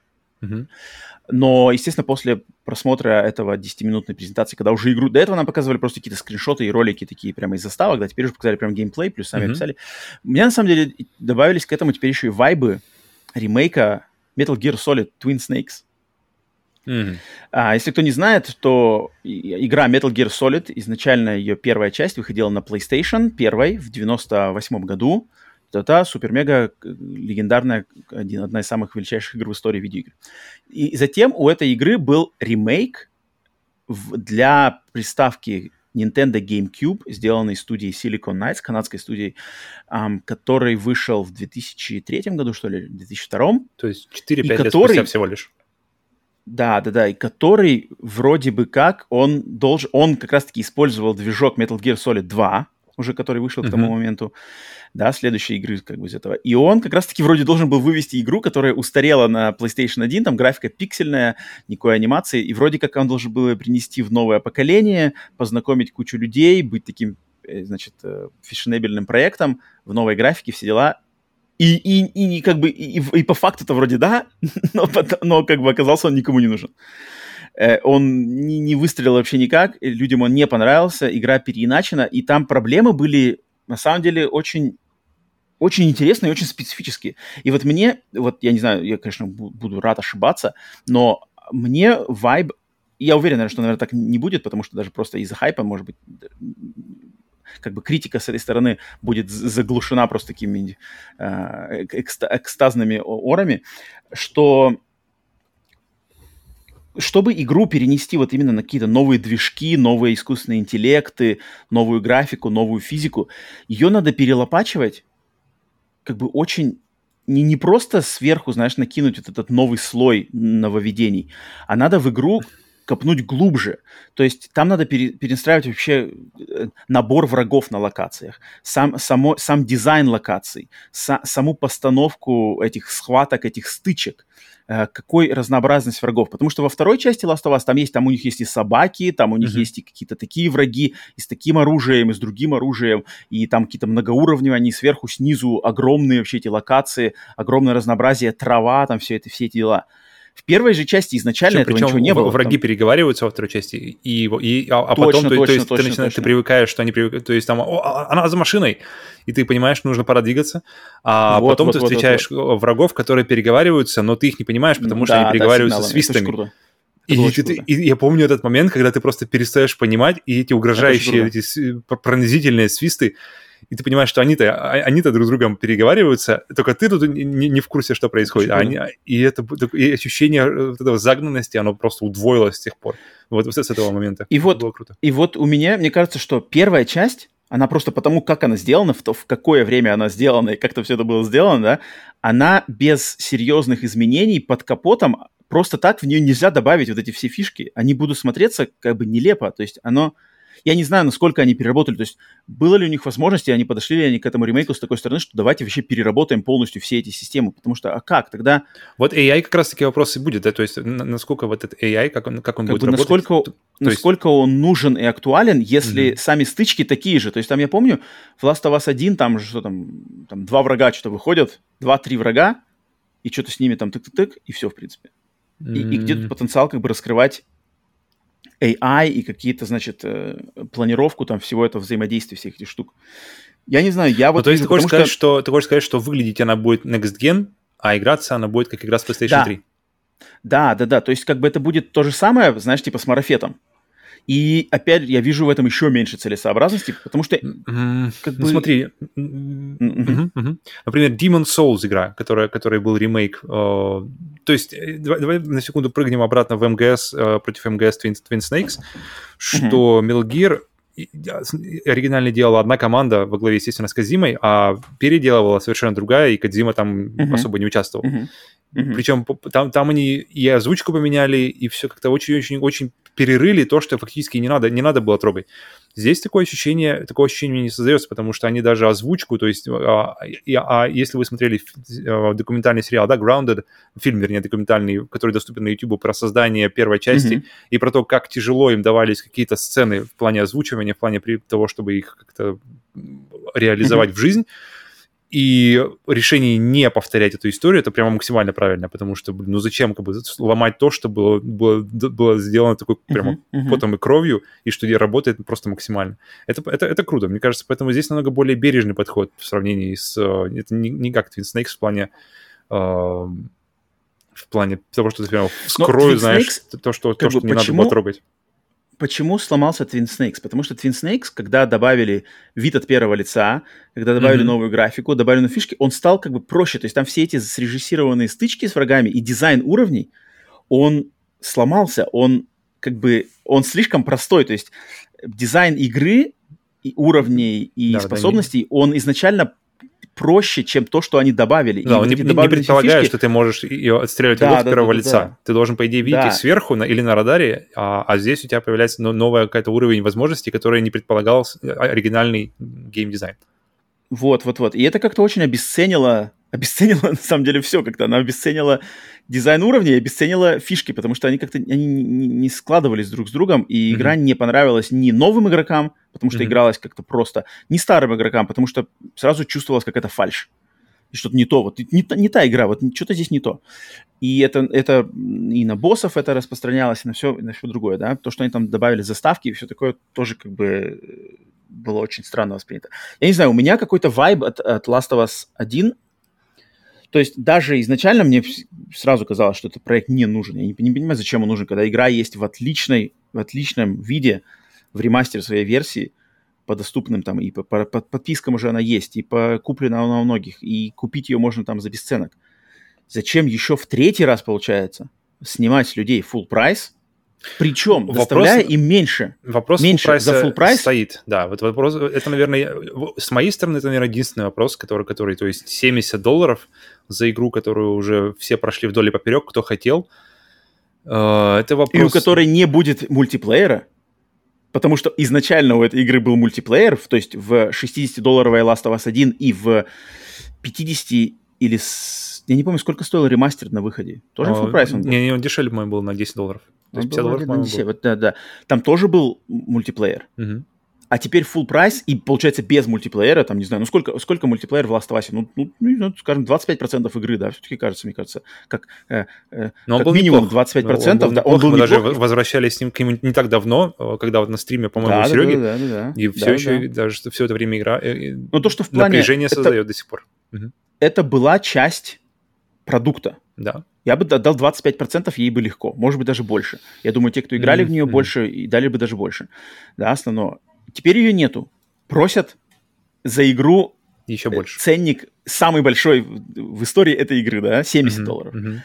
Но, естественно, после просмотра этого 10-минутной презентации, когда уже игру... До этого нам показывали просто какие-то скриншоты и ролики такие прямо из заставок, да, теперь уже показали прям геймплей, плюс сами описали. У меня, на самом деле, добавились к этому теперь еще и вайбы ремейка Metal Gear Solid Twin Snakes. Если кто не знает, то игра Metal Gear Solid, изначально ее первая часть выходила на PlayStation 1 в 98 году. Это супер-мега легендарная, одна из самых величайших игр в истории видеоигр. И затем у этой игры был ремейк для приставки Nintendo GameCube, сделанный студией Silicon Knights, канадской студией, который вышел в 2003 году, что ли, в 2002. То есть 4-5 лет спустя всего лишь. Да, и который вроде бы как он как раз-таки использовал движок Metal Gear Solid 2, уже который вышел к тому моменту, да, следующей игры как бы из этого. И он как раз-таки вроде должен был вывести игру, которая устарела на PlayStation 1, там графика пиксельная, никакой анимации, и вроде как он должен был принести в новое поколение, познакомить кучу людей, быть таким, значит, фешенебельным проектом в новой графике, все дела. И как бы и по факту-то вроде да, но как бы оказался он никому не нужен. Он не выстрелил вообще никак, людям он не понравился, игра переиначена, и там проблемы были, на самом деле, очень, очень интересные и очень специфические. И вот мне, вот я не знаю, я, конечно, буду рад ошибаться, но мне вайб, я уверен, наверное, что, наверное, так не будет, потому что даже просто из-за хайпа, может быть, как бы критика с этой стороны будет заглушена просто такими экстазными орами, что... Чтобы игру перенести вот именно на какие-то новые движки, новые искусственные интеллекты, новую графику, новую физику, ее надо перелопачивать как бы очень... Не просто сверху, знаешь, накинуть вот этот новый слой нововведений, а надо в игру копнуть глубже. То есть там надо перестраивать вообще набор врагов на локациях, сам дизайн локаций, саму постановку этих схваток, этих стычек, какой разнообразность врагов. Потому что во второй части Last of Us там у них есть и собаки, там у них есть и какие-то такие враги, и с таким оружием, и с другим оружием, и там какие-то многоуровневые, они сверху, снизу, огромные вообще эти локации, огромное разнообразие, трава, там все эти дела. В первой же части изначально этого ничего не было. Враги переговариваются во второй части, потом ты привыкаешь, что они привыкают, то есть там она за машиной, и ты понимаешь, что нужно пора двигаться, потом ты встречаешь врагов, которые переговариваются, но ты их не понимаешь, потому что они переговариваются свистами. И я помню этот момент, когда ты просто перестаешь понимать, и эти угрожающие, эти пронзительные свисты, и ты понимаешь, что они-то друг с другом переговариваются, только ты тут не в курсе, что происходит. И ощущение вот этого загнанности, оно просто удвоилось с тех пор. Вот с этого момента. Было круто. И вот у меня, мне кажется, что первая часть, она просто потому, как она сделана, в какое время она сделана и как-то все это было сделано, да, она без серьезных изменений под капотом, просто так в нее нельзя добавить вот эти все фишки. Они будут смотреться как бы нелепо. То есть оно... Я не знаю, насколько они переработали, то есть было ли у них возможности, они подошли ли они к этому ремейку с такой стороны, что давайте вообще переработаем полностью все эти системы, потому что, как тогда... Вот AI как раз-таки вопрос и будет, да, то есть насколько вот этот AI, как он будет работать? Насколько он нужен и актуален, если сами стычки такие же, то есть там я помню, в Last of Us 1, там же что там 2 врага что-то выходят, 2-3 врага, и что-то с ними там тык-тык-тык, и все, в принципе. И где тут потенциал как бы раскрывать AI и какие-то, значит, планировку там всего этого взаимодействия, всех этих штук. Я не знаю, я вот... То есть ты хочешь сказать, что выглядеть она будет Next Gen, а играться она будет как игра с PlayStation 3? Да. То есть как бы это будет то же самое, знаешь, типа с Марафетом. И опять я вижу в этом еще меньше целесообразности, потому что... Смотри, например, Demon's Souls игра, которая был ремейк. То есть давай на секунду прыгнем обратно в МГС против МГС Twin Snakes, что Metal Gear оригинально делала одна команда во главе, естественно, с Кодзимой, а переделывала совершенно другая, и Кодзима там особо не участвовал. Причем там они и озвучку поменяли, и все как-то очень-очень-очень перерыли то, что фактически не надо было трогать. Здесь такое ощущение мне не создается, потому что они даже озвучку, то есть, если вы смотрели документальный сериал, да, Grounded, фильм, вернее, документальный, который доступен на YouTube, про создание первой части, и про то, как тяжело им давались какие-то сцены в плане озвучивания, в плане того, чтобы их как-то реализовать в жизнь, и решение не повторять эту историю, это прямо максимально правильно, потому что, зачем как бы ломать то, что было сделано такой прямо потом и кровью, и что работает просто максимально. Это круто, мне кажется, поэтому здесь намного более бережный подход в сравнении с... Это не как Twin Snakes в плане того, что ты прямо вскрою, знаешь, то, что не надо было трогать. Почему сломался Twin Snakes? Потому что Twin Snakes, когда добавили вид от первого лица, когда добавили новую графику, добавили новые фишки, он стал как бы проще. То есть там все эти срежиссированные стычки с врагами и дизайн уровней, он сломался, он слишком простой. То есть дизайн игры, и уровней и способностей, он изначально проще, чем то, что они добавили. Да, он не предполагает, что ты можешь ее отстреливать с первого лица. Да. Ты должен, по идее, видеть их сверху или на радаре, а здесь у тебя появляется новый какой-то уровень возможностей, который не предполагал оригинальный геймдизайн. Вот. И это как-то очень обесценило на самом деле все как-то. Она обесценила дизайн уровней, обесценила фишки, потому что они как-то не складывались друг с другом, и игра не понравилась ни новым игрокам, потому что игралась как-то просто, ни старым игрокам, потому что сразу чувствовалась какая-то фальшь. И что-то не то, вот не та игра, вот что-то здесь не то. И это и на боссов это распространялось, и на все другое, да. То, что они там добавили заставки и все такое, тоже как бы было очень странно воспринято. Я не знаю, у меня какой-то вайб от Last of Us 1. То есть даже изначально мне сразу казалось, что этот проект не нужен. Я не понимаю, зачем он нужен, когда игра есть в отличном виде, в ремастере своей версии, по доступным там, и по подпискам уже она есть, и куплена она у многих, и купить ее можно там за бесценок. Зачем еще в третий раз, получается, снимать с людей full прайс, причем доставляя им меньше? Вопрос меньше за full прайс стоит. Да, вот вопрос, это, наверное, с моей стороны, это, наверное, единственный вопрос, который, то есть $70 за игру, которую уже все прошли вдоль и поперек, кто хотел. Это вопрос... И у которой не будет мультиплеера, потому что изначально у этой игры был мультиплеер, то есть в 60-долларовой Last of Us 1 и в 50 или... Я не помню, сколько стоил ремастер на выходе. Тоже full прайс он был? Не, он дешевле, по-моему, был на $10. То есть $50, по-моему, был. Вот, да. Там тоже был мультиплеер. Угу. А теперь full прайс, и получается без мультиплеера, там, не знаю, сколько мультиплеер в Last of Us? Ну, скажем, 25% игры, да, все-таки кажется, мне кажется, как минимум неплох. 25%. Он был мы даже возвращались с ним к нему не так давно, когда вот на стриме, по-моему, у Сереги, да. И все еще, даже все это время игра, но то, что в плане напряжение создает до сих пор. Это была часть продукта. Да. Я бы отдал 25%, ей бы легко, может быть, даже больше. Я думаю, те, кто играли в нее больше, и дали бы даже больше. Да, основного. Теперь ее нету. Просят за игру еще больше. Ценник самый большой в истории этой игры, да, $70.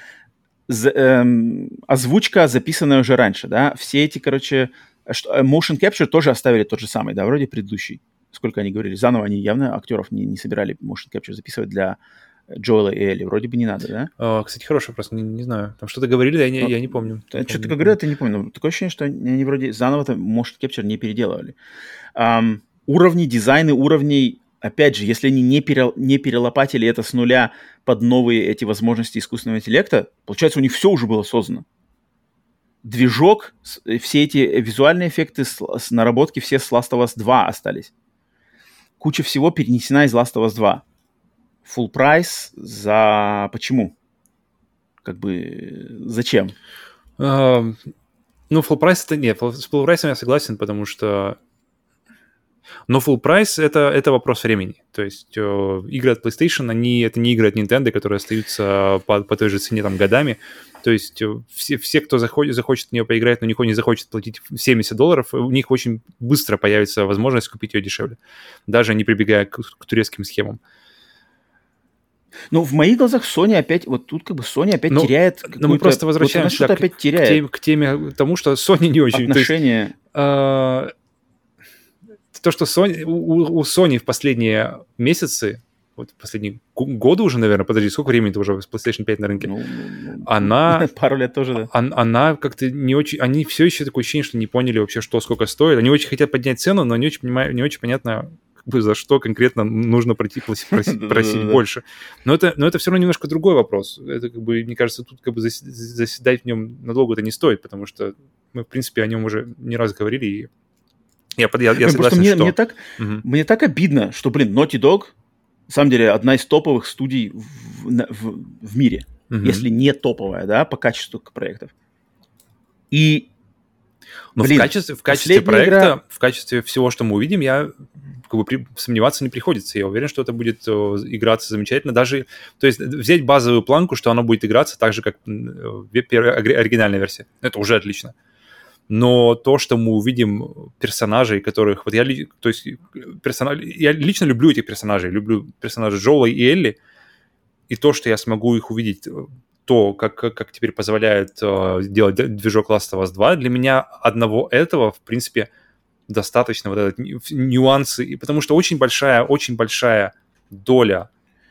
Озвучка, записанная уже раньше, да. Все эти, motion capture тоже оставили тот же самый, да, вроде предыдущий. Сколько они говорили. Заново они явно актеров не собирали motion capture записывать для Джоэла и Элли. Вроде бы не надо, да? Кстати, хороший вопрос. Не знаю. Там что-то говорили, я не помню. Что-то говорят, я не помню. Такое ощущение, что они вроде заново motion capture не переделывали. Уровни, дизайны уровней, опять же, если они не перелопатили это с нуля под новые эти возможности искусственного интеллекта, получается, у них все уже было создано. Движок, все эти визуальные эффекты, наработки все с Last of Us 2 остались. Куча всего перенесена из Last of Us 2. Full прайс за... Почему? Зачем? Full прайс это нет. С full прайсом я согласен, потому что... Но full прайс это вопрос времени. То есть игры от PlayStation, это не игры от Nintendo, которые остаются по той же цене там годами. То есть все, кто захочет в нее поиграть, но никто не захочет платить $70, у них очень быстро появится возможность купить ее дешевле, даже не прибегая к турецким схемам. Ну, в моих глазах Sony опять, вот тут Sony опять теряет какую-то... мы просто возвращаемся к теме тому, что Sony не очень... Отношения... То, что у Sony в последние месяцы, вот последние годы уже, наверное, подожди, сколько времени-то уже с PlayStation 5 на рынке? Она... Пару лет тоже, да. Она как-то не очень... Они все еще такое ощущение, что не поняли вообще, сколько стоит. Они очень хотят поднять цену, но не очень понятно... за что конкретно нужно просить больше. Но это все равно немножко другой вопрос. Это, мне кажется, тут заседать в нем надолго это не стоит, потому что мы, в принципе, о нем уже не раз говорили, и я согласен, что... Мне так обидно, что, Naughty Dog, на самом деле, одна из топовых студий в мире, если не топовая, да, по качеству проектов. И... Но в качестве проекта, в качестве всего, что мы увидим, я сомневаться не приходится. Я уверен, что это будет играться замечательно. Даже, то есть взять базовую планку, что оно будет играться так же, как первая оригинальная версия. Это уже отлично. Но то, что мы увидим персонажей, которых... Вот я лично люблю этих персонажей. Люблю персонажей Джоэла и Элли. И то, что я смогу их увидеть... То, как теперь позволяет делать движок Last of Us 2, для меня одного этого, в принципе, достаточно. Вот этот нюансы, потому что очень большая доля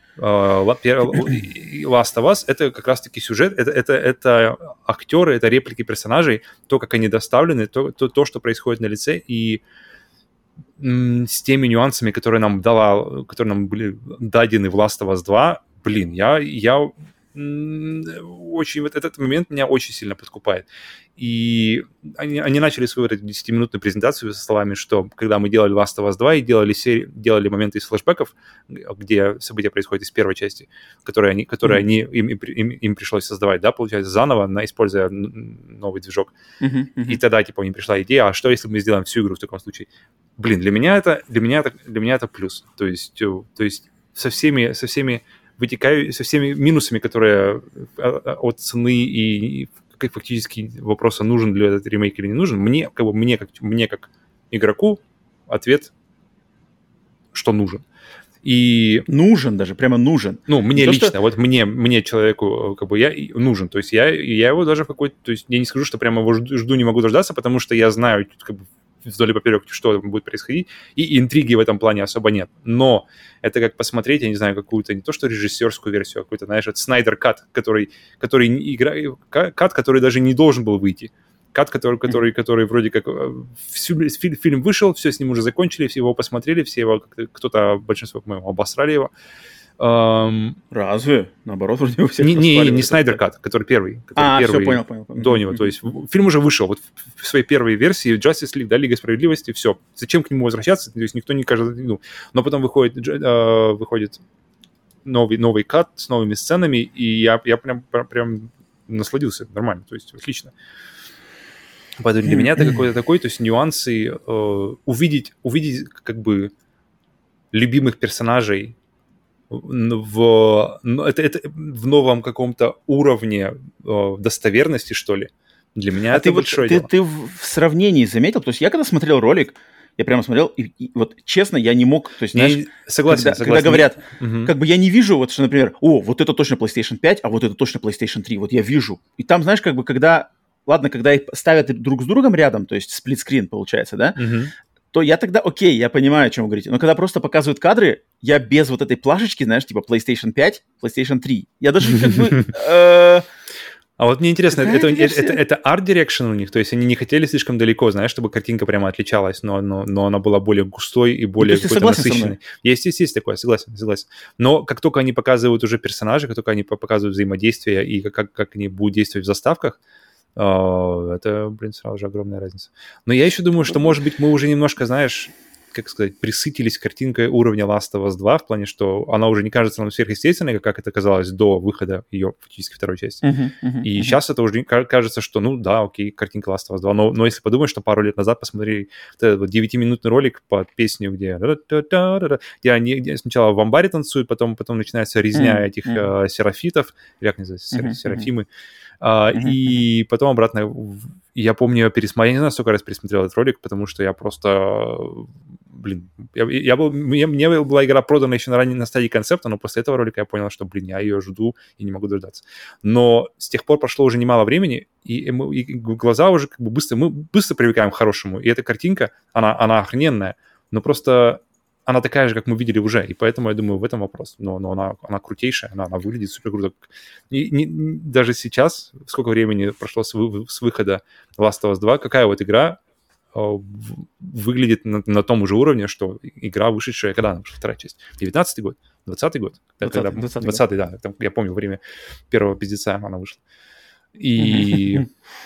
Last of Us — это как раз-таки сюжет, это актеры, это реплики персонажей, то, как они доставлены, то, что происходит на лице, и с теми нюансами, которые нам были дадены в Last of Us 2, я очень вот этот момент меня очень сильно подкупает. И они начали свою 10-минутную презентацию со словами, что когда мы делали Last of Us 2 и делали моменты из флешбэков, где события происходят из первой части, которые им пришлось создавать, да, получается, заново, используя новый движок. И тогда, им пришла идея, а что, если мы сделаем всю игру в таком случае? Для меня это плюс. То есть со всеми минусами, которые от цены и фактически вопроса, нужен ли этот ремейк или не нужен, мне как игроку ответ, что нужен. И нужен даже, прямо нужен. Ну, мне лично, вот мне человеку, нужен. То есть я его даже то есть я не скажу, что прямо его жду, не могу дождаться, потому что я знаю, вдоль и поперек, что будет происходить, и интриги в этом плане особо нет. Но это как посмотреть, я не знаю, какую-то, не то что режиссерскую версию, а какой-то, знаешь, Снайдер Кат, который даже не должен был выйти. Кат, который вроде как фильм вышел, все с ним уже закончили, все его посмотрели, все его, кто-то, большинство, по-моему, обосрали его. Разве? Наоборот, вроде у всех не Снайдер Кат, который первый. Все, понял. До него. То есть фильм уже вышел. Вот в своей первой версии Justice League, да, Лига Справедливости, все. Зачем к нему возвращаться? То есть никто не кажется... Но потом выходит новый кат с новыми сценами, и я прям насладился нормально. То есть отлично. Поэтому для меня это какой-то такой, то есть нюансы, увидеть как бы любимых персонажей в новом каком-то уровне достоверности, что ли, для меня это большое дело. Ты в сравнении заметил, то есть я когда смотрел ролик, я прямо смотрел, и вот честно, я не мог, то есть, знаешь, согласен. Когда говорят, как бы я не вижу, вот что, например, вот это точно PlayStation 5, а вот это точно PlayStation 3, вот я вижу. И там, знаешь, как бы когда их ставят друг с другом рядом, то есть сплитскрин получается, да, то я тогда, окей, я понимаю, о чем вы говорите. Но когда просто показывают кадры, я без вот этой плашечки, знаешь, типа PlayStation 5, PlayStation 3, я даже как бы... А вот мне интересно, это Art Direction у них? То есть они не хотели слишком далеко, знаешь, чтобы картинка прямо отличалась, но она была более густой и более какой-то насыщенной. Есть такое, согласен. Но как только они показывают уже персонажей, как только они показывают взаимодействие и как они будут действовать в заставках, это, сразу же огромная разница. Но я еще думаю, что, может быть, мы уже немножко, знаешь, как сказать, присытились картинкой уровня Last of Us 2, в плане, что она уже не кажется нам сверхъестественной, как это казалось до выхода ее фактически второй части. И сейчас это уже кажется, что, окей, картинка Last of Us 2. Но если подумать, что пару лет назад посмотрели вот 9-минутный ролик под песню, где они сначала в амбаре танцуют, потом начинается резня этих серафитов, или как называется, серафимы. И потом обратно, я помню, я не знаю, сколько раз пересмотрел этот ролик, потому что я просто, мне была игра продана еще на стадии концепта, но после этого ролика я понял, что, я ее жду и не могу дождаться. Но с тех пор прошло уже немало времени, и глаза уже как бы мы быстро привыкаем к хорошему, и эта картинка, она охрененная, но просто... Она такая же, как мы видели уже, и поэтому, я думаю, в этом вопрос. Но она крутейшая, она выглядит супер круто. Даже сейчас, сколько времени прошло с выхода Last of Us 2, какая вот игра выглядит на том же уровне, что игра, вышедшая, когда она вышла, вторая часть? 19-й год? 20-й год? 20-й, да. Там, я помню, время первого пиздеца она вышла. И...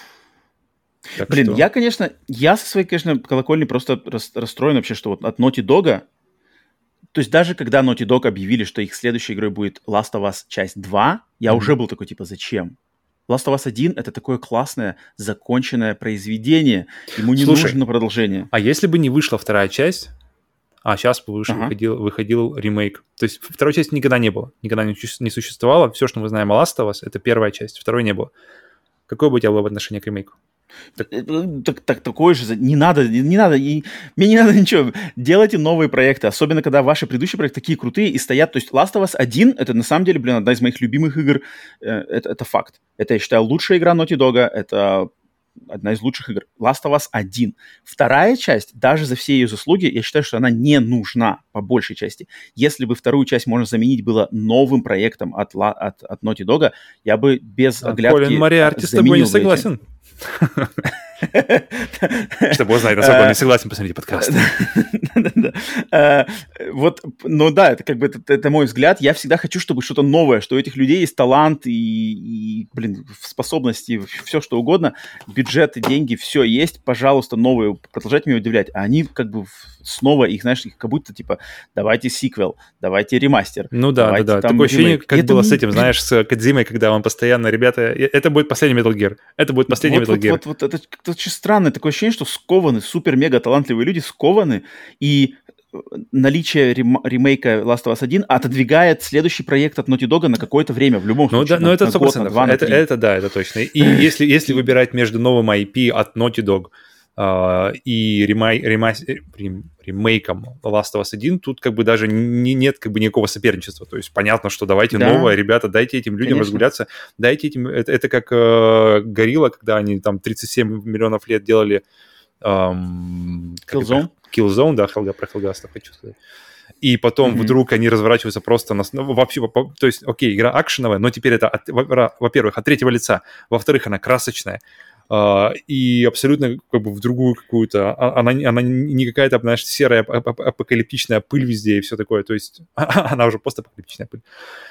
Я со своей, конечно, колокольни просто расстроен вообще, что вот от Naughty Dog'а, то есть даже когда Naughty Dog объявили, что их следующей игрой будет Last of Us часть 2, я уже был такой, типа, зачем? Last of Us 1 — это такое классное, законченное произведение, ему не нужно продолжение. А если бы не вышла вторая часть, а сейчас бы выходил ремейк, то есть второй части никогда не было, никогда не существовало, все, что мы знаем о Last of Us, это первая часть, второй не было. Какое бы у тебя было отношение к ремейку? Такое же, не надо, мне не надо ничего, делайте новые проекты, особенно когда ваши предыдущие проекты такие крутые и стоят, то есть Last of Us 1, это на самом деле, одна из моих любимых игр, это факт, это, я считаю, лучшая игра Naughty Dog'а, это одна из лучших игр, Last of Us 1. Вторая часть, даже за все ее заслуги, я считаю, что она не нужна по большей части. Если бы вторую часть можно заменить было новым проектом от Naughty Dog'а, я бы без оглядки Колин Мориарти с тобой не согласен. Чтобы узнать, насколько он не согласен, посмотрите подкаст. Вот, это как бы это мой взгляд. Я всегда хочу, чтобы что-то новое, что у этих людей есть талант и способности, все что угодно, бюджеты, деньги, все есть. Пожалуйста, новые, продолжайте меня удивлять. А они как бы снова их, знаешь, как будто типа давайте сиквел, давайте ремастер. Да. Такое ощущение, как было с этим, знаешь, с Кодзимой, когда он постоянно, ребята, это будет последний Metal Gear. Это будет последний Metal Gear. Вот это очень странное такое ощущение, что скованы, супер-мега талантливые люди скованы, и наличие ремейка Last of Us 1 отодвигает следующий проект от Naughty Dog'а на какое-то время, в любом случае. Это 100%. Это точно. И если выбирать между новым IP от Naughty Dog и ремейком Last of Us 1, тут как бы даже нет как бы никакого соперничества. То есть понятно, что давайте новое, ребята, дайте этим людям разгуляться, дайте этим... Это как Горилла, когда они там 37 миллионов лет делали Killzone, да, про Hellgast хочу сказать. И потом вдруг они разворачиваются просто вообще... То есть, окей, игра акшеновая, но теперь это, во-первых, от третьего лица, во-вторых, она красочная, и абсолютно как бы в другую какую-то... Она не какая-то, знаешь, серая апокалиптичная пыль везде и все такое. То есть она уже постапокалиптичная пыль.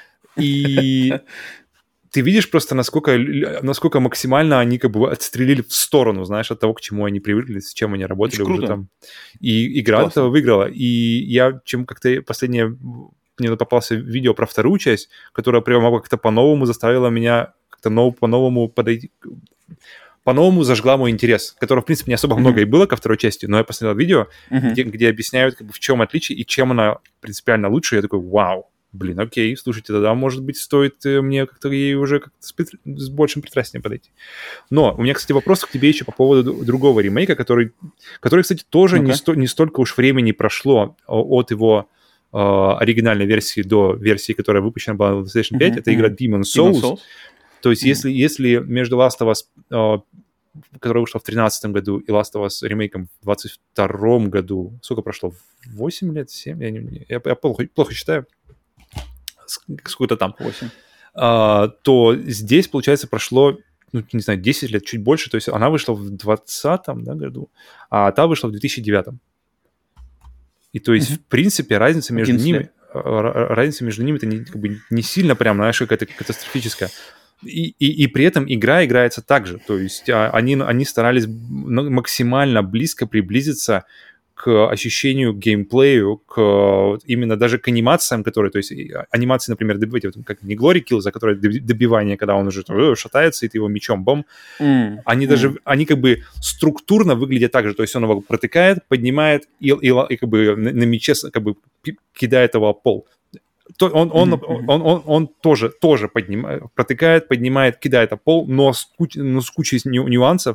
И... Ты видишь просто, насколько максимально они как бы отстрелили в сторону, знаешь, от того, к чему они привыкли, с чем они работали уже там. И игра от этого выиграла. И я как-то последнее... Мне попался видео про вторую часть, которая прямо как-то по-новому заставила меня как-то по-новому подойти... По-новому зажгла мой интерес, которого, в принципе, не особо много и было ко второй части, но я посмотрел видео, где объясняют, как бы, в чем отличие и чем она принципиально лучше. Я такой, вау. Блин, окей, слушайте, тогда, может быть, стоит мне как-то ей уже как-то с большим пристрастием подойти. Но у меня, кстати, вопрос к тебе еще по поводу другого ремейка, который кстати, тоже не столько уж времени прошло от его оригинальной версии до версии, которая выпущена была на PlayStation 5. Это игра Demon's Souls. То есть если между Last of Us, которая вышла в 2013 году, и Last of Us ремейком в 2022 году, сколько прошло? 8 лет? 7? Я плохо считаю. Сколько-то там, 8. То здесь, получается, прошло, не знаю, 10 лет, чуть больше. То есть она вышла в 2020 году, а та вышла в 2009. И то есть, в принципе, разница между ними это не сильно прям, знаешь, какая-то катастрофическая. И при этом игра играется так же. То есть они старались максимально близко приблизиться к ощущению, к геймплею, именно даже к анимациям, которые, то есть анимации, например, как не Glory Kill, за которое добивание, когда он уже шатается, и ты его мечом бом, они как бы структурно выглядят так же, то есть он его протыкает, поднимает и как бы на мече как бы кидает его об пол. Он тоже протыкает, поднимает, кидает об пол, но с кучей нюансов,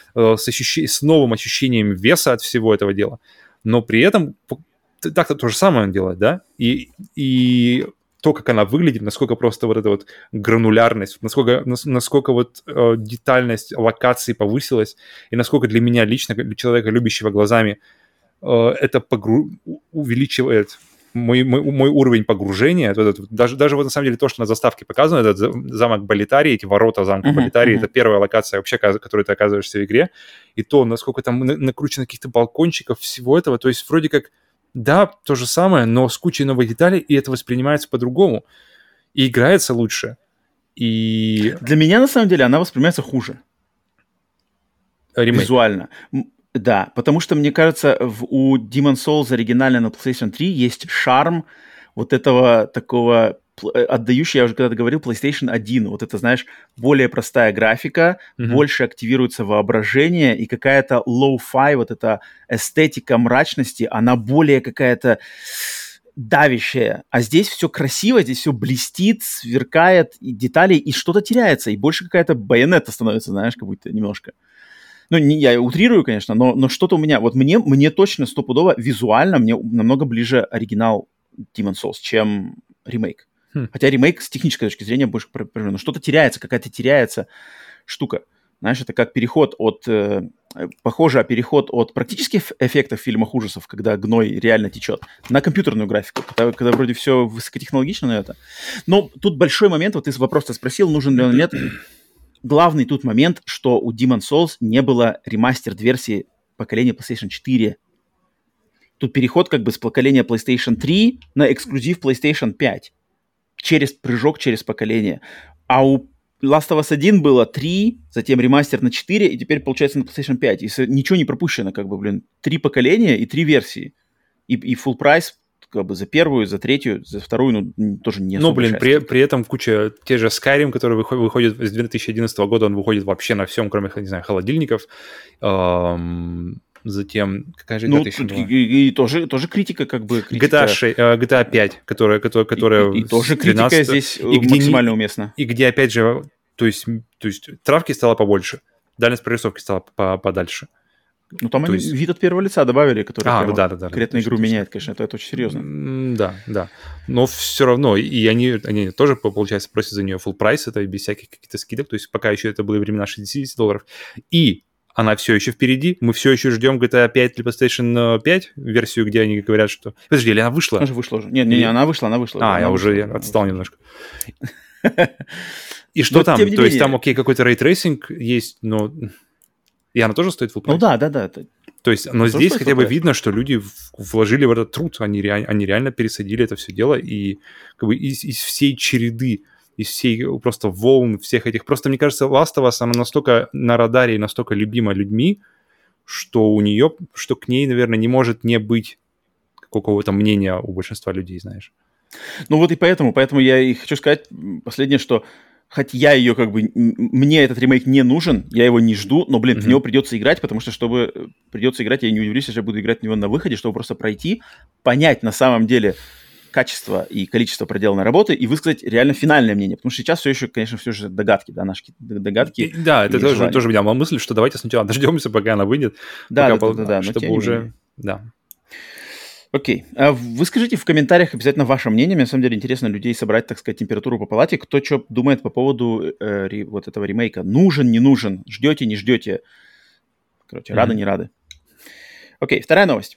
с новым ощущением веса от всего этого дела. Но при этом так-то то же самое он делает, да? И то, как она выглядит, насколько просто вот эта вот гранулярность, насколько вот детальность локации повысилась, и насколько для меня лично, для человека, любящего глазами, это увеличивает мой уровень погружения. Даже вот на самом деле то, что на заставке показано, этот замок Болитарии, эти ворота замка Болитарии, это первая локация вообще, которой ты оказываешься в игре, и то, насколько там накручено каких-то балкончиков, всего этого, то есть вроде как, да, то же самое, но с кучей новых деталей, и это воспринимается по-другому, и играется лучше. И... Для меня, на самом деле, она воспринимается хуже. Ремейк. Визуально. Да, потому что, мне кажется, у Demon's Souls оригинально на PlayStation 3 есть шарм вот этого такого отдающий, я уже когда-то говорил, PlayStation 1. Вот это, знаешь, более простая графика, больше активируется воображение, и какая-то low-fi, вот эта эстетика мрачности, она более какая-то давящая. А здесь все красиво, здесь все блестит, сверкает, и детали, и что-то теряется, и больше какая-то байонета становится, знаешь, как будто немножко. Ну, я утрирую, конечно, но что-то у меня... Вот мне точно стопудово визуально мне намного ближе оригинал Demon's Souls, чем ремейк. Хотя ремейк с технической точки зрения больше... Но что-то теряется, какая-то теряется штука. Знаешь, это как переход от... Похоже, переход от практических эффектов в фильмах ужасов, когда гной реально течет, на компьютерную графику, когда вроде все высокотехнологично на это. Но тут большой момент, вот ты вопрос-то спросил, нужен ли он или нет. Главный тут момент, что у Demon's Souls не было ремастер-версии поколения PlayStation 4. Тут переход как бы с поколения PlayStation 3 на эксклюзив PlayStation 5. Прыжок через поколение. А у Last of Us 1 было 3, затем ремастер на 4, и теперь получается на PlayStation 5. И ничего не пропущено, как бы, 3 поколения и 3 версии. И full прайс как бы за первую, за третью, за вторую, тоже не особо. Ну, при этом куча, те же Skyrim, который выходит с 2011 года, он выходит вообще на всем, кроме, не знаю, холодильников. Затем, какая же игра еще была? И тоже критика, как бы. GTA 5, которая и тоже критика здесь максимально уместна. И где, опять же, то есть травки стало побольше, дальность прорисовки стала подальше. Ну, там они вид от первого лица добавили, который конкретно игру меняет, конечно, это очень серьезно. Да. Но все равно, и они тоже, получается, просят за нее full прайс, это без всяких каких-то скидок, то есть пока еще это были времена $60. И она все еще впереди. Мы все еще ждем GTA 5 или PlayStation 5 версию, где они говорят, что... Подожди, или она вышла? Она же вышла уже. Нет, она вышла. Я уже отстал немножко. И что там? То есть там, окей, какой-то рейтрейсинг есть, но... И она тоже стоит full price? Ну да. То есть, но здесь хотя бы видно, что люди вложили в этот труд, они реально пересадили это все дело, и как бы из всей череды, из всей просто волн всех этих... Просто, мне кажется, Last of Us, она настолько на радаре и настолько любима людьми, что к ней, наверное, не может не быть какого-то мнения у большинства людей, знаешь. Ну вот и поэтому я и хочу сказать последнее, что хоть я ее мне этот ремейк не нужен, я его не жду, но, в него придется играть, потому что, чтобы придется играть, я не удивлюсь, если я буду играть в него на выходе, чтобы просто пройти, понять на самом деле качество и количество проделанной работы и высказать реально финальное мнение, потому что сейчас все еще, конечно, все же догадки, да, наши догадки. Да, это тоже меня была мысль, что давайте сначала дождемся, пока она выйдет. Да, чтобы уже... Да. Окей. Вы скажите в комментариях обязательно ваше мнение. Мне на самом деле интересно людей собрать, так сказать, температуру по палате. Кто что думает по поводу вот этого ремейка. Нужен, не нужен? Ждете, не ждете? Короче, рады, не рады. Окей, вторая новость.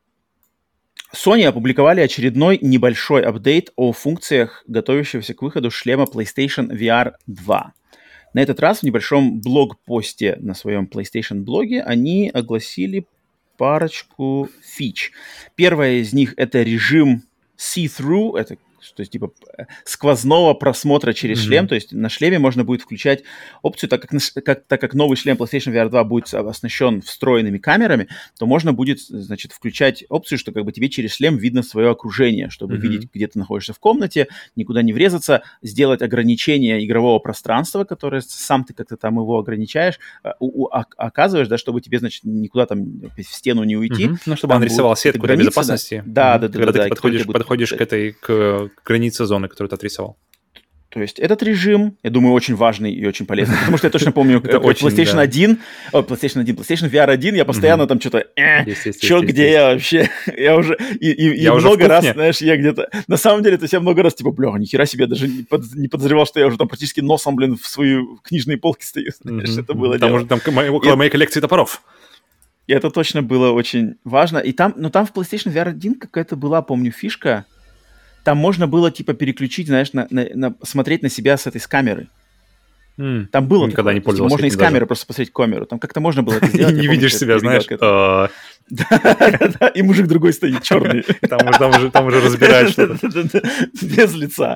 Sony опубликовали очередной небольшой апдейт о функциях готовящегося к выходу шлема PlayStation VR 2. На этот раз в небольшом блог-посте на своем PlayStation блоге они огласили парочку фич. Первая из них — это режим see-through, это то есть типа сквозного просмотра через шлем, то есть на шлеме можно будет включать опцию, так как новый шлем PlayStation VR 2 будет оснащен встроенными камерами, то можно будет, значит, включать опцию, что как бы тебе через шлем видно свое окружение, чтобы видеть, где ты находишься в комнате, никуда не врезаться, сделать ограничение игрового пространства, которое сам ты как-то там его ограничаешь, оказываешь, да, чтобы тебе, значит, никуда там в стену не уйти. Ну, чтобы он нарисовал сетку для безопасности. Да. Когда ты подходишь к границе зоны, которую ты отрисовал. То есть этот режим, я думаю, очень важный и очень полезный, потому что я точно помню PlayStation VR 1, я постоянно там что-то, где я вообще? Я уже много раз, знаешь, я где-то... На самом деле, то есть я много раз, типа, нихера себе, даже не подозревал, что я уже там практически носом, в свою книжные полки стою, знаешь, это было дело. Там около моей коллекции топоров. И это точно было очень важно. И там в PlayStation VR 1 какая-то была, помню, фишка. Там можно было, типа, переключить, знаешь, смотреть на себя с камеры. Там было никогда такое. Не пользовался. Можно из камеры просто посмотреть камеру. Там как-то можно было это сделать. Не видишь себя, знаешь. Да, и мужик другой стоит, черный. Там уже разбирает что-то. Без лица.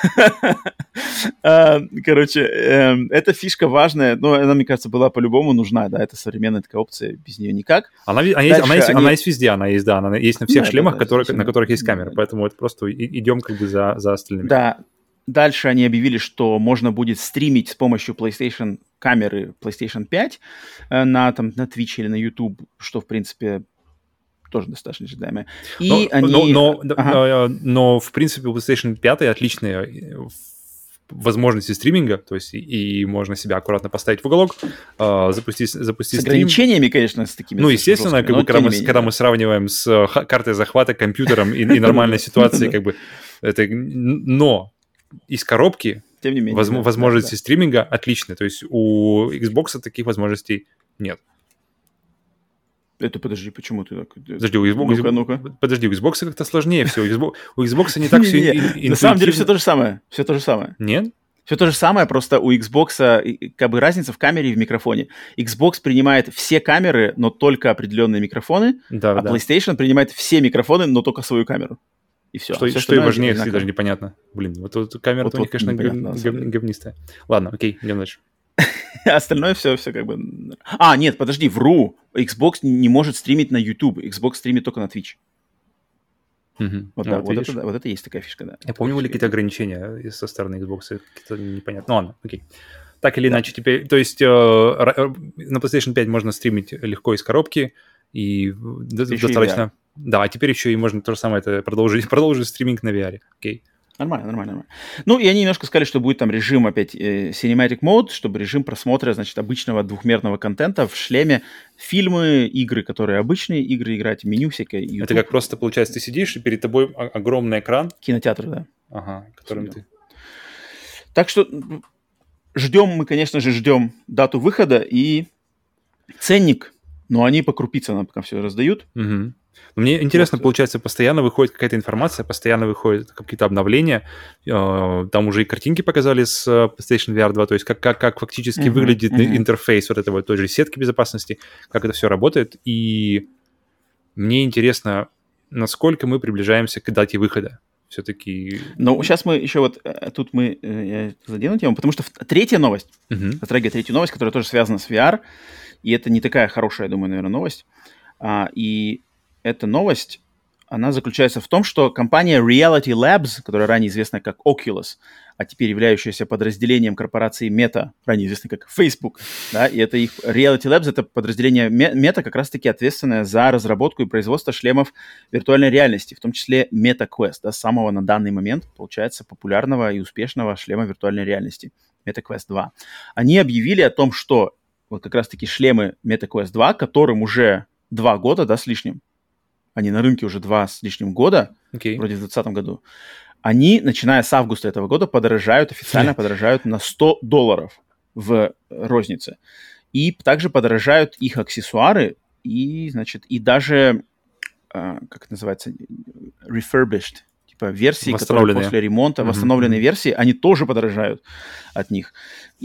Короче, эта фишка важная, но она, мне кажется, была по-любому нужна, да, это современная такая опция, без нее никак. Она есть везде, она есть на всех шлемах, на которых есть камера, поэтому это просто идем как бы за остальными. Да. Дальше они объявили, что можно будет стримить с помощью PlayStation камеры PlayStation 5 на Twitch или на YouTube, что, в принципе, тоже достаточно ожидаемое. Но, в принципе, у PlayStation 5 отличные возможности стриминга, то есть и можно себя аккуратно поставить в уголок, запустить с ограничениями, конечно, с такими. Ну, естественно, как бы, когда мы сравниваем с картой захвата компьютером и нормальной ситуацией, как бы, это... Но из коробки тем не менее, возможности стриминга отличные. То есть у Xbox таких возможностей нет. Это подожди, почему ты так? Подожди, у Xbox, ну-ка. Подожди, у Xbox как-то сложнее все. У Xbox не так все интуитивно. На самом деле все то же самое. Нет? Все то же самое, просто у Xbox как бы разница в камере и в микрофоне. Xbox принимает все камеры, но только определенные микрофоны, PlayStation принимает все микрофоны, но только свою камеру. И все. Что и важнее, если даже непонятно. Блин, вот камера у них, конечно, говнистая. Ладно, окей, идем дальше. Остальное все как бы... Нет, подожди, вру. Xbox не может стримить на YouTube. Xbox стримит только на Twitch. Вот это есть такая фишка, да. Я помню, были какие-то ограничения со стороны Xbox, какие-то непонятно. Ну ладно, окей. Так или иначе, теперь... То есть на PlayStation 5 можно стримить легко из коробки, и достаточно... Да, а теперь еще и можно то же самое это продолжить стриминг на VR. Окей. Нормально. Ну, и они немножко сказали, что будет там режим опять Cinematic Mode, чтобы режим просмотра, значит, обычного двухмерного контента в шлеме, фильмы, игры, которые обычные игры играть, меню всякое. YouTube. Это как просто, получается, ты сидишь, и перед тобой огромный экран. Кинотеатр, да. Ага, которым ты... Так что мы, конечно же, ждем дату выхода и ценник, но они по крупицам нам пока все раздают. Угу. Мне интересно, получается, постоянно выходит какая-то информация, постоянно выходят какие-то обновления. Там уже и картинки показали с PlayStation VR 2, то есть как фактически выглядит интерфейс вот этой вот той же сетки безопасности, как это все работает. И мне интересно, насколько мы приближаемся к дате выхода. Все-таки... Но сейчас мы еще вот... Тут я задену тему, потому что третья новость, затрагивая третью новость, которая тоже связана с VR, и это не такая хорошая, я думаю, наверное, новость. И эта новость, она заключается в том, что компания Reality Labs, которая ранее известна как Oculus, а теперь являющаяся подразделением корпорации Meta, ранее известной как Facebook, да, и это их Reality Labs, это подразделение Meta, как раз-таки ответственное за разработку и производство шлемов виртуальной реальности, в том числе Meta Quest, да, самого на данный момент, получается, популярного и успешного шлема виртуальной реальности Meta Quest 2. Они объявили о том, что вот как раз-таки шлемы Meta Quest 2, которым уже 2 года, да, с лишним, они на рынке уже 2 с лишним года, вроде в 2020 году, они, начиная с августа этого года, официально подорожают на $100 в рознице. И также подорожают их аксессуары и, значит, и даже, как это называется, refurbished, типа версии, которые после ремонта, восстановленные версии, они тоже подорожают от них.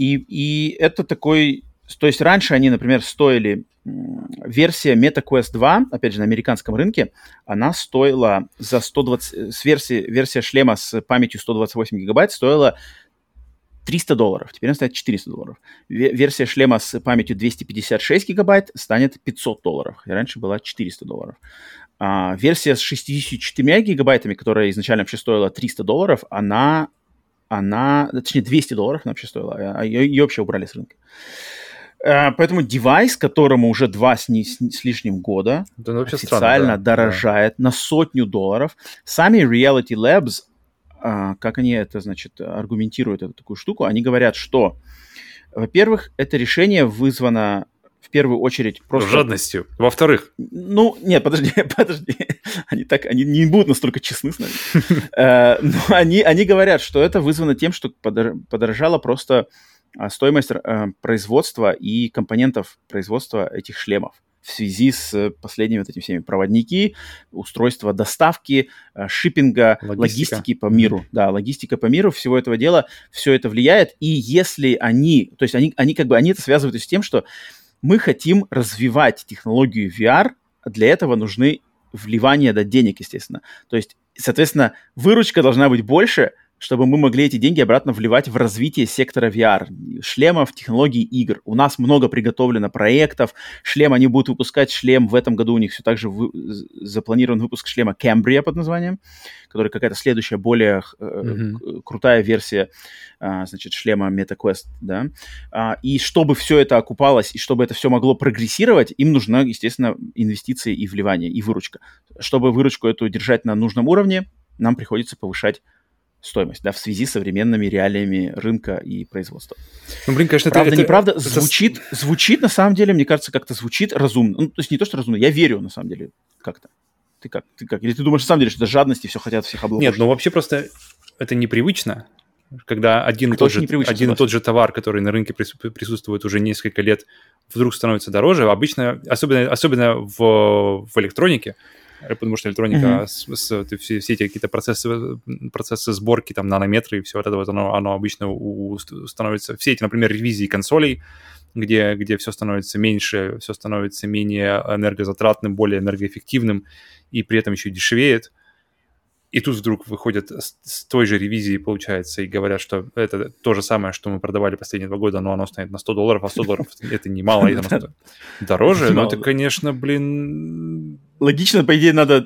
И это такой... То есть раньше они, например, стоили... Версия MetaQuest 2, опять же, на американском рынке, она стоила за 120... Версия шлема с памятью 128 гигабайт стоила $300. Теперь она стоит $400. Версия шлема с памятью 256 гигабайт станет $500. И раньше была $400. Версия с 64 гигабайтами, которая изначально вообще стоила $300, она точнее, $200 она вообще стоила, ее вообще убрали с рынка. Поэтому девайс, которому уже 2 с лишним года, официально дорожает на $100. Сами Reality Labs, как они это, значит, аргументируют эту такую штуку, они говорят, что, во-первых, это решение вызвано в первую очередь просто... жадностью. Во-вторых... Ну, нет, подожди. Они не будут настолько честны с нами. Но они говорят, что это вызвано тем, что подорожала просто стоимость производства и компонентов производства этих шлемов в связи с последними вот этими всеми проводники, устройства доставки, шиппинга, логистики по миру. Да, логистика по миру, всего этого дела, все это влияет. И если они это связывают с тем, что мы хотим развивать технологию VR, для этого нужны вливания денег, естественно. То есть, соответственно, выручка должна быть больше, чтобы мы могли эти деньги обратно вливать в развитие сектора VR, шлемов, технологий, игр. У нас много приготовлено проектов. Они будут выпускать шлем. В этом году у них все так же запланирован выпуск шлема Cambria под названием, который какая-то следующая, более крутая версия, значит, шлема MetaQuest, да. И чтобы все это окупалось, и чтобы это все могло прогрессировать, им нужна, естественно, инвестиции и вливания, и выручка. Чтобы выручку эту держать на нужном уровне, нам приходится повышать стоимость, да, в связи с современными реалиями рынка и производства. Ну, блин, конечно, правда, неправда, звучит, на самом деле, мне кажется, как-то звучит разумно. Ну, то есть не то, что разумно, я верю, на самом деле, как-то. Ты как? Или ты думаешь, на самом деле, что это жадность, и все хотят всех облапошить? Нет, ну, вообще просто это непривычно, когда один и тот же товар, который на рынке присутствует уже несколько лет, вдруг становится дороже. Обычно, особенно в электронике, потому что электроника, все эти какие-то процессы сборки, там, нанометры и все это, вот оно обычно становится... Все эти, например, ревизии консолей, где все становится меньше, все становится менее энергозатратным, более энергоэффективным, и при этом еще дешевеет. И тут вдруг выходят с той же ревизии, получается, и говорят, что это то же самое, что мы продавали последние 2 года, но оно стоит на $100, а $100 это немало, и оно дороже. Но это, конечно, блин... Логично, по идее, надо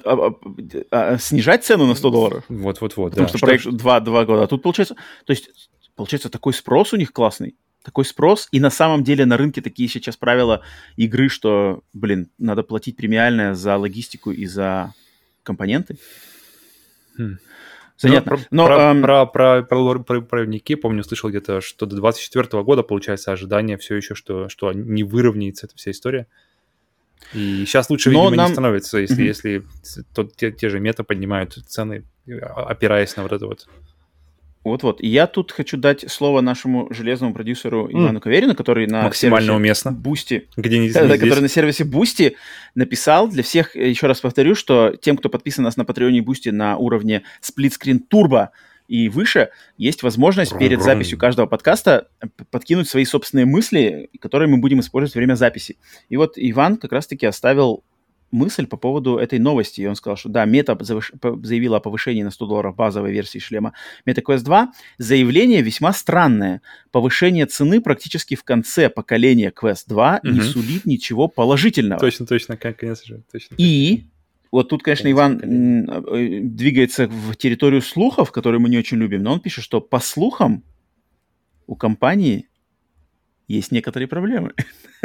снижать цену на $100. Вот, потому что проект 2 года. А тут получается, такой спрос у них классный. Такой спрос, и на самом деле на рынке такие сейчас правила игры, что, блин, надо платить премиальное за логистику и за компоненты. Занятно. Про проводники, помню, слышал где-то, что до 2024 года, получается, ожидание все еще, что не выровняется эта вся история. И сейчас лучше, видимо, не становится, если те же мета поднимают цены, опираясь на вот это вот. Вот-вот. И я тут хочу дать слово нашему железному продюсеру Ивану Каверину, который на максимально уместно. Boosty, где не который на сервисе Boosty написал для всех, еще раз повторю, что тем, кто подписан нас на Patreon и Boosty на уровне Split Screen Turbo и выше, есть возможность перед записью каждого подкаста подкинуть свои собственные мысли, которые мы будем использовать во время записи. И вот Иван как раз-таки оставил мысль по поводу этой новости. И он сказал, что да, Мета заявила о повышении на $100 базовой версии шлема MetaQuest 2. Заявление весьма странное. Повышение цены практически в конце поколения Quest 2 не сулит ничего положительного. Точно, конечно же. Точно. И вот тут, конечно, Иван двигается в территорию слухов, которые мы не очень любим, но он пишет, что по слухам у компании есть некоторые проблемы.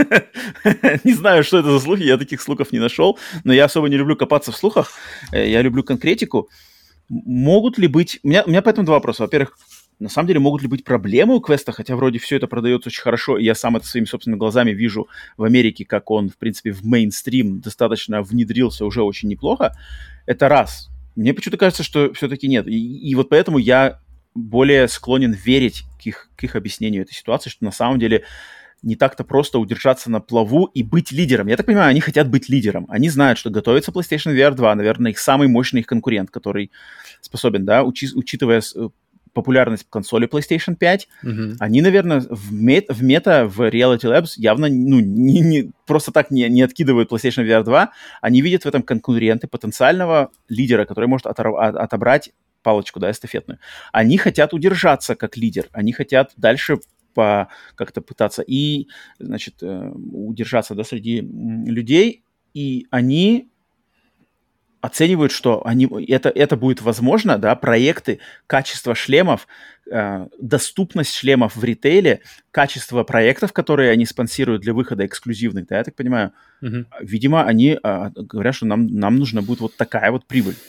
Не знаю, что это за слухи, я таких слухов не нашел, но я особо не люблю копаться в слухах, я люблю конкретику. Могут ли быть... У меня поэтому два вопроса. Во-первых, на самом деле, могут ли быть проблемы у Квеста, хотя вроде все это продается очень хорошо, и я сам это своими собственными глазами вижу в Америке, как он, в принципе, в мейнстрим достаточно внедрился уже очень неплохо. Это раз. Мне почему-то кажется, что все-таки нет. И вот поэтому я более склонен верить к их объяснению этой ситуации, что на самом деле не так-то просто удержаться на плаву и быть лидером. Я так понимаю, они хотят быть лидером. Они знают, что готовится PlayStation VR 2, наверное, их самый мощный их конкурент, который способен, да, учитывая популярность консоли PlayStation 5, они, наверное, в мета, в Reality Labs явно не просто так не откидывают PlayStation VR 2. Они видят в этом конкурента, потенциального лидера, который может отобрать палочку, да, эстафетную. Они хотят удержаться как лидер, они хотят дальше как-то пытаться и, значит, удержаться, да, среди людей, и они оценивают, что это будет возможно, да, проекты, качество шлемов, доступность шлемов в ритейле, качество проектов, которые они спонсируют для выхода эксклюзивных, да, я так понимаю, видимо, они говорят, что нам нужна будет вот такая вот прибыль.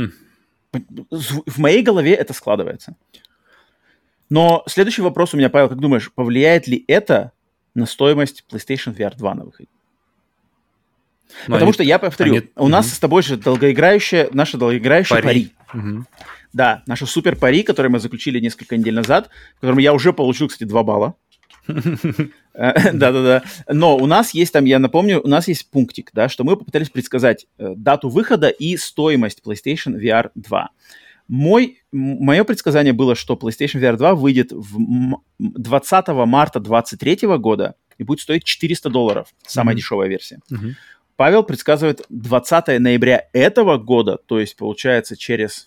В моей голове это складывается. Но следующий вопрос у меня, Павел, как думаешь, повлияет ли это на стоимость PlayStation VR 2 на выходе? Потому что, я повторю, у нас с тобой же наша долгоиграющая пари. Да, наша супер пари, которую мы заключили несколько недель назад, в котором я уже получил, кстати, 2 балла. Да-да-да. Но у нас есть там, я напомню, у нас есть пунктик, да, что мы попытались предсказать дату выхода и стоимость PlayStation VR 2. Мое предсказание было, что PlayStation VR 2 выйдет 20 марта 2023 года и будет стоить $400, самая дешевая версия. Павел предсказывает 20 ноября этого года, то есть, получается, через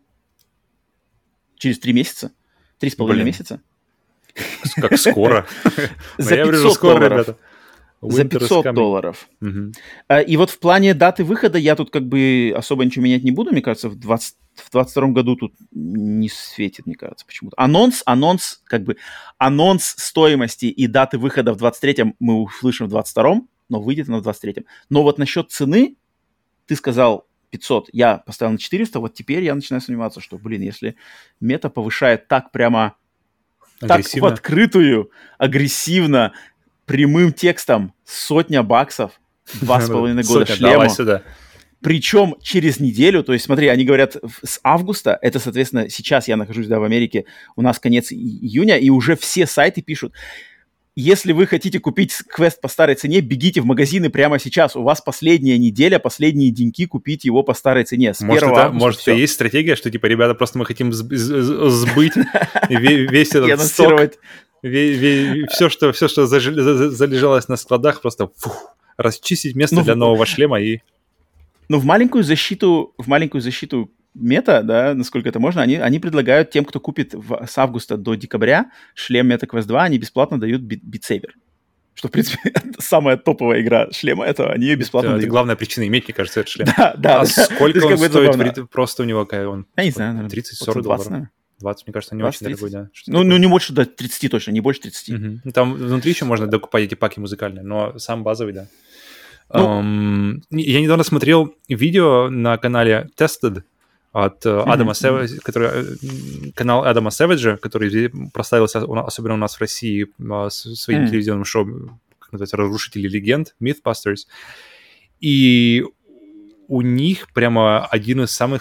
3 месяца, 3,5 месяца. Как скоро. За $500. За $500. И вот в плане даты выхода я тут как бы особо ничего менять не буду, мне кажется, в 2022 году тут не светит, мне кажется, почему-то. Анонс стоимости и даты выхода в 23-м мы услышим в 22-м, но выйдет она в 23-м. Но вот насчет цены, ты сказал 500, я поставил на 400, вот теперь я начинаю сомневаться, что, если мета повышает так прямо, так в открытую, агрессивно, прямым текстом $100, 2,5 года шлема. Причем через неделю, то есть смотри, они говорят с августа, это, соответственно, сейчас я нахожусь, да, в Америке, у нас конец июня, и уже все сайты пишут, если вы хотите купить квест по старой цене, бегите в магазины прямо сейчас, у вас последняя неделя, последние деньки, купить его по старой цене. Может, это есть стратегия, что, типа, ребята, просто мы хотим сбыть весь этот сток. Все, что залежалось на складах, просто расчистить место для нового шлема и... Ну, в маленькую защиту мета, да, насколько это можно, они предлагают тем, кто купит с августа до декабря шлем MetaQuest 2, они бесплатно дают Beat Saber. Что, в принципе, самая топовая игра шлема этого, они ее бесплатно дают. Это главная причина иметь, мне кажется, этот шлем. Да. Сколько он стоит просто у него? Я не знаю, наверное, 30-40 $. 20, мне кажется, не очень дорогой, да. Ну, не больше, да, 30 точно, не больше 30. Там внутри еще можно докупать эти паки музыкальные, но сам базовый, да. Я недавно смотрел видео на канале Tested от Адама Сэвиджа, канал Адама Сэвиджа, который прославился, особенно у нас в России, своим телевизионным шоу, как называется, «Разрушители легенд», Mythbusters. И у них прямо один из самых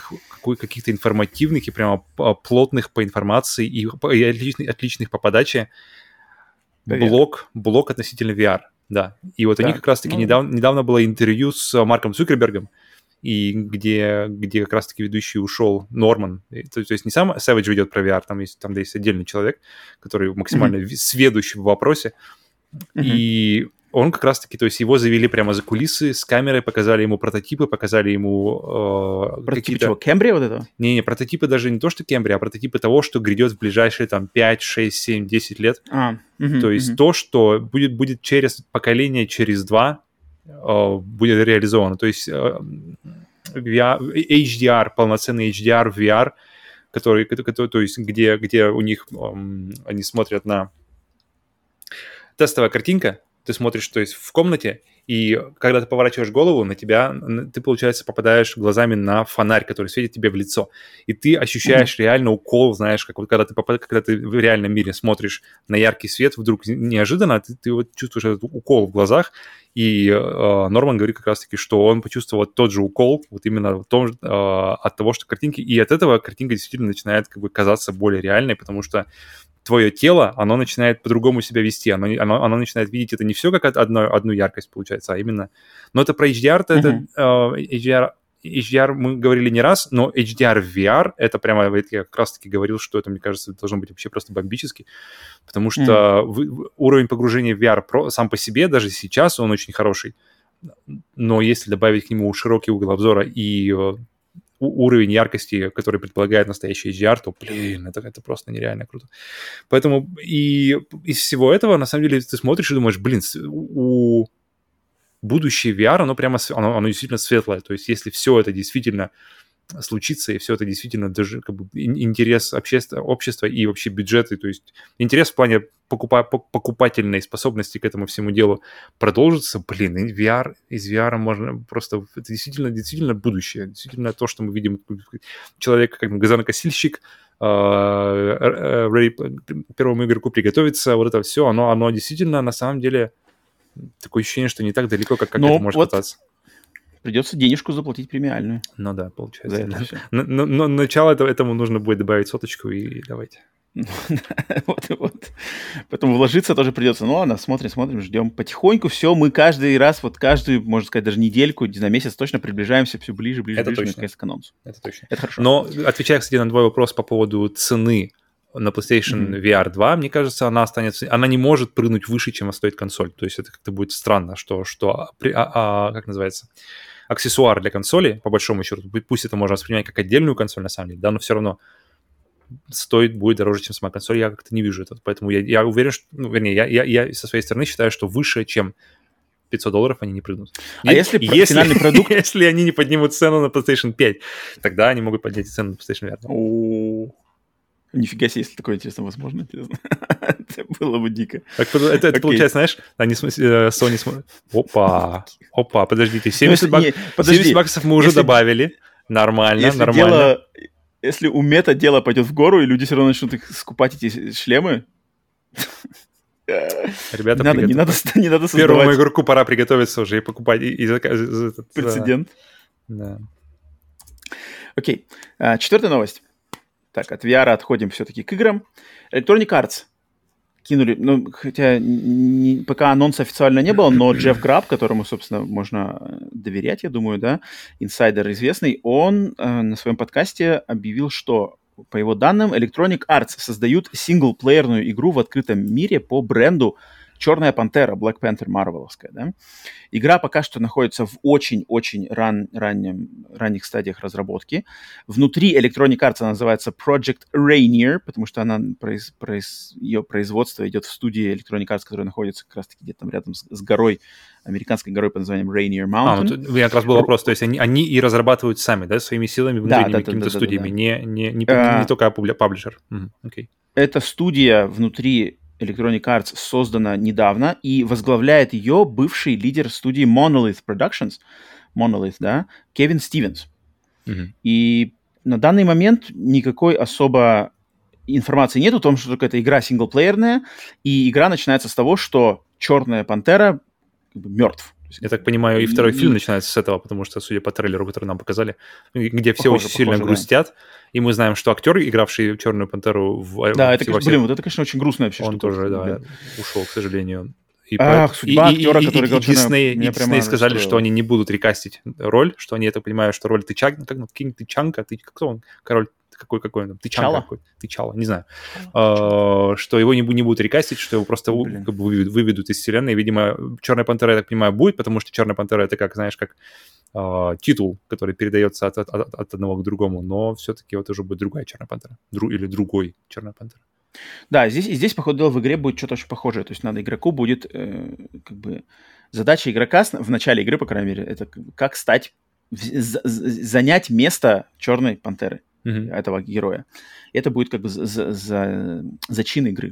каких-то информативных и прямо плотных по информации и отличных по подаче блок относительно VR. Да. И вот они как раз-таки недавно было интервью с Марком Цукербергом, и где как раз-таки ведущий ушел Норман. То есть не сам Savage ведет про VR, там есть отдельный человек, который максимально сведущий в вопросе. И он как раз-таки, то есть его завели прямо за кулисы с камерой, показали ему прототипы, показали ему... Прототипы чего, Кембрия вот этого? Не, прототипы даже не то, что Кембрия, а прототипы того, что грядет в ближайшие там 5, 6, 7, 10 лет. То есть то, что будет через поколение, через 2, будет реализовано. То есть VR, HDR, полноценный HDR, VR, который, то есть где у них они смотрят на тестовая картинка, ты смотришь, то есть в комнате, и когда ты поворачиваешь голову, ты, получается, попадаешь глазами на фонарь, который светит тебе в лицо. И ты ощущаешь реально укол, знаешь, как вот когда ты в реальном мире смотришь на яркий свет, вдруг неожиданно ты вот чувствуешь этот укол в глазах. И Норман говорит как раз-таки, что он почувствовал тот же укол, вот именно от того, что картинки... И от этого картинка действительно начинает как бы казаться более реальной, потому что твое тело, оно начинает по-другому себя вести, оно начинает видеть это не все как одну яркость, получается, а именно... Но это про HDR, HDR мы говорили не раз, но HDR в VR, это прямо, я как раз-таки говорил, что это, мне кажется, должно быть вообще просто бомбически, потому что уровень погружения в VR сам по себе, даже сейчас он очень хороший, но если добавить к нему широкий угол обзора и уровень яркости, который предполагает настоящий HDR, то, это просто нереально круто. Поэтому и из всего этого, на самом деле, ты смотришь и думаешь, у будущее VR, оно действительно светлое. То есть если все это действительно случится, и все это действительно даже как бы интерес общества и вообще бюджеты, то есть интерес в плане покупательной способности к этому всему делу продолжится, из VR можно просто... Это действительно будущее, действительно то, что мы видим. Человек, как газонокосильщик, первому игроку приготовиться, вот это все, оно действительно на самом деле такое ощущение, что не так далеко, как это может казаться. Придется денежку заплатить премиальную. Ну да, получается. Но начало этому нужно будет добавить соточку и давайте. Вот. Поэтому вложиться тоже придется. Ну ладно, смотрим, ждем. Потихоньку все, мы каждый раз, каждую, можно сказать, даже недельку, не знаю, месяц точно приближаемся все ближе к анонсу. Это точно. Это хорошо. Но, отвечая, кстати, на твой вопрос по поводу цены на PlayStation VR 2, мне кажется, она не может прыгнуть выше, чем стоит консоль. То есть это как-то будет странно, что как называется, аксессуар для консоли, по большому счету, пусть это можно воспринимать как отдельную консоль, на самом деле, да, но все равно будет дороже, чем сама консоль, я как-то не вижу этого. Поэтому я уверен, что, я со своей стороны считаю, что выше, чем $500 они не прыгнут. Если финальный продукт... Если они не поднимут цену на PlayStation 5, тогда они могут поднять цену на PlayStation VR 2. Нифига себе, если такое интересно возможно. Это было бы дико. Это получается, знаешь, они Sony смотрят. Опа, подождите, 70 баксов мы уже добавили. Нормально. Если у мета дело пойдет в гору, и люди все равно начнут их скупать, эти шлемы... Ребята, не надо создавать... Первому игроку пора приготовиться уже и покупать. Прецедент. Да. Окей. 4-я новость. Так, от VR отходим все-таки к играм. Electronic Arts кинули, хотя пока анонса официально не было, но Джефф Граб, которому, собственно, можно доверять, я думаю, да, инсайдер известный, он на своем подкасте объявил, что, по его данным, Electronic Arts создают синглплеерную игру в открытом мире по бренду «Черная пантера», Black Panther марвеловская, да. Игра пока что находится в очень-очень ранних стадиях разработки. Внутри Electronic Arts она называется Project Rainier, потому что ее производство идет в студии Electronic Arts, которая находится как раз-таки где-то там рядом с горой, американской горой под названием Rainier Mountain. У меня как раз был вопрос, то есть они и разрабатывают сами, да, своими силами, внутренними какими-то студиями, не только паблишер. Okay. Эта студия внутри Electronic Arts создана недавно, и возглавляет ее бывший лидер студии Monolith Productions, да, Кевин Стивенс. И на данный момент никакой особо информации нет о том, что только эта игра синглплеерная, и игра начинается с того, что Черная Пантера мертв. Я так понимаю, и второй фильм начинается с этого, потому что, судя по трейлеру, который нам показали, где все очень сильно грустят, и мы знаем, что актер, игравший Черную Пантеру Да, это, конечно, это, конечно, очень грустная вообще штука. Он тоже, да, ушел, к сожалению. Судьба актера, который играл Дисней сказали, что они не будут рекастить роль, что они, я так понимаю, что роль Кинг Тычанка, кто он, король, какой он, Тычала, не знаю, что его не будут рекастить, что его просто как бы выведут из вселенной. Видимо, Черная Пантера, я так понимаю, будет, потому что Черная Пантера это как, знаешь, как титул, который передается от одного к другому, но все-таки вот уже будет другая Черная Пантера, или другой Черная Пантера. Да, здесь, по ходу дела, в игре будет что-то очень похожее. То есть надо игроку будет, как бы, задача игрока в начале игры, по крайней мере, это как занять место Черной Пантеры, этого героя. Это будет как бы зачин игры.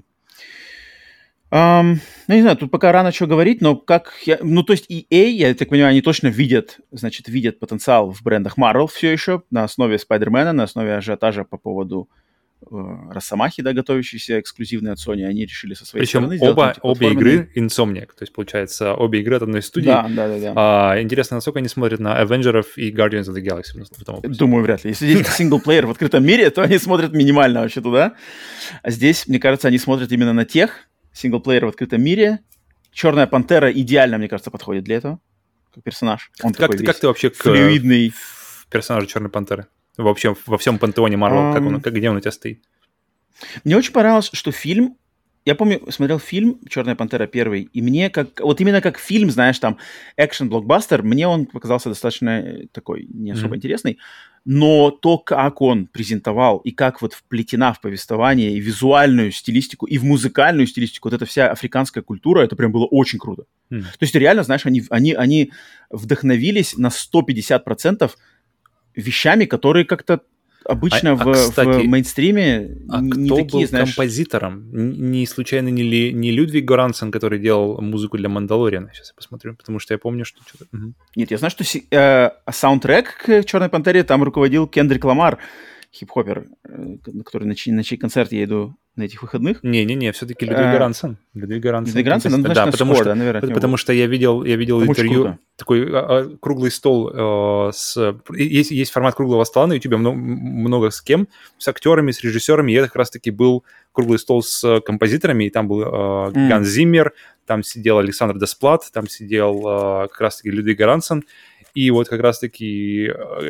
Не знаю, тут пока рано что говорить, но то есть EA, я так понимаю, они точно видят потенциал в брендах Marvel все еще на основе Спайдермена, на основе ажиотажа по поводу Росомахи, да, готовящейся эксклюзивной от Sony, они решили со своей стороны сделать... Причем обе игры Insomniac, то есть, получается, обе игры от одной студии. Да. Интересно, насколько они смотрят на Avengers и Guardians of the Galaxy. Думаю, вряд ли. Если здесь синглплеер в открытом мире, то они смотрят минимально вообще туда. А здесь, мне кажется, они смотрят именно на тех синглплеер в открытом мире. Черная Пантера идеально, мне кажется, подходит для этого, как персонаж. Как ты вообще флюидный. К персонажу Черной Пантеры? Вообще во всем пантеоне Марвел, где он у тебя стоит? Мне очень понравилось, что фильм... Я помню, смотрел фильм «Черная Пантера» первый, и мне именно как фильм, знаешь, там, экшен-блокбастер, мне он показался достаточно такой не особо интересный, но то, как он презентовал, и как вот вплетена в повествование, и визуальную стилистику, и в музыкальную стилистику, вот эта вся африканская культура, это прям было очень круто. То есть реально, знаешь, они вдохновились на 150% вещами, которые как-то обычно в мейнстриме не кто такие, был знаешь... композитором? Не случайно не Людвиг Göransson, который делал музыку для «Мандалориана»? Сейчас я посмотрю, потому что я помню, что что-то... Нет, я знаю, что саундтрек к «Черной Пантере» там руководил Кендрик Ламар, хип-хоппер, на чей концерт я иду на этих выходных. Не, все-таки Людвиг Göransson. Людвиг Göransson, да, потому что я видел интервью, такой круглый стол есть формат круглого стола на YouTube, много с кем, с актерами, с режиссерами, и это как раз-таки был круглый стол с композиторами, и там был Ганс Зиммер, там сидел Александр Десплат, там сидел как раз-таки Людвиг Göransson, и вот как раз-таки...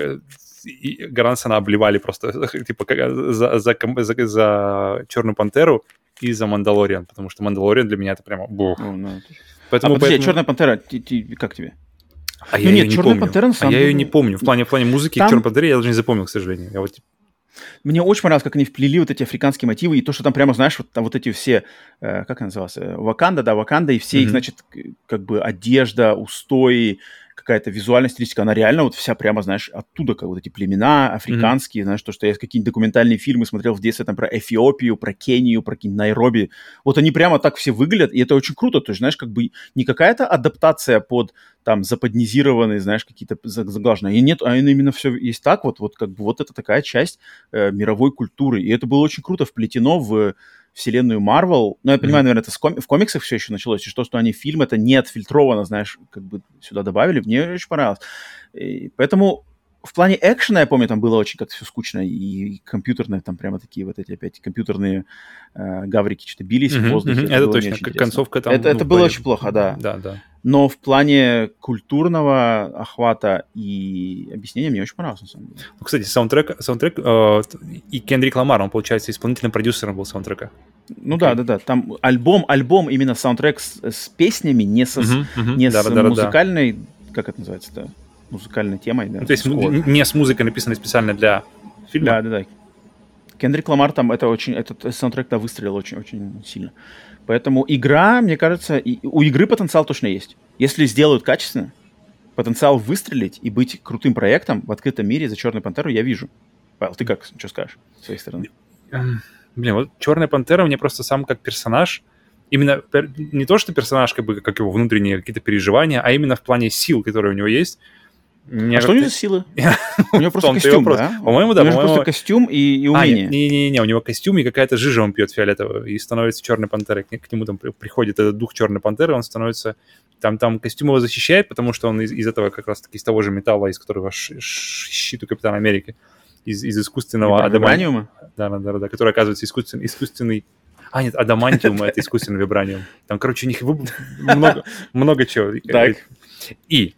И Горансона обливали просто типа за Черную Пантеру и за Мандалориан, потому что Мандалориан для меня это прямо бух. Поэтому... Черная Пантера, как тебе? Я ее не помню. Я ее не помню. В плане музыки к Черной Пантере я даже не запомнил, к сожалению. Мне очень понравилось, как они вплели вот эти африканские мотивы, и то, что там прямо, знаешь, вот эти все, как она называлась, Ваканда, и все их, значит, как бы одежда, устои, какая-то визуальная стилистика, она реально вот вся прямо, знаешь, оттуда, как вот эти племена африканские, знаешь, то, что я какие-нибудь документальные фильмы смотрел в детстве, там, про Эфиопию, про Кению, про какие-нибудь Найроби, вот они прямо так все выглядят, и это очень круто, то есть, знаешь, как бы не какая-то адаптация под, там, западнизированные, знаешь, какие-то заглаженные, нет, а именно все есть так, вот как бы вот это такая часть мировой культуры, и это было очень круто вплетено в вселенную Marvel. Но я понимаю, наверное, это в комиксах все еще началось, и что они фильм это не отфильтровано, знаешь, как бы сюда добавили. Мне очень понравилось. И поэтому в плане экшена, я помню, там было очень как-то все скучно, и компьютерные, там прямо такие вот эти опять компьютерные гаврики что-то бились в воздухе. Это точно, концовка там... Это было очень плохо, да. Да. Но в плане культурного охвата и объяснения мне очень понравилось, на самом деле. Ну, кстати, саундтрек и Кендрик Ламар, он, получается, исполнительным продюсером был саундтрека. Ну да. Там альбом именно саундтрек с песнями, не с музыкальной, как это называется-то, музыкальной темой. Да, то есть не с музыкой, написанной специально для фильма. Да. Кендрик Ламар там этот саундтрек выстрелил очень-очень сильно. Поэтому игра, мне кажется, у игры потенциал точно есть. Если сделают качественно, потенциал выстрелить и быть крутым проектом в открытом мире за Черную Пантеру я вижу. Павел, ты что скажешь с своей стороны? Вот Черная Пантера мне просто сам как персонаж, именно не то, что персонаж, как его внутренние какие-то переживания, а именно в плане сил, которые у него есть, А что у него за силы? У него просто костюм, да? По-моему, да. У него просто костюм и умение. Не-не-не, у него костюм и какая-то жижа он пьет фиолетовую и становится черной пантерой. К нему там приходит этот дух черной пантеры, он становится... Там костюм его защищает, потому что он из этого как раз-таки из того же металла, из которого щит у Капитана Америки. Из искусственного адамантиума. Да, который оказывается искусственный... Нет, адамантиум — это искусственный вибраниум. Там, короче, у них много чего. Так. И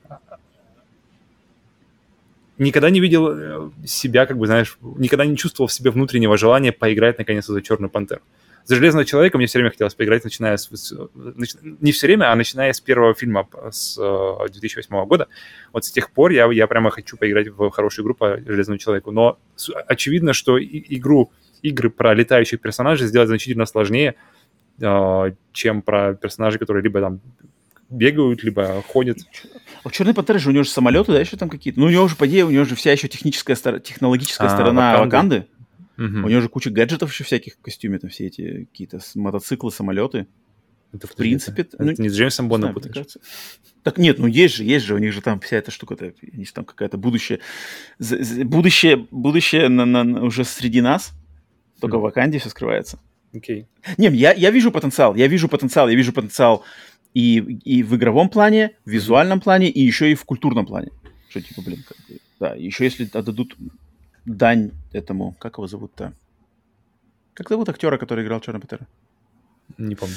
никогда не видел себя, как бы, знаешь, никогда не чувствовал в себе внутреннего желания поиграть, наконец-то, за Черную Пантеру. За Железного Человека мне все время хотелось поиграть, начиная не все время, а начиная с первого фильма с 2008 года. Вот с тех пор я прямо хочу поиграть в хорошую игру по Железному Человеку. Но очевидно, что игры про летающих персонажей сделать значительно сложнее, чем про персонажей, которые либо там бегают, либо ходят. У Черной Пантеры же у него же самолеты, да, еще там какие-то? Ну, у него же, по идее, у него же вся еще технологическая сторона Ваканды. У него же куча гаджетов еще всяких в костюме, там все эти какие-то мотоциклы, самолеты. Это, в принципе... Это не с Джеймсом Бондом путаешь? Так нет, ну есть же, у них же там вся эта штука-то, там какая-то будущее уже среди нас, только в Ваканде все скрывается. Окей. Не, я вижу потенциал и в игровом плане, в визуальном плане, и еще и в культурном плане. Что типа, да, еще если отдадут дань этому, как его зовут-то? Как зовут актера, который играл Черную Пантеру? Не помню.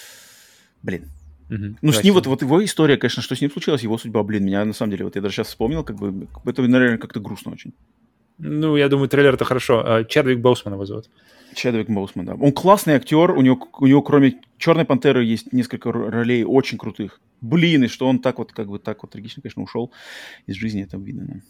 Ну, с ним вот его история, конечно, что с ним случилось, его судьба, меня на самом деле, вот я даже сейчас вспомнил, как бы, это, наверное, как-то грустно очень. Ну, я думаю, трейлер-то хорошо. Чедвик Боусман его зовут. Чедвик Боусман, да. Он классный актер, у него кроме Черной Пантеры есть несколько ролей очень крутых. И что он так вот трагично, конечно, ушел из жизни, это видно, да.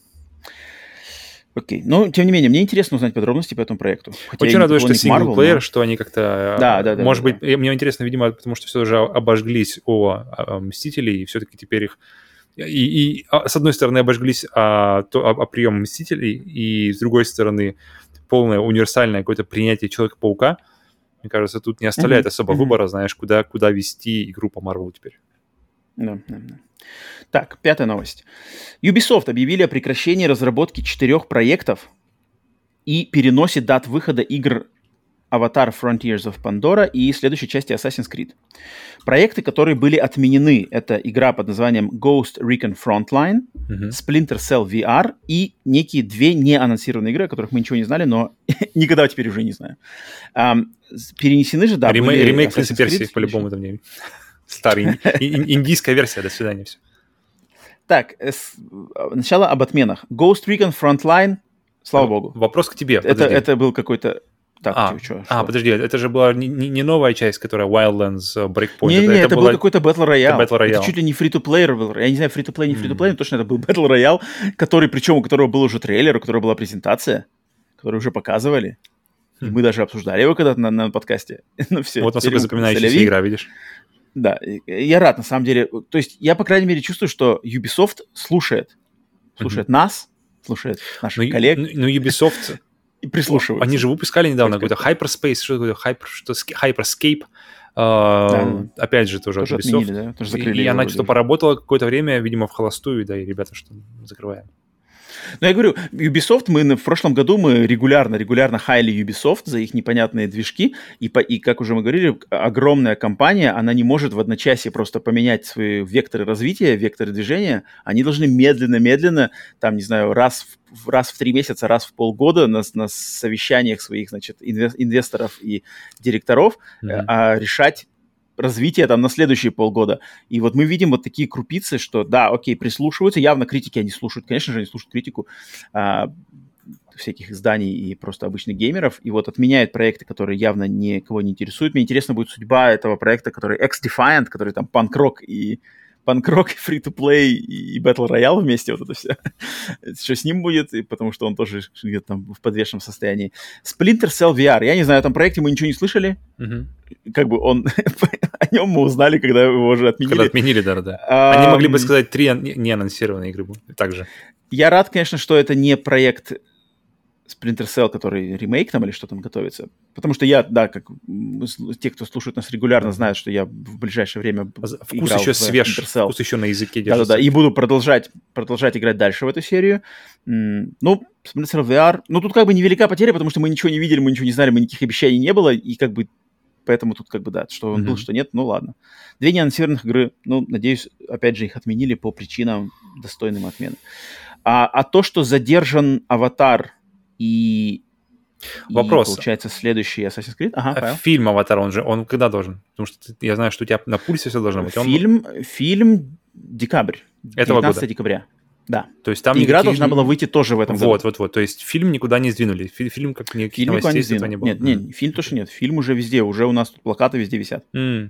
Окей. Но, тем не менее, мне интересно узнать подробности по этому проекту. Очень радует, что синглплеер, что они как-то... Да. Может быть, мне интересно, видимо, потому что все же обожглись о Мстителей, и все-таки теперь их... И с одной стороны, обожглись о приеме Мстителей, и с другой стороны, полное универсальное какое-то принятие Человека-паука. Мне кажется, тут не оставляет особо выбора, знаешь, куда вести игру по Марвелу теперь. Да. Так, 5-я новость. Ubisoft объявили о прекращении разработки 4 проектов и переносе дат выхода игр Avatar Frontiers of Pandora и следующей части Assassin's Creed. Проекты, которые были отменены, это игра под названием Ghost Recon Frontline, Splinter Cell VR и некие 2 неанонсированные игры, о которых мы ничего не знали, но никогда теперь уже не знаем. Перенесены же, да, ремейк Принца Персии, по-любому там не... Старый, индийская версия, до свидания, все. Так, сначала об отменах. Ghost Recon Frontline, слава богу. Вопрос к тебе. Это был какой-то... Так, подожди, это же была не новая часть, которая Wildlands, Breakpoint. Не, это был какой-то Battle Royale. Это чуть ли не free-to-play был. Я не знаю, free-to-play, не free-to-play, но точно это был Battle Royale, у которого был уже трейлер, у которого была презентация, которую уже показывали. И мы даже обсуждали его когда-то на подкасте. Вот насколько запоминающаяся игра, видишь? Да, я рад, на самом деле. То есть я, по крайней мере, чувствую, что Ubisoft слушает нас, слушает наших коллег. Ну, Ubisoft... И прислушиваются. Они же выпускали недавно какой-то Hyperspace, что Hyperscape. Опять же, тоже от Ubisoft. Отменили, да? Тоже закрыли и она что-то поработала какое-то время, видимо, в холостую, да, и ребята что закрываем. Ну, я говорю, Ubisoft, в прошлом году мы регулярно хайли Ubisoft за их непонятные движки, и как уже мы говорили, огромная компания, она не может в одночасье просто поменять свои векторы развития, векторы движения, они должны медленно, там, не знаю, раз в 3 месяца, раз в полгода на совещаниях своих, значит, инвесторов и директоров решать развитие там на следующие полгода. И вот мы видим вот такие крупицы, что да, окей, прислушиваются, явно критики они слушают, конечно же, они слушают критику всяких изданий и просто обычных геймеров, и вот отменяют проекты, которые явно никого не интересуют. Мне интересна будет судьба этого проекта, который X-Defiant, который там панк-рок и фри-то-плей и Battle Royale вместе, вот это все. Что с ним будет, потому что он тоже где-то там в подвешенном состоянии. Splinter Cell VR. Я не знаю, о этом проекте мы ничего не слышали. Как бы о нем мы узнали, когда его уже отменили. Когда отменили, да. Они могли бы сказать 3 неанонсированные игры также. Я рад, конечно, что это не проект Splinter Cell, который ремейк там или что там готовится. Потому что я, да, как те, кто слушает нас регулярно, знают, что я в ближайшее время вкус еще свеж, вкус еще на языке держится. Да-да-да, и буду продолжать играть дальше в эту серию. Ну, Splinter Cell VR, ну, тут как бы невелика потеря, потому что мы ничего не видели, мы ничего не знали, мы никаких обещаний не было, и как бы поэтому тут как бы, да, что он был, что нет, ну, ладно. 2 неанонсированных игры, ну, надеюсь, опять же, их отменили по причинам, достойным отмены. А то, что задержан «Аватар» и вопрос. Получается, следующий Assassin's Creed. Ага, фильм «Аватар», он когда должен? Потому что я знаю, что у тебя на пульсе все должно быть. Фильм декабрь. Этого 19 года. декабря. Да. То есть там игра должна была выйти тоже в этом году. Вот. То есть фильм никуда не сдвинули. Фильм как никаких новостей с этого не было. Нет, фильм тоже нет. Фильм уже везде. Уже у нас тут плакаты везде висят.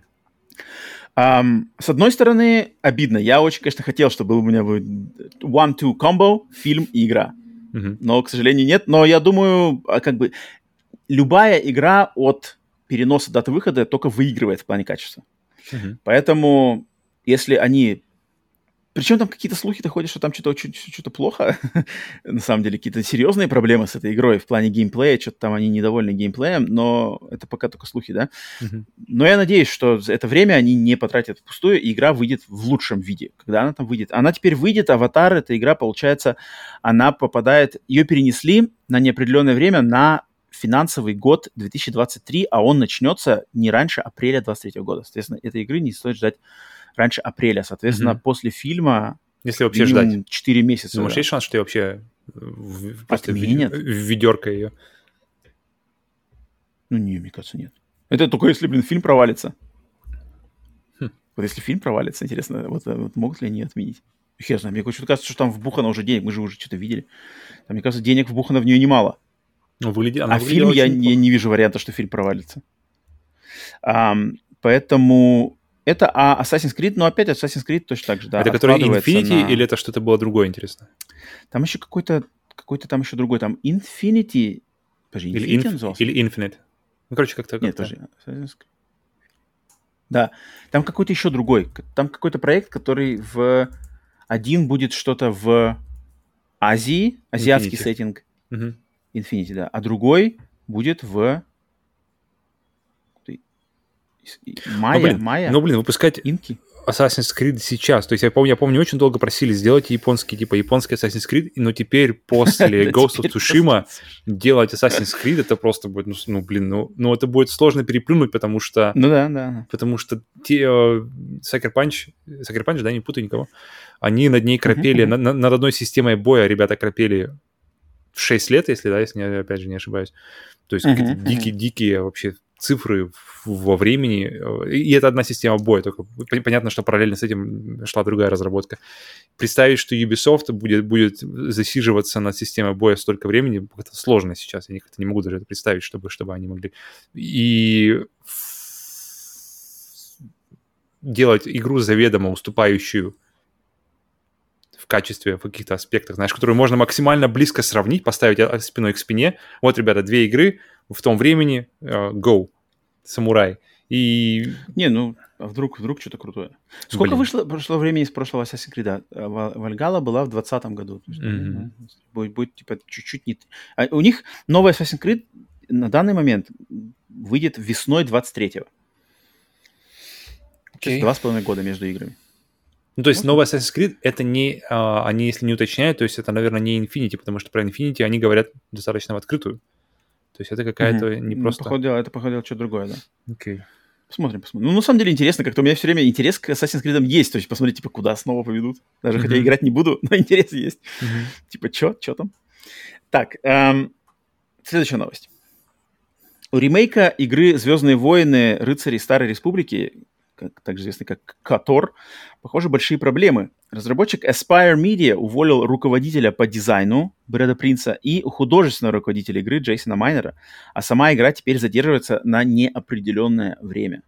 С одной стороны, обидно. Я очень, конечно, хотел, чтобы у меня будет one-two combo, фильм и игра. Но, к сожалению, нет. Но я думаю, как бы любая игра от переноса даты выхода только выигрывает в плане качества. Поэтому, если они... Причем там какие-то слухи доходят, что там что-то плохо. На самом деле, какие-то серьезные проблемы с этой игрой в плане геймплея. Что-то там они недовольны геймплеем, но это пока только слухи, да? Но я надеюсь, что это время они не потратят впустую, и игра выйдет в лучшем виде. Когда она там выйдет? Она теперь выйдет, «Аватар», эта игра, получается, она попадает... Ее перенесли на неопределенное время на финансовый год 2023, а он начнется не раньше апреля 2023 года. Соответственно, этой игры не стоит ждать раньше апреля. Соответственно, после фильма... Если вообще ждать. 4 месяца. Думаешь, есть шанс, что я вообще просто ведерко ее? Ну, не, мне кажется, нет. Это только если, фильм провалится. Вот если фильм провалится, интересно, вот могут ли они отменить? Хер знает. Мне кажется, что там вбухано уже денег. Мы же уже что-то видели. Там, мне кажется, денег вбухано в нее немало. Фильм я не вижу варианта, что фильм провалится. Поэтому... Это Assassin's Creed, но опять Assassin's Creed точно так же, да. Это который Infinity или это что-то было другое, интересно? Там еще какой-то там еще другой, там Infinity... Подожди, или Infinite. Ну, короче, как-то... Нет, подожди. Да, там какой-то еще другой. Там какой-то проект, который один будет что-то в Азии, азиатский сеттинг. Infinity, да. А другой будет в... Майя. Выпускать инки. Assassin's Creed сейчас. То есть я помню, очень долго просили сделать японский Assassin's Creed, но теперь после Ghost of Tsushima делать Assassin's Creed, это просто будет, это будет сложно переплюнуть, потому что... да. Потому что Sucker Punch, да, не путаю никого, они над ней крапели, над одной системой боя ребята крапели 6 лет, если я опять же не ошибаюсь. То есть какие-то дикие вообще цифры во времени, и это одна система боя, только понятно, что параллельно с этим шла другая разработка. Представить, что Ubisoft будет засиживаться над системой боя столько времени, это сложно сейчас, я как-то не могу даже это представить, чтобы они могли. И делать игру заведомо уступающую в качестве, в каких-то аспектах, знаешь, которую можно максимально близко сравнить, поставить спиной к спине. Вот, ребята, 2 игры в том времени, go, самурай. И... А вдруг что-то крутое. Сколько прошло времени из прошлого Assassin's Creed? Valhalla была в 2020 году. Будет типа чуть-чуть не... у них новый Assassin's Creed на данный момент выйдет весной 23-го. Okay. 2,5 года между играми. То есть новый Assassin's Creed это не... они, если не уточняют, то есть это, наверное, не Infinity, потому что про Infinity они говорят достаточно в открытую. То есть это какая-то не просто... Это, походу, что-то другое, да. Окей. Посмотрим. На самом деле интересно, как-то у меня все время интерес к Assassin's Creed есть. То есть посмотреть, куда снова поведут. Даже хотя играть не буду, но интерес есть. Что там? Так, следующая новость. У ремейка игры «Звездные войны. Рыцари Старой Республики», также известный как KOTOR, похоже, большие проблемы. Разработчик Aspyr Media уволил руководителя по дизайну Брэда Принца и художественного руководителя игры Джейсона Майнера, а сама игра теперь задерживается на неопределенное время.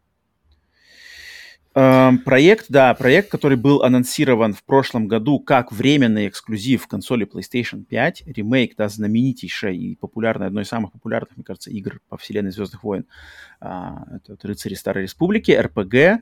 Проект, который был анонсирован в прошлом году как временный эксклюзив консоли PlayStation 5, ремейк, знаменитейшей и популярной, одной из самых популярных, мне кажется, игр по вселенной «Звездных войн», это «Рыцари Старой Республики», RPG,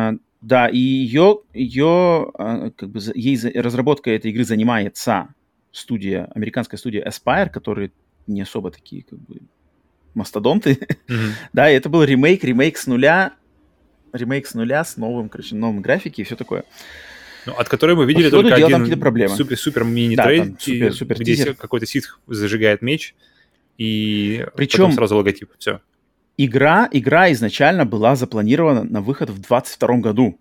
и разработкой этой игры занимается студия, американская студия Aspyr, которые не особо такие, как бы, мастодонты. Да, и это был ремейк с нуля, с новым, короче, новым графики и все такое. Ну, от которой мы видели только один супер мини-трейд, где какой-то ситх зажигает меч, и потом сразу логотип. Все. Игра изначально была запланирована на выход в 2022 году.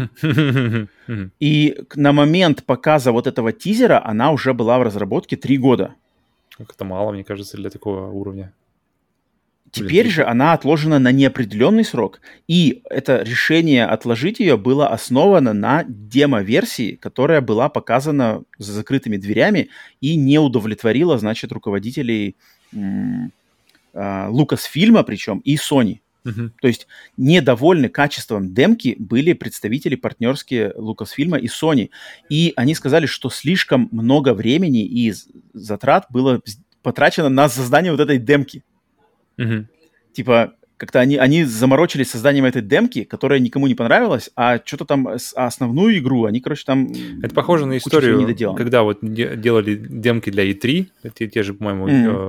И на момент показа вот этого тизера она уже была в разработке 3 года. Как это мало, мне кажется, для такого уровня. Теперь же она отложена на неопределенный срок, и это решение отложить ее было основано на демо-версии, которая была показана за закрытыми дверями и не удовлетворила, значит, руководителей Lucasfilm, причем, и Sony. То есть недовольны качеством демки были представители партнерские Lucasfilm и Sony. И они сказали, что слишком много времени и затрат было потрачено на создание вот этой демки. Типа, как-то они заморочились созданием этой демки, которая никому не понравилась, а что-то там, основную игру, они, короче, там... Это похоже на историю, когда вот делали демки для E3, те же, по-моему,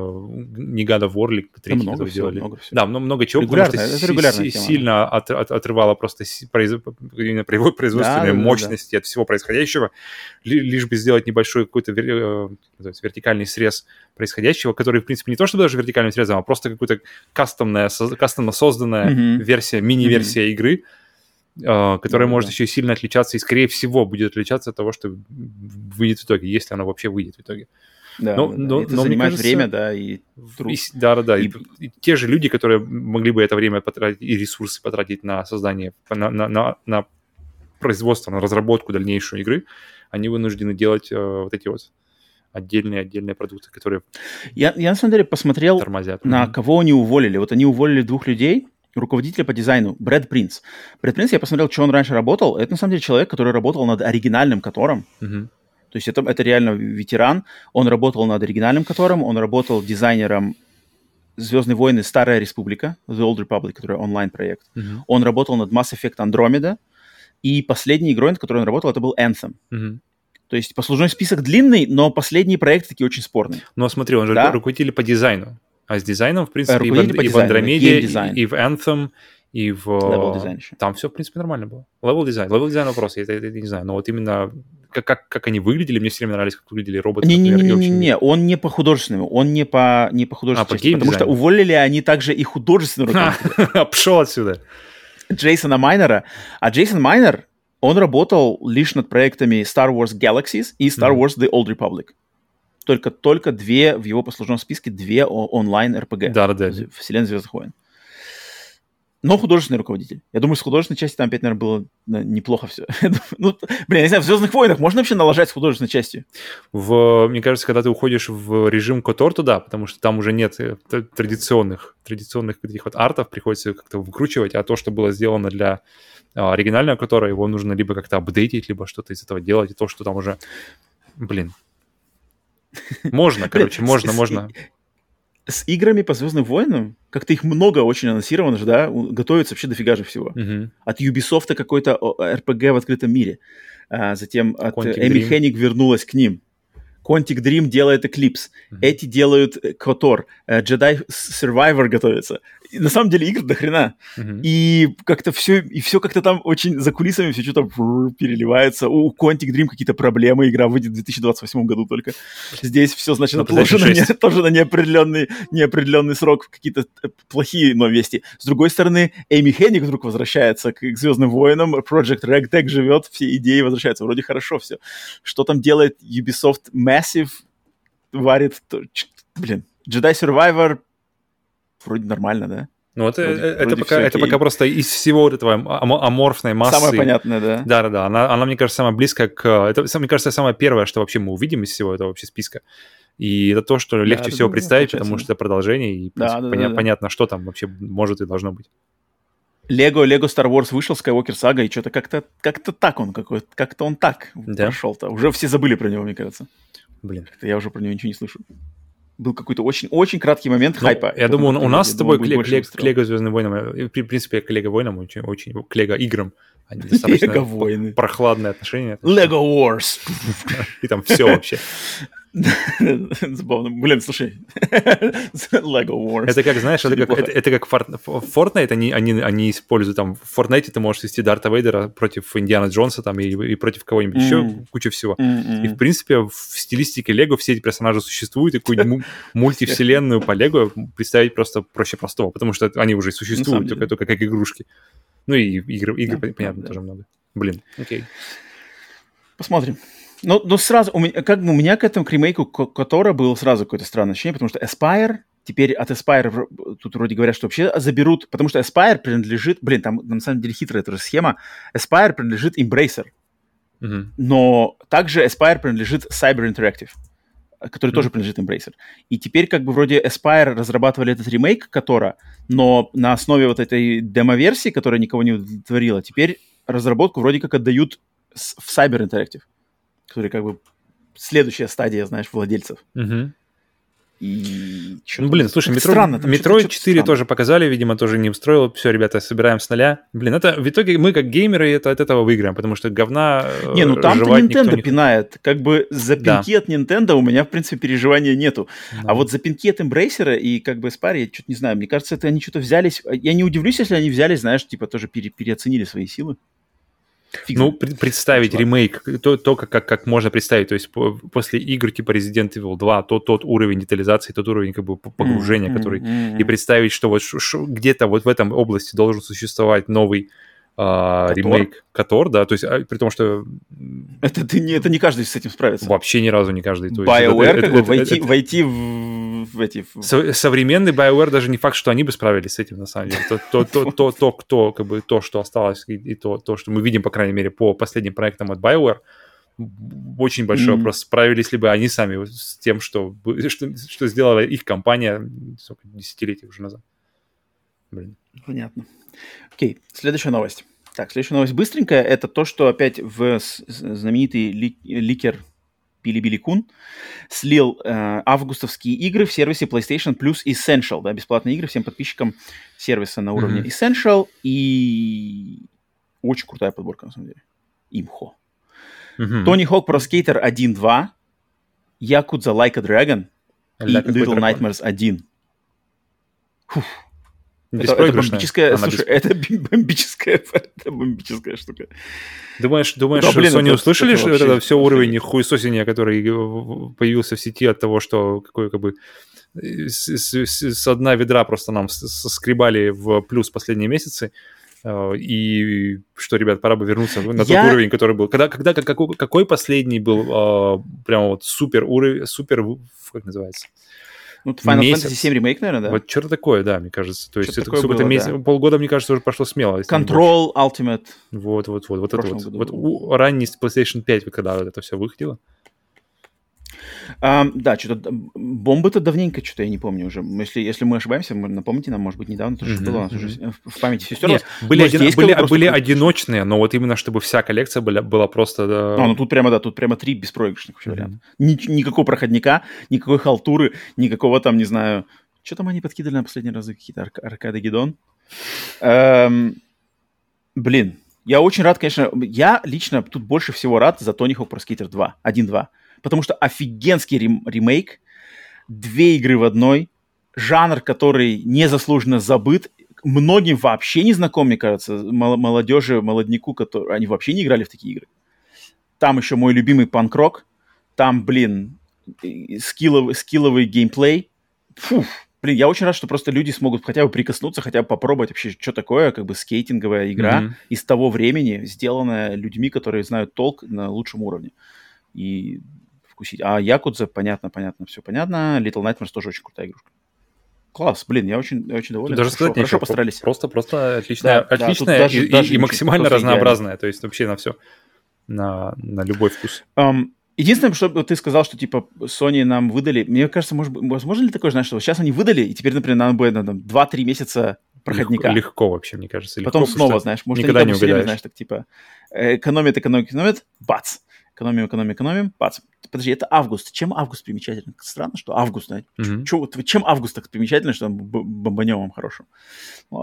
не God of War, или 3 много всего, делали. Много всего. Да, много чего, потому что сильно отрывало просто производственные мощности от всего происходящего, лишь бы сделать небольшой какой-то вертикальный срез происходящего, который, в принципе, не то чтобы даже вертикальным срезом, а просто какая-то кастомно созданная версия, мини-версия игры, которая может еще сильно отличаться и, скорее всего, будет отличаться от того, что выйдет в итоге, если она вообще выйдет в итоге. Да, но это занимает время, да, и труд. Да. И те же люди, которые могли бы это время потратить и ресурсы потратить на создание, на производство, на разработку дальнейшей игры, они вынуждены делать вот эти вот отдельные продукты, которые Я на самом деле посмотрел, тормозят. На кого они уволили. Вот они уволили 2 людей, руководителя по дизайну, Брэд Принц. Брэд Принц, я посмотрел, что он раньше работал. Это на самом деле человек, который работал над оригинальным Котором. То есть это реально ветеран. Он работал над оригинальным Котором, он работал дизайнером «Звездные войны. Старая Республика», The Old Republic, который онлайн-проект. Он работал над Mass Effect Andromeda. И последней игрой, над которой он работал, это был Anthem. То есть послужной список длинный, но последние проекты такие очень спорные. Но смотри, он же руководитель по дизайну. А с дизайном, в принципе, и в Андромеде, и в Anthem, и в... Level Design еще. Там все, в принципе, нормально было. Level Design вопрос, я не знаю. Но вот именно как они выглядели, мне все время нравились, как выглядели роботы. Не, он не по художественному, он не по художественному. По геймдизайну. Потому что уволили они также и художественную руководителя. Пошел отсюда. Джейсона Майнера. А Джейсон Майнер, он работал лишь над проектами Star Wars Galaxies и Star Wars The Old Republic. Только 2 в его послужном списке, 2 онлайн-РПГ. Да. Вселенная Звездных войн. Но художественный руководитель. Я думаю, с художественной части там опять, наверное, было неплохо все. Ну, я не знаю, в «Звездных войнах» можно вообще налажать с художественной частью? Мне кажется, когда ты уходишь в режим KOTOR, то да, потому что там уже нет традиционных этих вот артов, приходится как-то выкручивать, а то, что было сделано для оригинального KOTOR, его нужно либо как-то апдейтить, либо что-то из этого делать, и то, что там уже... Можно, короче, можно. С играми по «Звездным войнам», как-то их много очень анонсировано же, да? Готовится вообще дофига же всего. От Ubisoft какой-то RPG в открытом мире. Затем от Эми Хенник вернулась к ним. Quantic Dream делает Eclipse. Эти делают KOTOR. Jedi Survivor готовится. И на самом деле игр до хрена. И как-то все как-то там очень за кулисами все что-то переливается. У Quantic Dream какие-то проблемы. Игра выйдет в 2028 году только. Здесь все, значит, отложено тоже на неопределенный срок. Какие-то плохие новости. С другой стороны, Эми Хенник вдруг возвращается к «Звездным войнам». Project Ragtag живет, все идеи возвращаются. Вроде хорошо все. Что там делает Ubisoft? Massive варит... Jedi Survivor вроде нормально, да? Ну, это пока просто из всего вот этого аморфной массы... Самое понятное, да? Да. Она, мне кажется, самая близкая к... Это, мне кажется, самое первое, что вообще мы увидим из всего этого вообще списка. И это то, что легче всего представить, потому что это продолжение, и понятно, что там вообще может и должно быть. Лего Star Wars вышел, Skywalker Saga, и что-то как-то так он какой-то, как-то он так прошел-то. Уже все забыли про него, мне кажется. Как-то я уже про него ничего не слышу. Был какой-то очень краткий момент хайпа. Я думаю, у нас с тобой к Лего Звездным войнам, в принципе, к Лего войнам, к Лего играм Они достаточно прохладные отношения. Lego Wars. И там все вообще. Забавно. Блин, слушай. Lego Wars. Это как, знаешь, это как Fortnite, они используют там... В Fortnite ты можешь вести Дарта Вейдера против Индиана Джонса там и против кого-нибудь еще, куча всего. И, в принципе, в стилистике Лего все эти персонажи существуют, и какую-нибудь мультивселенную по Лего представить просто проще простого, потому что они уже существуют, только как игрушки. Ну и игр понятно, тоже много. Блин, окей. Посмотрим. Но сразу, у меня к этому, к ремейку Котора было сразу какое-то странное ощущение, потому что Aspyr, теперь от Aspyr тут вроде говорят, что вообще заберут, потому что Aspyr принадлежит, там на самом деле хитрая эта же схема, Aspyr принадлежит Embracer, но также Aspyr принадлежит Cyber Interactive, который тоже принадлежит Embracer. И теперь как бы вроде Aspyr разрабатывали этот ремейк Котора, но на основе вот этой демо-версии, которая никого не удовлетворила, теперь разработку вроде как отдают в Cyber Interactive, который как бы следующая стадия, знаешь, владельцев. И слушай, Metroid 4 тоже показали, видимо, тоже не устроило. Все, ребята, собираем с нуля. Это в итоге мы как геймеры от этого выиграем, потому что говна там-то Nintendo пинает. Как бы за пинки от Nintendo у меня, в принципе, переживания нету. А вот за пинки от Embracer и как бы Aspyr, я что-то не знаю. Мне кажется, это они что-то взялись... Я не удивлюсь, если они взялись, знаешь, типа тоже переоценили свои силы. Представить ремейк, то как можно представить, то есть после игр типа Resident Evil 2, тот уровень детализации, тот уровень как бы погружения, который... И представить, что вот где-то вот в этом области должен существовать новый ремейк Котор, да, то есть при том, что... Это не каждый с этим справится. Вообще ни разу не каждый. BioWare войти в эти... Современный BioWare даже не факт, что они бы справились с этим, на самом деле. То, что осталось, и то, что мы видим, по крайней мере, по последним проектам от BioWare, очень большой вопрос, справились ли бы они сами с тем, что сделала их компания десятилетия уже назад. Блин. Понятно. Окей, следующая новость. Так, следующая новость быстренькая. Это то, что опять в знаменитый ликер Билибили Кун слил августовские игры в сервисе PlayStation Plus Essential. Да, бесплатные игры всем подписчикам сервиса на уровне Essential. И очень крутая подборка, на самом деле. Имхо. Tony Hawk Pro Skater 1.2, Yakuza Like a Dragon и Little Nightmares 1. Это бомбическая, слушай, это бомбическая штука. Думаешь, Sony услышали, что это все уровень хуесосения, который появился в сети от того, что какой как бы с дна ведра просто нам соскребали в плюс последние месяцы, и что, ребят, пора бы вернуться на тот уровень, который был. Какой последний был прямо вот супер уровень, как называется? Final Fantasy 7 ремейк, наверное, да? Вот что-то такое, да, мне кажется. То есть это сколько-то месяцев, полгода, мне кажется, уже прошло смело. Control, Ultimate. Вот это вот. Вот ранний PlayStation 5, когда это все выходило. Да, что-то бомбы-то давненько, что-то я не помню уже. Если мы ошибаемся, напомните нам, может быть, недавно то, что было, у нас уже в памяти все стерлось. Были одиночные, но вот именно чтобы вся коллекция была просто... тут прямо 3 беспроигрышных вообще варианта. Никакого проходника, никакой халтуры, никакого там, не знаю... Что там они подкидывали на последние разы? Какие-то аркады гидон? Блин, я очень рад, конечно... Я лично тут больше всего рад за Tony Hawk Pro Skater 2, 1.2. Потому что офигенский ремейк, 2 игры в одной, жанр, который незаслуженно забыт, многим вообще не знаком, мне кажется, молодежи, молодняку, они вообще не играли в такие игры. Там еще мой любимый панк-рок, там, скилловый геймплей. Я очень рад, что просто люди смогут хотя бы прикоснуться, хотя бы попробовать вообще, что такое, как бы скейтинговая игра из того времени, сделанная людьми, которые знают толк на лучшем уровне. И вкусить. А Якудза, понятно, все понятно. Little Nightmares тоже очень крутая игрушка. Класс, я очень доволен. Даже хорошо постарались. Просто отличная и максимально разнообразная. То есть вообще на все, на любой вкус. Единственное, что ты сказал, что типа Sony нам выдали, мне кажется, возможно ли такое, знаешь, что сейчас они выдали, и теперь, например, нам будет 2-3 месяца проходника. Легко вообще, мне кажется. Потом снова, знаешь, может, никогда не угадаешь. Знаешь, так типа экономят, бац. Экономим, бац. Подожди, это август. Чем август примечателен? Странно, что август, знаете. Чем август так примечательно, что бомбанем вам хорошо? Ладно.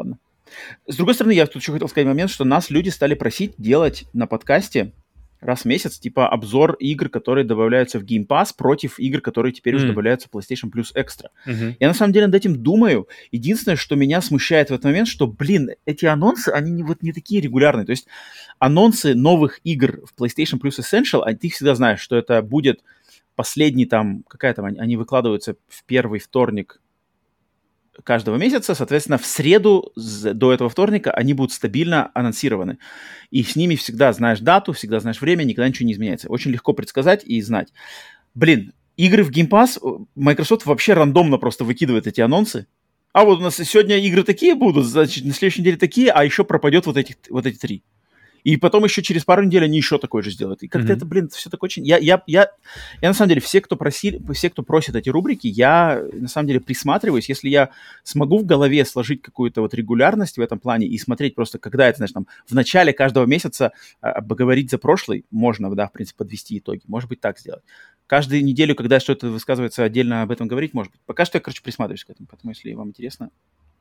С другой стороны, я тут еще хотел сказать момент, что нас люди стали просить делать на подкасте раз в месяц, типа, обзор игр, которые добавляются в Game Pass против игр, которые теперь уже добавляются в PlayStation Plus Extra. Я на самом деле над этим думаю. Единственное, что меня смущает в этот момент, что, эти анонсы, они не такие регулярные. То есть анонсы новых игр в PlayStation Plus Essential, ты всегда знаешь, что это будет последний там, они выкладываются в первый вторник каждого месяца, соответственно, в среду до этого вторника они будут стабильно анонсированы. И с ними всегда знаешь дату, всегда знаешь время, никогда ничего не изменяется. Очень легко предсказать и знать. Игры в Game Pass, Microsoft вообще рандомно просто выкидывает эти анонсы. А вот у нас сегодня игры такие будут, значит, на следующей неделе такие, а еще пропадет вот эти 3. И потом еще через пару недель они еще такое же сделают. И как-то это, все так очень... Я на самом деле, все, кто просит эти рубрики, я на самом деле присматриваюсь. Если я смогу в голове сложить какую-то вот регулярность в этом плане и смотреть просто, когда это, знаешь, там, в начале каждого месяца поговорить за прошлый, можно, да, в принципе, подвести итоги. Может быть, так сделать. Каждую неделю, когда что-то высказывается, отдельно об этом говорить, может быть. Пока что я, присматриваюсь к этому. Поэтому, если вам интересно,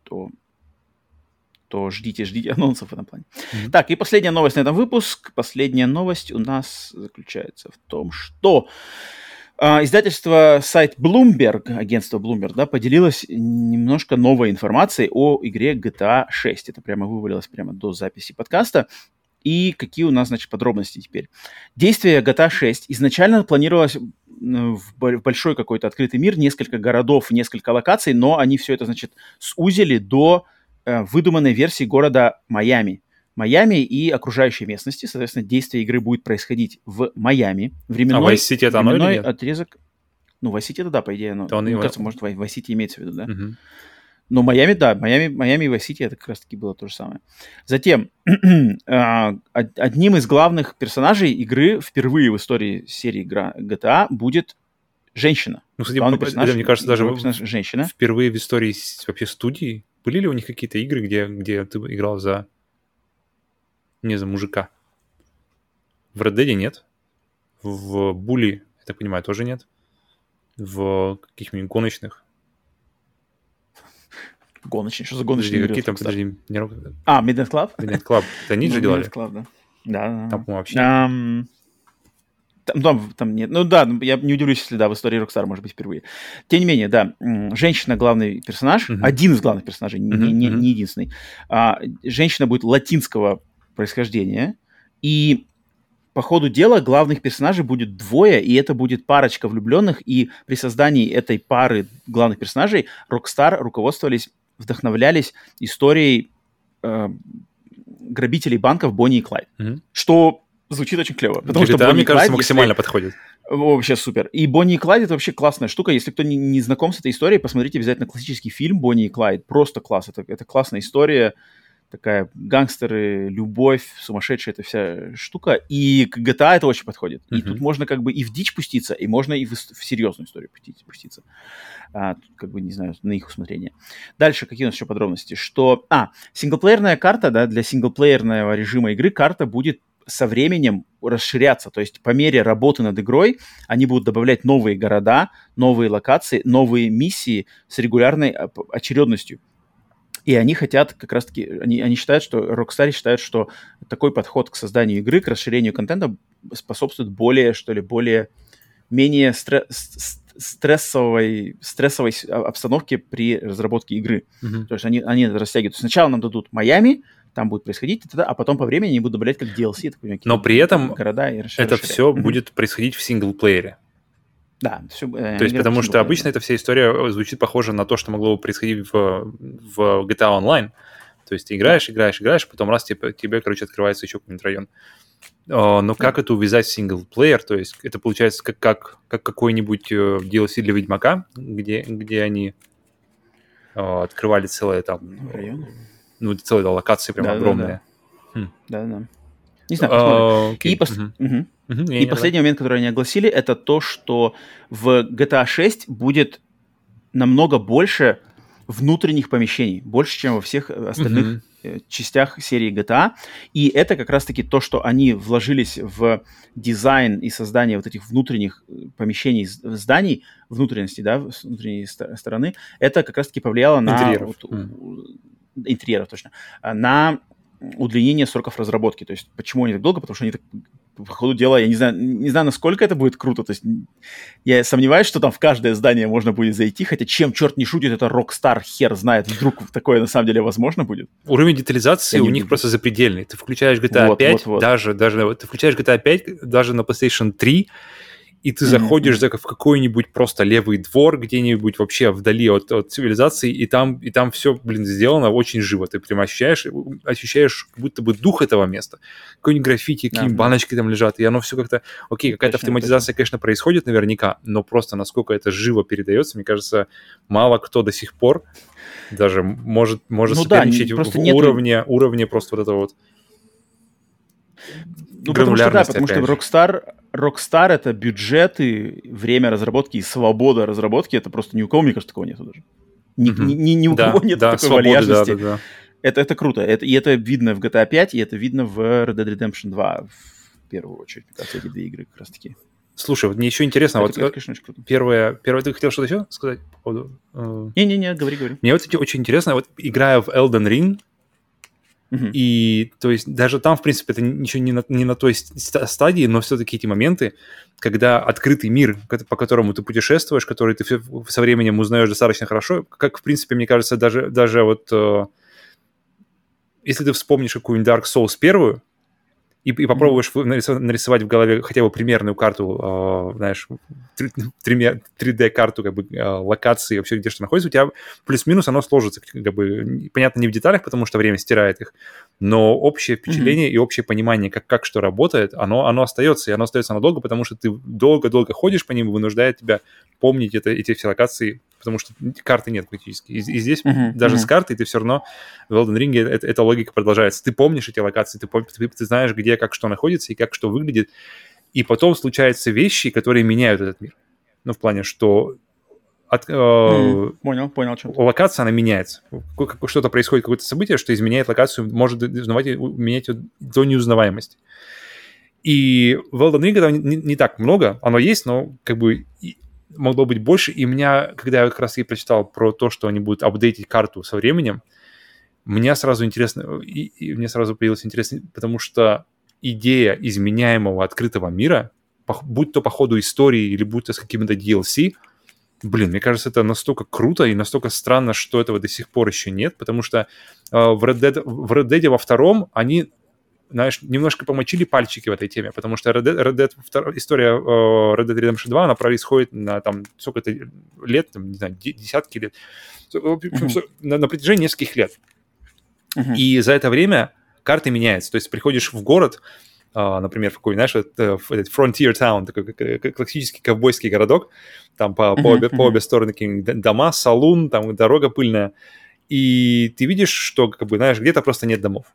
то ждите анонсов в этом плане. Так, и последняя новость на этом выпуске. Последняя новость у нас заключается в том, что издательство сайт Bloomberg, агентство Bloomberg, да, поделилось немножко новой информацией о игре GTA 6. Это вывалилось прямо до записи подкаста. И какие у нас, значит, подробности теперь. Действие GTA 6 изначально планировалось в большой какой-то открытый мир, несколько городов, несколько локаций, но они все это, значит, сузили до выдуманной версии города Майами. Майами и окружающей местности. Соответственно, действие игры будет происходить в Майами. Временной Vice-City это оно или нет? Отрезок... Vice City это да, по идее. Кажется, может, Vice City имеется в виду, да? Угу. Но Майами, да. Майами и Vice City это как раз-таки было то же самое. Затем, одним из главных персонажей игры впервые в истории серии GTA будет женщина. Ну, кстати, мне кажется, даже женщина. Впервые в истории вообще студии. Были ли у них какие-то игры, где ты играл за мужика? В Red Dead нет. В Bully, я так понимаю, тоже нет. В каких-нибудь гоночных. Гоночные? Что за гоночные игры? Какие там, подожди. Midnight Club? Midnight Club. Это они же делали? Midnight Club, да. Да. Там, по-моему, вообще Там нет. Ну да, я не удивлюсь, если, да, в истории Rockstar может быть впервые. Тем не менее, да, женщина главный персонаж, один из главных персонажей, не единственный. Женщина будет латинского происхождения, и по ходу дела главных персонажей будет 2, и это будет парочка влюбленных, и при создании этой пары главных персонажей Rockstar вдохновлялись историей грабителей банков Бонни и Клайд. Что звучит очень клево. Потому что Бонни и Клайд, кажется, максимально подходит. Вообще супер. И Бонни и Клайд — это вообще классная штука. Если кто не знаком с этой историей, посмотрите обязательно классический фильм «Бонни и Клайд». Просто класс. Это классная история. Такая гангстеры, любовь, сумасшедшая эта вся штука. И к GTA это очень подходит. И тут можно и в дичь пуститься, и можно и в серьезную историю пуститься. Тут, не знаю, на их усмотрение. Дальше, какие у нас еще подробности? Синглплеерная карта, да, для синглплеерного режима игры карта будет со временем расширяться. То есть по мере работы над игрой они будут добавлять новые города, новые локации, новые миссии с регулярной очередностью. И они хотят как раз-таки, они считают, что Rockstar считают, что такой подход к созданию игры, к расширению контента способствует менее стрессовой обстановке при разработке игры. То есть они это растягивают. Сначала нам дадут Майами, там будет происходить, а потом по времени они будут добавлять как DLC. Но при этом города и это все будет происходить в синглплеере. Да. То есть потому что обычно эта вся история звучит похоже на то, что могло бы происходить в GTA Online. То есть ты играешь, потом раз тебе, открывается еще какой-нибудь район. Но как это увязать в синглплеер? То есть это получается как какой-нибудь DLC для Ведьмака, где они открывали целые там... районы? Ну, целые локации прям огромные. Да. Не знаю, посмотрим. И последний момент, который они огласили, это то, что в GTA 6 будет намного больше внутренних помещений, больше, чем во всех остальных частях серии GTA. И это как раз-таки то, что они вложились в дизайн и создание вот этих внутренних помещений, зданий, внутренности, да, с внутренней стороны. Это как раз-таки повлияло на... интерьеров точно, на удлинение сроков разработки. То есть почему они так долго? Потому что они так, по ходу дела, я не знаю, насколько это будет круто. То есть я сомневаюсь, что там в каждое здание можно будет зайти, хотя чем черт не шутит, это Rockstar, хер знает, вдруг такое на самом деле возможно будет. Уровень детализации у них просто запредельный. Ты включаешь GTA 5, даже ты включаешь GTA 5 даже на PlayStation 3, и ты заходишь в какой-нибудь просто левый двор, где-нибудь вообще вдали от цивилизации, и там все, сделано очень живо. Ты прям ощущаешь как будто бы дух этого места. Какой-нибудь граффити, какие-нибудь баночки там лежат, и оно все как-то... Окей, какая-то автоматизация, конечно, происходит наверняка, но просто насколько это живо передается, мне кажется, мало кто до сих пор даже может соперничать в уровне просто вот этого вот. Ну, потому что Rockstar это бюджеты, время разработки и свобода разработки. Это просто ни у кого, мне кажется, такого нету даже. Ни у кого нет такой вальяжности. Да. Это круто. И это видно в GTA 5, и это видно в Red Dead Redemption 2 в первую очередь. Мне кажется, эти две игры как раз таки. Слушай, вот мне еще интересно, это, конечно, очень круто. Первое, ты хотел что-то еще сказать по поводу? Не, говори. Мне вот очень интересно, вот играя в Elden Ring, и, то есть, даже там, в принципе, это ничего не на той стадии, но все-таки эти моменты, когда открытый мир, по которому ты путешествуешь, который ты со временем узнаешь достаточно хорошо, как, в принципе, мне кажется, даже вот если ты вспомнишь какую-нибудь Dark Souls первую, и попробуешь нарисовать в голове хотя бы примерную карту, знаешь, 3D-карту как бы локации, вообще где что находится, у тебя плюс-минус оно сложится, как бы, понятно, не в деталях, потому что время стирает их, но общее впечатление и общее понимание, как что работает, оно остается, и оно остается надолго, потому что ты долго-долго ходишь по ним, вынуждает тебя помнить эти все локации, потому что карты нет практически. И здесь даже с картой ты все равно в Elden Ring эта логика продолжается. Ты помнишь эти локации, ты знаешь, где как что находится и как что выглядит. И потом случаются вещи, которые меняют этот мир. Ну, в плане, что понял, что локация, она меняется. Что-то происходит, какое-то событие, что изменяет локацию, может менять ее до неузнаваемости. И в Elden Ring этого не так много. Оно есть, но как бы могло быть больше. И меня, когда я как раз и прочитал про то, что они будут апдейтить карту со временем, мне сразу интересно, и мне сразу появилось интересно, потому что идея изменяемого открытого мира, будь то по ходу истории или будь то с каким-то DLC, мне кажется, это настолько круто и настолько странно, что этого до сих пор еще нет, потому что в Red Dead во втором они, знаешь, немножко помочили пальчики в этой теме, потому что история Red Dead Redemption 2, она происходит на там сколько-то лет, там, не знаю, десятки лет, на протяжении нескольких лет. И за это время карты меняются. То есть приходишь в город, например, в какой, знаешь, Frontier Town, такой классический ковбойский городок, там по обе стороны дома, салун, там дорога пыльная, и ты видишь, что, как бы, знаешь, где-то просто нет домов.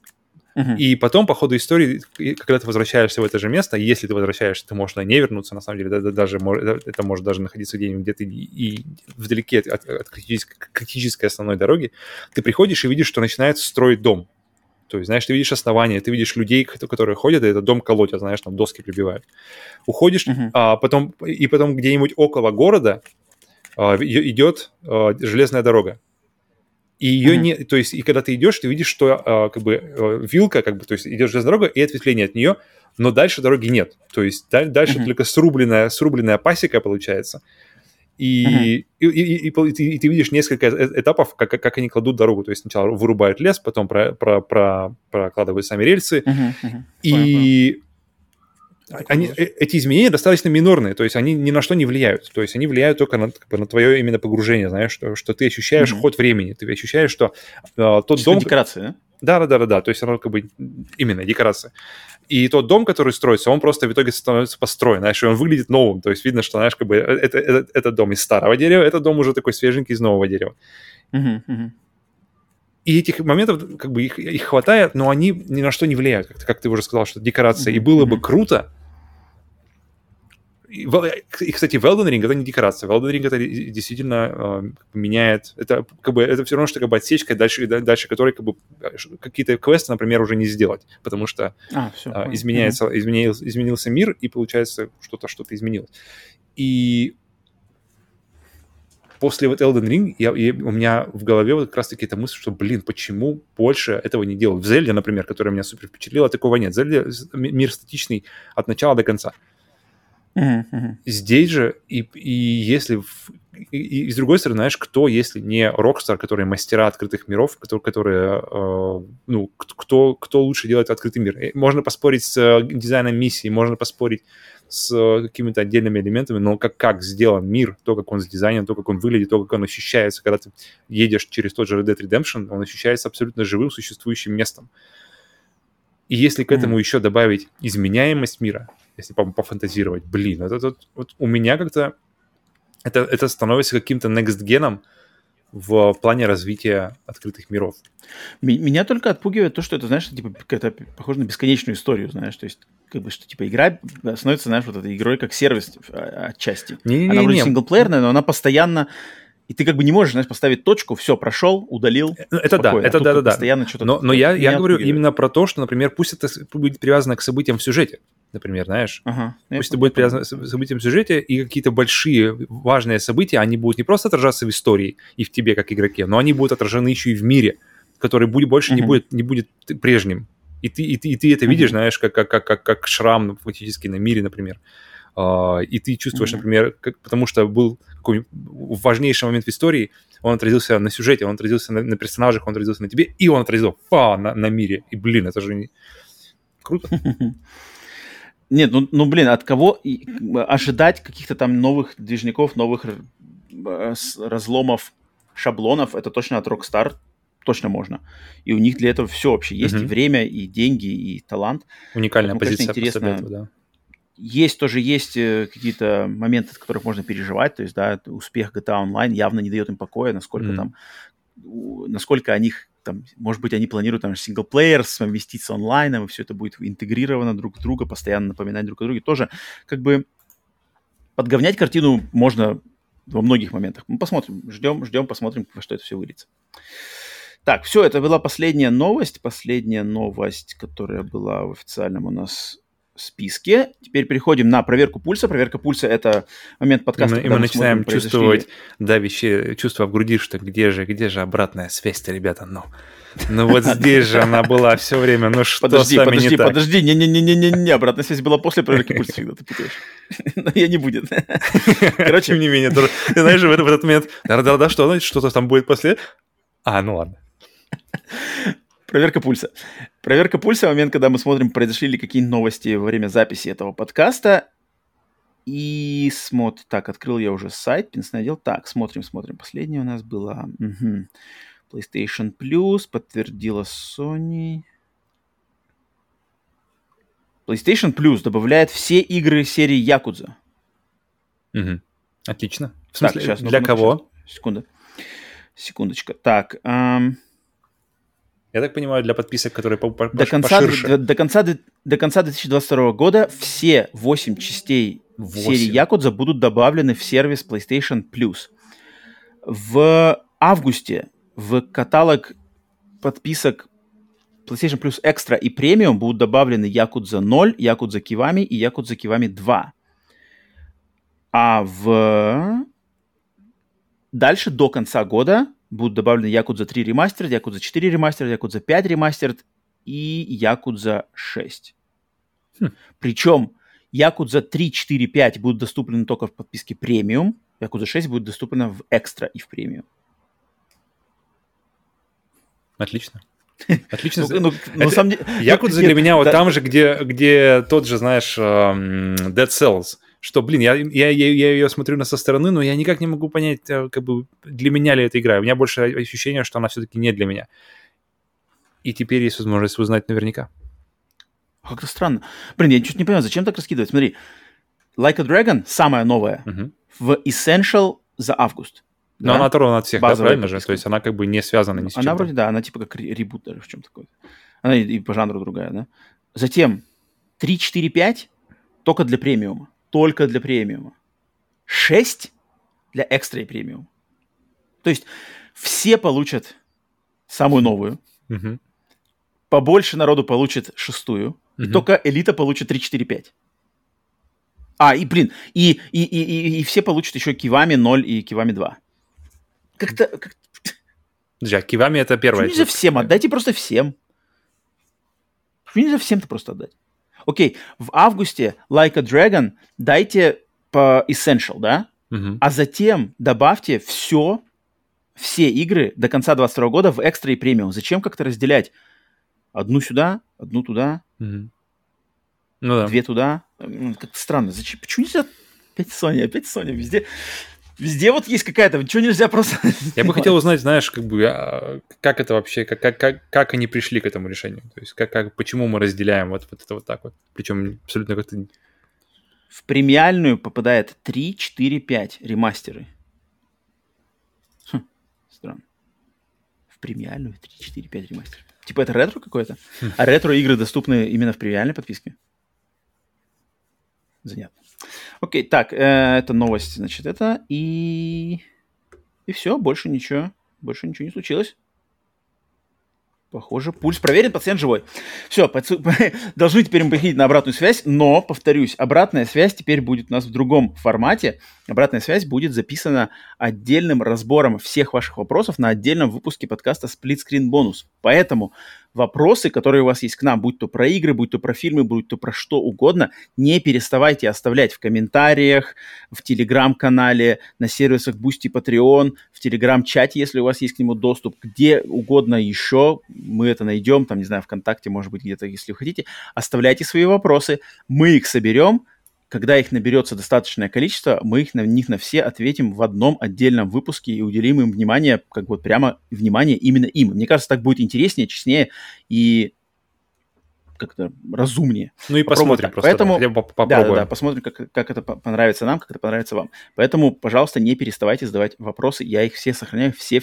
И потом, по ходу истории, когда ты возвращаешься в это же место, если ты возвращаешься, ты можешь не вернуться, на самом деле, это может даже находиться где-то и вдалеке от критической основной дороги, ты приходишь и видишь, что начинается строить дом. То есть, знаешь, ты видишь основание, ты видишь людей, которые ходят, и этот дом колотят, знаешь, там доски прибивают. Уходишь, потом где-нибудь около города идет железная дорога. И ее не, то есть, и когда ты идешь, ты видишь, что как бы вилка, как бы, то есть идет железная дорога и ответвление от нее, но дальше дороги нет. То есть дальше только срубленная пасека получается. И ты видишь несколько этапов, как они кладут дорогу. То есть сначала вырубают лес, потом прокладывают сами рельсы. И эти изменения достаточно минорные, то есть они ни на что не влияют. То есть они влияют только на твое именно погружение, знаешь, что ты ощущаешь ход времени, ты ощущаешь, что тот дом... Декорация, да? Да, то есть оно как бы именно декорация. И тот дом, который строится, он просто в итоге становится построен, знаешь, и он выглядит новым, то есть видно, что, знаешь, как бы это дом из старого дерева, этот дом уже такой свеженький из нового дерева. И этих моментов, как бы, их хватает, но они ни на что не влияют, как ты уже сказал, что декорация. И было бы круто. И, кстати, в Elden Ring это не декорация. В Elden Ring это действительно меняет... Это все равно, что как бы отсечка, дальше которой как бы какие-то квесты, например, уже не сделать. Потому что изменился мир, и получается что-то изменилось. И после вот Elden Ring у меня в голове вот как раз-таки эта мысль, что, почему больше этого не делают? В Зельде, например, которая меня супер впечатлила, такого нет. В Зельде мир статичный от начала до конца. Здесь же, и с другой стороны, знаешь, кто, если не Rockstar, которые мастера открытых миров, которые кто лучше делает открытый мир? Можно поспорить с дизайном миссии, можно поспорить с какими-то отдельными элементами, но как сделан мир, то, как он сдизайнен, то, как он выглядит, то, как он ощущается, когда ты едешь через тот же Red Dead Redemption, он ощущается абсолютно живым, существующим местом. И если к этому еще добавить изменяемость мира, если пофантазировать, вот у меня как-то это становится каким-то next-геном в плане развития открытых миров. Меня только отпугивает то, что это, знаешь, типа, это похоже на бесконечную историю, знаешь, то есть, как бы, что, типа, игра становится, знаешь, вот этой игрой как сервис отчасти. Она вроде синглплеерная, но она постоянно... И ты как бы не можешь, знаешь, поставить точку, все, прошел, удалил. Это да. Постоянно что-то... Но я говорю именно про то, что, например, пусть это будет привязано к событиям в сюжете. Например, знаешь, пусть это будет привязано к событиям в сюжете, и какие-то большие важные события, они будут не просто отражаться в истории и в тебе как игроке, но они будут отражены еще и в мире, который больше не будет прежним. И ты это видишь, знаешь, как шрам фактически на мире, например. И ты чувствуешь, например, потому что был какой важнейший момент в истории, он отразился на сюжете, он отразился на персонажах, он отразился на тебе, и он отразился на мире. И, это же круто. Нет, от кого ожидать каких-то там новых движников, новых разломов, шаблонов, это точно от Rockstar, точно можно. И у них для этого все вообще есть, и время, и деньги, и талант. Уникальная позиция после этого, да. Есть какие-то моменты, от которых можно переживать, то есть, да, успех GTA Online явно не дает им покоя, насколько они там, может быть, они планируют там синглплеер совместить с онлайном, и все это будет интегрировано друг в друга, постоянно напоминать друг о друге. Тоже как бы подговнять картину можно во многих моментах. Мы посмотрим, ждем, посмотрим, во что это все выльется. Так, все, это была последняя новость, которая была в официальном у нас списке. Теперь переходим на проверку пульса. Проверка пульса — это момент подкаста, и мы начинаем чувствовать давящее чувство в груди, что где же обратная связь-то, ребята? Ну вот здесь же она была все время. Ну что с вами не так? Подожди, не, обратная связь была после проверки пульса, всегда ты путаешь. Но я не будет. Короче, тем не менее, ты знаешь, в этот момент, да, что-то там будет после. Ну ладно. Проверка пульса. Проверка пульса — момент, когда мы смотрим, произошли ли какие-нибудь новости во время записи этого подкаста. И так, открыл я уже сайт, пинсный отдел. Так, смотрим. Последняя у нас была PlayStation Plus, подтвердила Sony. PlayStation Plus добавляет все игры серии Якудза. Отлично. В смысле, сейчас, для кого? Секундочка. Так, я так понимаю, для подписок, которые поширше. До конца 2022 года все 8 частей серии Якудза будут добавлены в сервис PlayStation Plus. В августе в каталог подписок PlayStation Plus Extra и Premium будут добавлены Якудза 0, Якудза Kiwami и Якудза Kiwami 2. А дальше до конца года будут добавлены Якудза 3 Remastered, Якудза 4 Remastered, Якудза 5 Remastered и Якудза 6. Причем Якудза 3, 4, 5 будут доступны только в подписке премиум, Якудза 6 будет доступна в экстра и в премиум. Отлично. Отлично. Якудза для меня вот там же, где тот же, знаешь, Dead Cells. Что, я ее смотрю со стороны, но я никак не могу понять, как бы, для меня ли эта игра. У меня больше ощущение, что она все-таки не для меня. И теперь есть возможность узнать наверняка. Как-то странно. Я чуть не понимаю, зачем так раскидывать? Смотри, Like a Dragon, самая новая, в Essential за август. Но она оторвана от всех, да, правильно же? То есть она как бы не связана ни с чем. Она вроде, да, она типа как ребут даже в чем-то такое. Она и по жанру другая, да. Затем 3, 4, 5 только для премиума. Только для премиума. 6 для экстра и премиум. То есть все получат самую новую. Побольше народу получит 6-ю. И только элита получит 3, 4, 5. И все получат еще Kiwami 0 и Kiwami 2. как-то... Друзья, Кивами это первое. Нельзя всем, отдайте просто всем. Нельзя всем-то просто отдать. Окей, в августе Like a Dragon дайте по Essential, да? А затем добавьте все игры до конца 2022 года в экстра и премиум. Зачем как-то разделять? Одну сюда, одну туда, две туда. Как-то странно. Зачем? Почему нельзя опять Sony? Везде вот есть какая-то... Чего нельзя просто... Я бы хотел узнать, знаешь, как это вообще, как они пришли к этому решению? То есть почему мы разделяем вот это вот так вот? Причем абсолютно как-то... В премиальную попадает 3, 4, 5 ремастеры. Странно. В премиальную 3, 4, 5 ремастеров. Типа это ретро какое-то? А ретро-игры доступны именно в премиальной подписке? Занятно. Окей, так, это новость, значит, это. И все, больше ничего не случилось. Похоже, пульс проверен, пациент живой. Все, должны теперь мы переходить на обратную связь, но, повторюсь, обратная связь теперь будет у нас в другом формате. Обратная связь будет записана отдельным разбором всех ваших вопросов на отдельном выпуске подкаста Split Screen Bonus. Поэтому вопросы, которые у вас есть к нам, будь то про игры, будь то про фильмы, будь то про что угодно, не переставайте оставлять в комментариях, в Telegram-канале, на сервисах Boosty и Patreon, в Telegram-чате, если у вас есть к нему доступ, где угодно еще, мы это найдем, там, не знаю, ВКонтакте, может быть, где-то, если вы хотите. Оставляйте свои вопросы, мы их соберем. Когда их наберется достаточное количество, мы на них на все ответим в одном отдельном выпуске и уделим им внимание, как вот прямо внимание именно им. Мне кажется, так будет интереснее, честнее и как-то разумнее. Ну и посмотрим просто. Поэтому, да, посмотрим, как это понравится нам, как это понравится вам. Поэтому, пожалуйста, не переставайте задавать вопросы. Я их все сохраняю, все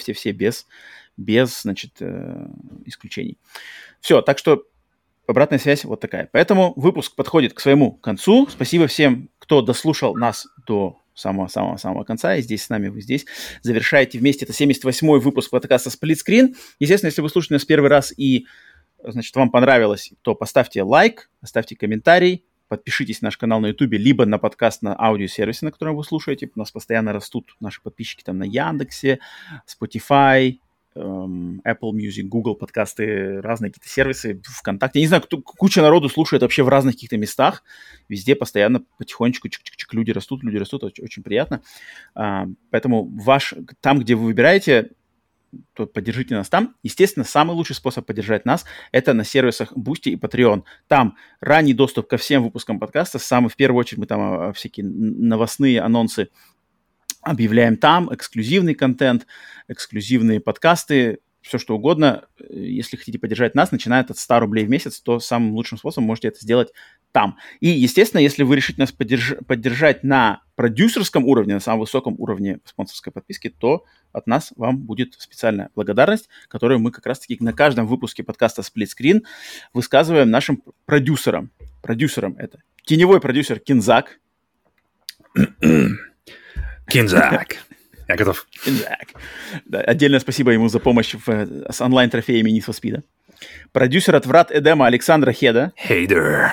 без, значит, исключений. Все, так что обратная связь вот такая. Поэтому выпуск подходит к своему концу. Спасибо всем, кто дослушал нас до самого-самого конца. И здесь с нами, вы здесь. Завершаете вместе. Это 78-й выпуск подкаста Split Screen. Естественно, если вы слушаете нас первый раз и, значит, вам понравилось, то поставьте лайк, оставьте комментарий, подпишитесь на наш канал на YouTube, либо на подкаст на аудиосервисе, на котором вы слушаете. У нас постоянно растут наши подписчики там на Яндексе, Spotify, Apple Music, Google подкасты, разные какие-то сервисы, ВКонтакте. Я не знаю, куча народу слушает вообще в разных каких-то местах. Везде постоянно потихонечку люди растут, очень приятно. Поэтому там, где вы выбираете, то поддержите нас там. Естественно, самый лучший способ поддержать нас – это на сервисах Boosty и Patreon. Там ранний доступ ко всем выпускам подкаста. В первую очередь мы там всякие новостные анонсы объявляем там, эксклюзивный контент, эксклюзивные подкасты, все что угодно. Если хотите поддержать нас, начиная от 100 рублей в месяц, то самым лучшим способом можете это сделать там. И, естественно, если вы решите нас поддержать на продюсерском уровне, на самом высоком уровне спонсорской подписки, то от нас вам будет специальная благодарность, которую мы как раз-таки на каждом выпуске подкаста Split Screen высказываем нашим продюсерам. Продюсером это теневой продюсер Кинзак. Кинзак. Я готов. Кинзак. Да, отдельное спасибо ему за помощь с онлайн-трофеями Need for Speed. Продюсер от Врат Эдема Александра Хеда. Hey there.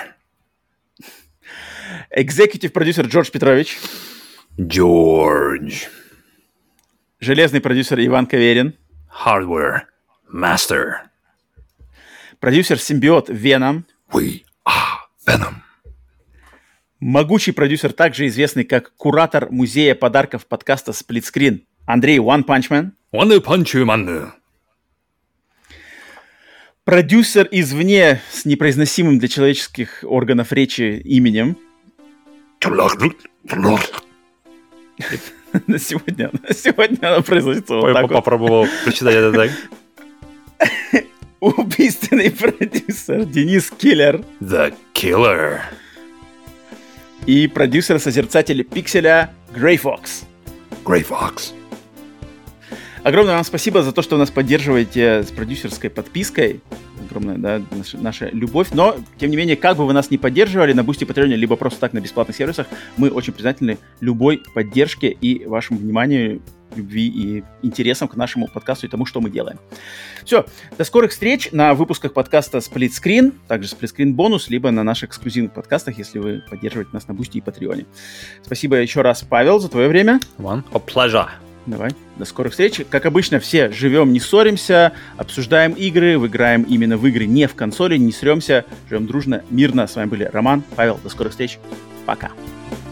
Экзекутив-продюсер Джордж Петрович. George. Железный продюсер Иван Каверин. Hardware Master. Продюсер Симбиот Веном. We are Venom. Могучий продюсер, также известный как куратор музея подарков подкаста Split Screen, Андрей One Punch Man. One Punch Man. Продюсер извне с непроизносимым для человеческих органов речи именем. Сегодня она произносится вот так вот. Попробовал прочитать это так. Убийственный продюсер Денис Киллер. The Killer. И продюсер-созерцатель пикселя Грей Фокс. Грей Фокс. Огромное вам спасибо за то, что нас поддерживаете с продюсерской подпиской. Огромная, да, наша любовь. Но, тем не менее, как бы вы нас ни поддерживали на Boosty, Patreon, либо просто так на бесплатных сервисах, мы очень признательны любой поддержке и вашему вниманию, любви и интересам к нашему подкасту и тому, что мы делаем. Все, до скорых встреч на выпусках подкаста Split Screen, также Split Screen бонус, либо на наших эксклюзивных подкастах, если вы поддерживаете нас на Boosty и Patreon. Спасибо еще раз, Павел, за твое время. One a pleasure. Давай, до скорых встреч. Как обычно, все живем, не ссоримся, обсуждаем игры, играем именно в игры, не в консоли, не сремся, живем дружно, мирно. С вами были Роман, Павел, до скорых встреч. Пока.